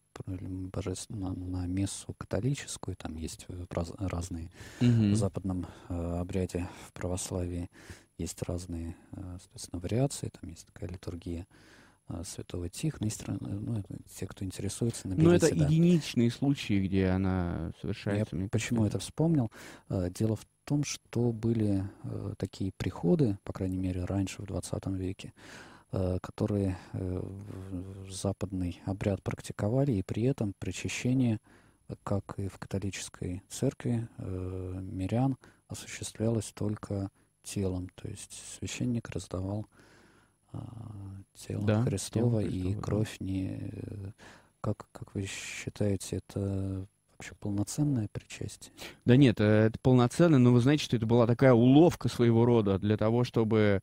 мессу католическую. Там есть разные в западном обряде в православии. Есть разные, соответственно, вариации. Там есть такая литургия Святого Тихона. Ну, те, кто интересуется, наберите. Ну, это единичные случаи, где она совершается. Я почему это вспомнил? Дело в том, что были такие приходы, по крайней мере, раньше, в 20 веке, которые западный обряд практиковали, и при этом причащение, как и в католической церкви, мирян осуществлялось только телом. То есть священник раздавал тело Христова, и кровь не... Как вы считаете, это вообще полноценное причастие? Да нет, это полноценно, но вы знаете, что это была такая уловка своего рода для того, чтобы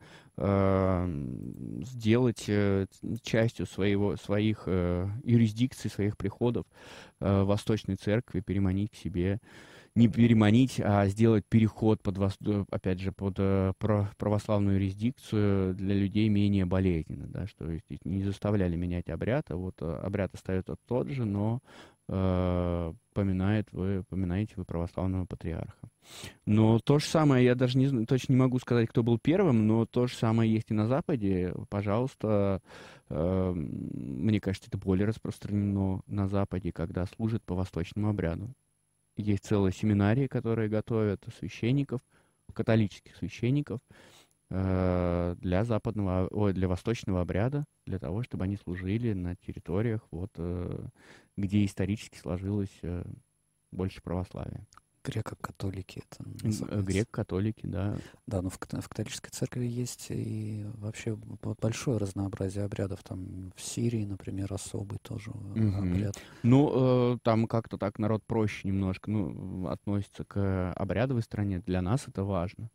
сделать частью своих юрисдикций, своих приходов Восточной Церкви, переманить к себе, не переманить, а сделать переход опять же, под православную юрисдикцию для людей менее болезненно, да, что не заставляли менять обряд, а вот обряд остается тот же, но поминаете вы православного патриарха. Но то же самое, я даже точно не могу сказать, кто был первым, но то же самое есть и на Западе. Пожалуйста, мне кажется, это более распространено на Западе, когда служат по восточному обряду. Есть целые семинарии, которые готовят священников, католических священников для восточного обряда, для того, чтобы они служили на территориях, где исторически сложилось больше православия. Греко-католики это называется. Греко-католики, да. Да, но в католической церкви есть и вообще большое разнообразие обрядов. Там в Сирии, например, особый тоже обряд. Ну, там как-то так народ проще немножко относится к обрядовой стране. Для нас это важно.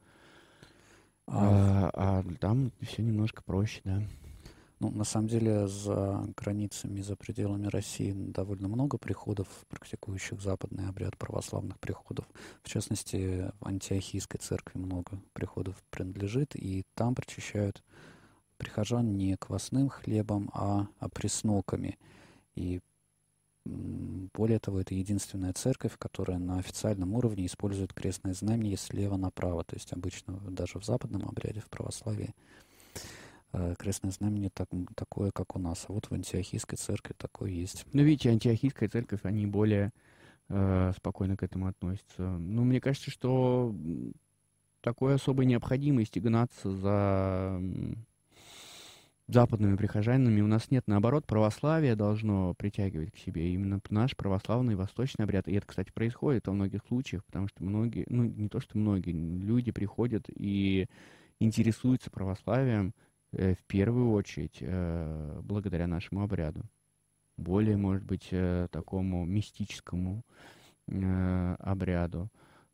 А там все немножко проще, да. Ну, на самом деле, за границами, за пределами России довольно много приходов, практикующих западный обряд, православных приходов. В частности, в Антиохийской церкви много приходов принадлежит, и там причащают прихожан не квасным хлебом, а пресноками. И более того, это единственная церковь, которая на официальном уровне использует крестное знамение слева направо. То есть обычно даже в западном обряде, в православии, крестное знамение такое, как у нас. А вот в Антиохийской церкви такое есть. Ну, видите, Антиохийская церковь, они более спокойно к этому относятся. Ну, мне кажется, что такой особой необходимости гнаться за западными прихожанами у нас нет. Наоборот, православие должно притягивать к себе именно наш православный восточный обряд. И это, кстати, происходит во многих случаях, потому что многие, ну, не то что многие, люди приходят и интересуются православием, в первую очередь, благодаря нашему обряду. Более, может быть, такому мистическому обряду,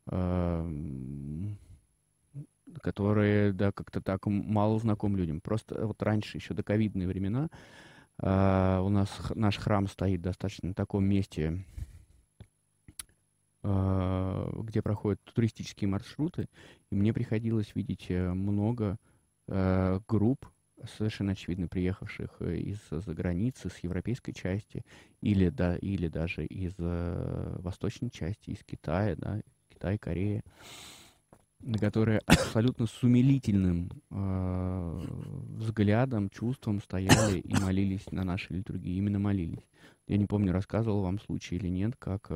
который, да, как-то так мало знаком людям. Просто вот раньше, еще до ковидные времена, у нас наш храм стоит достаточно на таком месте, где проходят туристические маршруты, и мне приходилось видеть много групп, совершенно очевидно приехавших из-за границы, с европейской части, или даже из восточной части, из Китая, да, Китай, Корея, которые абсолютно с умилительным взглядом, чувством стояли и молились на нашей литургии. Именно молились. Я не помню, рассказывал вам случай или нет, как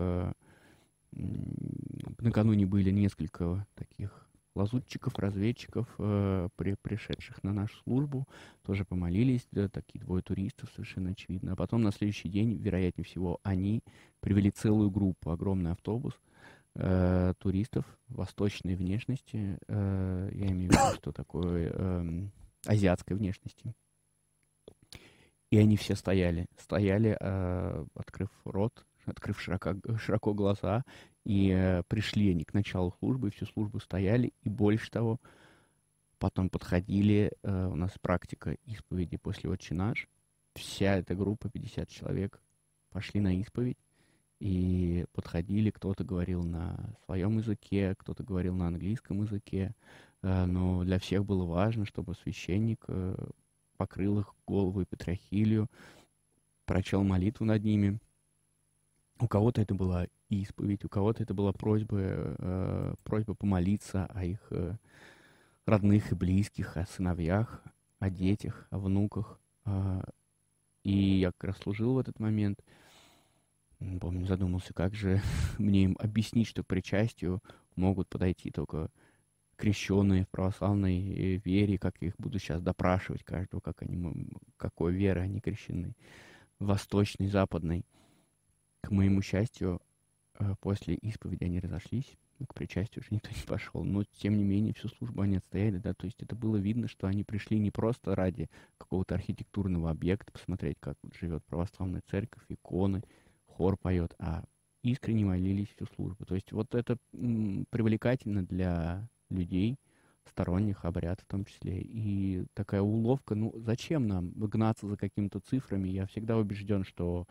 накануне были несколько таких лазутчиков, разведчиков, пришедших на нашу службу, тоже помолились, да, такие двое туристов, совершенно очевидно. А потом на следующий день, вероятнее всего, они привели целую группу, огромный автобус туристов восточной внешности, я имею в виду, что такое азиатской внешности. И они все стояли, открыв рот, открыв широко глаза, и пришли они к началу службы, всю службу стояли, и больше того, потом подходили, у нас практика исповеди после «Отче наш», вся эта группа, 50 человек, пошли на исповедь, и подходили, кто-то говорил на своем языке, кто-то говорил на английском языке, но для всех было важно, чтобы священник покрыл их голову петрохилью, прочел молитву над ними. У кого-то это была исповедь, у кого-то это была просьба помолиться о их родных и близких, о сыновьях, о детях, о внуках. И я как раз служил в этот момент. Помню, задумался, как же мне им объяснить, что к причастию могут подойти только крещенные в православной вере, как я их буду сейчас допрашивать каждого, какой веры они крещены, восточной, западной. К моему счастью, после исповеди они разошлись, к причастию уже никто не пошел, но тем не менее всю службу они отстояли, да, то есть это было видно, что они пришли не просто ради какого-то архитектурного объекта, посмотреть, как вот живет православная церковь, иконы, хор поет, а искренне молились всю службу. То есть вот это привлекательно для людей, сторонних обряд в том числе. И такая уловка, ну зачем нам гнаться за какими-то цифрами? Я всегда убежден, что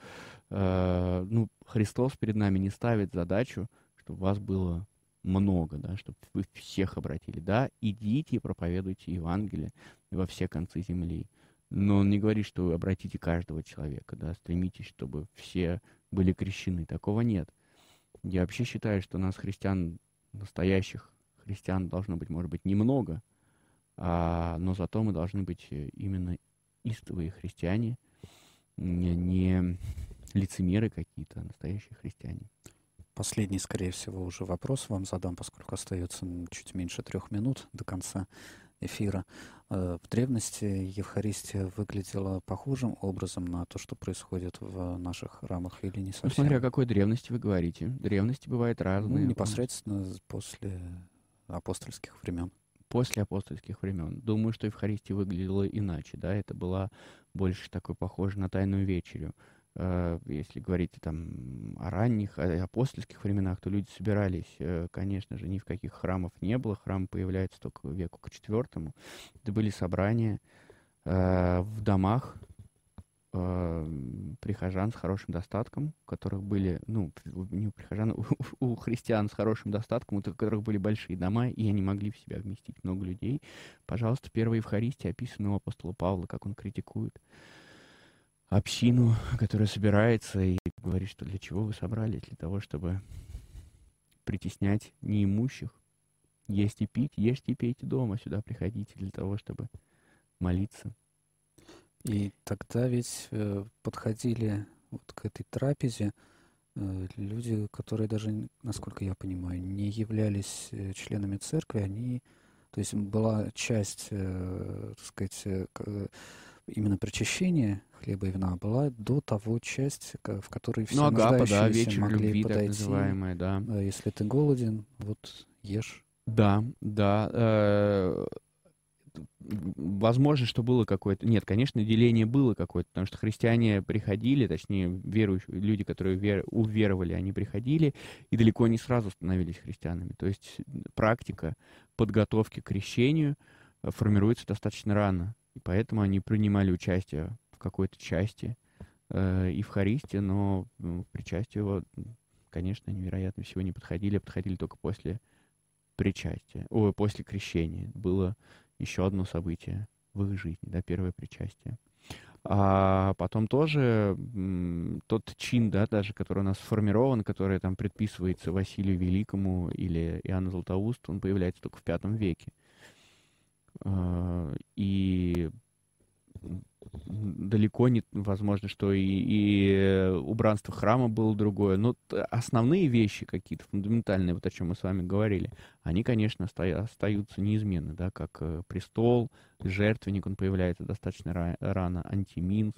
Христос перед нами не ставит задачу, чтобы вас было много, да, чтобы вы всех обратили. Да, идите и проповедуйте Евангелие во все концы земли. Но он не говорит, что вы обратите каждого человека, да, стремитесь, чтобы все были крещены. Такого нет. Я вообще считаю, что нас, христиан, настоящих христиан, должно быть, может быть, немного, но зато мы должны быть именно истовые христиане, не лицемеры какие-то, а настоящие христиане. Последний, скорее всего, уже вопрос вам задам, поскольку остается чуть меньше 3 минут до конца эфира. В древности Евхаристия выглядела похожим образом на то, что происходит в наших храмах, или не совсем? Ну, смотря о какой древности вы говорите. Древности бывают разные. Непосредственно после апостольских времен. После апостольских времен. Думаю, что Евхаристия выглядела иначе, да, это была больше такой похожа на Тайную вечерю. Если говорить там о ранних, о апостольских временах, то люди собирались, конечно же, ни в каких храмах не было. Храм появляется только веку к IV. Это были собрания в домах прихожан с хорошим достатком, у которых были, не у прихожан, у христиан с хорошим достатком, у которых были большие дома, и они могли в себя вместить много людей. Пожалуйста, первая Евхаристия описана у апостола Павла, как он критикует общину, которая собирается и говорит, что для чего вы собрались? Для того, чтобы притеснять неимущих. Есть и пить, ешьте и пейте дома, сюда приходите для того, чтобы молиться. И тогда ведь подходили вот к этой трапезе люди, которые даже, насколько я понимаю, не являлись членами церкви, то есть была часть, так сказать, именно причащения хлеба и вина была до того часть, в которой все нуждающиеся могли любви, подойти. Так называемая, да. Если ты голоден, вот ешь. Да. Возможно, что было какое-то... Нет, конечно, деление было какое-то, потому что христиане приходили, точнее, верующие, люди, которые уверовали, они приходили и далеко не сразу становились христианами. То есть практика подготовки к крещению формируется достаточно рано, и поэтому они принимали участие в какой-то части Евхаристии, но к причастию конечно, они, вероятно всего, не подходили, а подходили только после причастия, после крещения. Было еще одно событие в их жизни, да, первое причастие. А потом тоже тот чин, да, даже, который у нас сформирован, который там предписывается Василию Великому или Иоанну Златоусту, он появляется только в V веке. И далеко не возможно, что и убранство храма было другое. Но основные вещи какие-то фундаментальные, вот о чем мы с вами говорили, они, конечно, остаются неизменны, да, как престол, жертвенник, он появляется достаточно рано, антиминс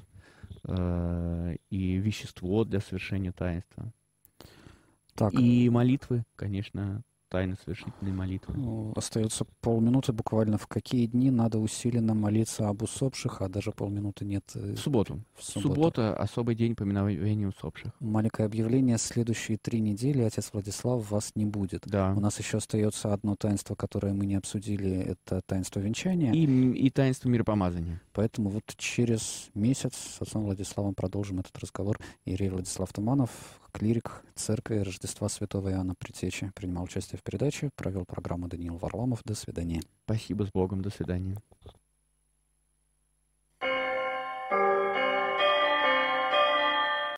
и вещество для совершения таинства. Так. И молитвы, конечно, тайны совершительной молитвы. Остается полминуты буквально. В какие дни надо усиленно молиться об усопших, а даже полминуты нет? В субботу. Суббота — особый день поминовения усопших. Маленькое объявление. Следующие 3 недели отец Владислав вас не будет. Да. У нас еще остается одно таинство, которое мы не обсудили. Это таинство венчания. И таинство миропомазания. Поэтому вот через месяц с отцом Владиславом продолжим этот разговор. Иерей Владислав Туманов, клирик Церкви Рождества Святого Иоанна Предтечи, принимал участие в передаче, провел программу Даниил Варламов. До свидания. Спасибо, с Богом, до свидания.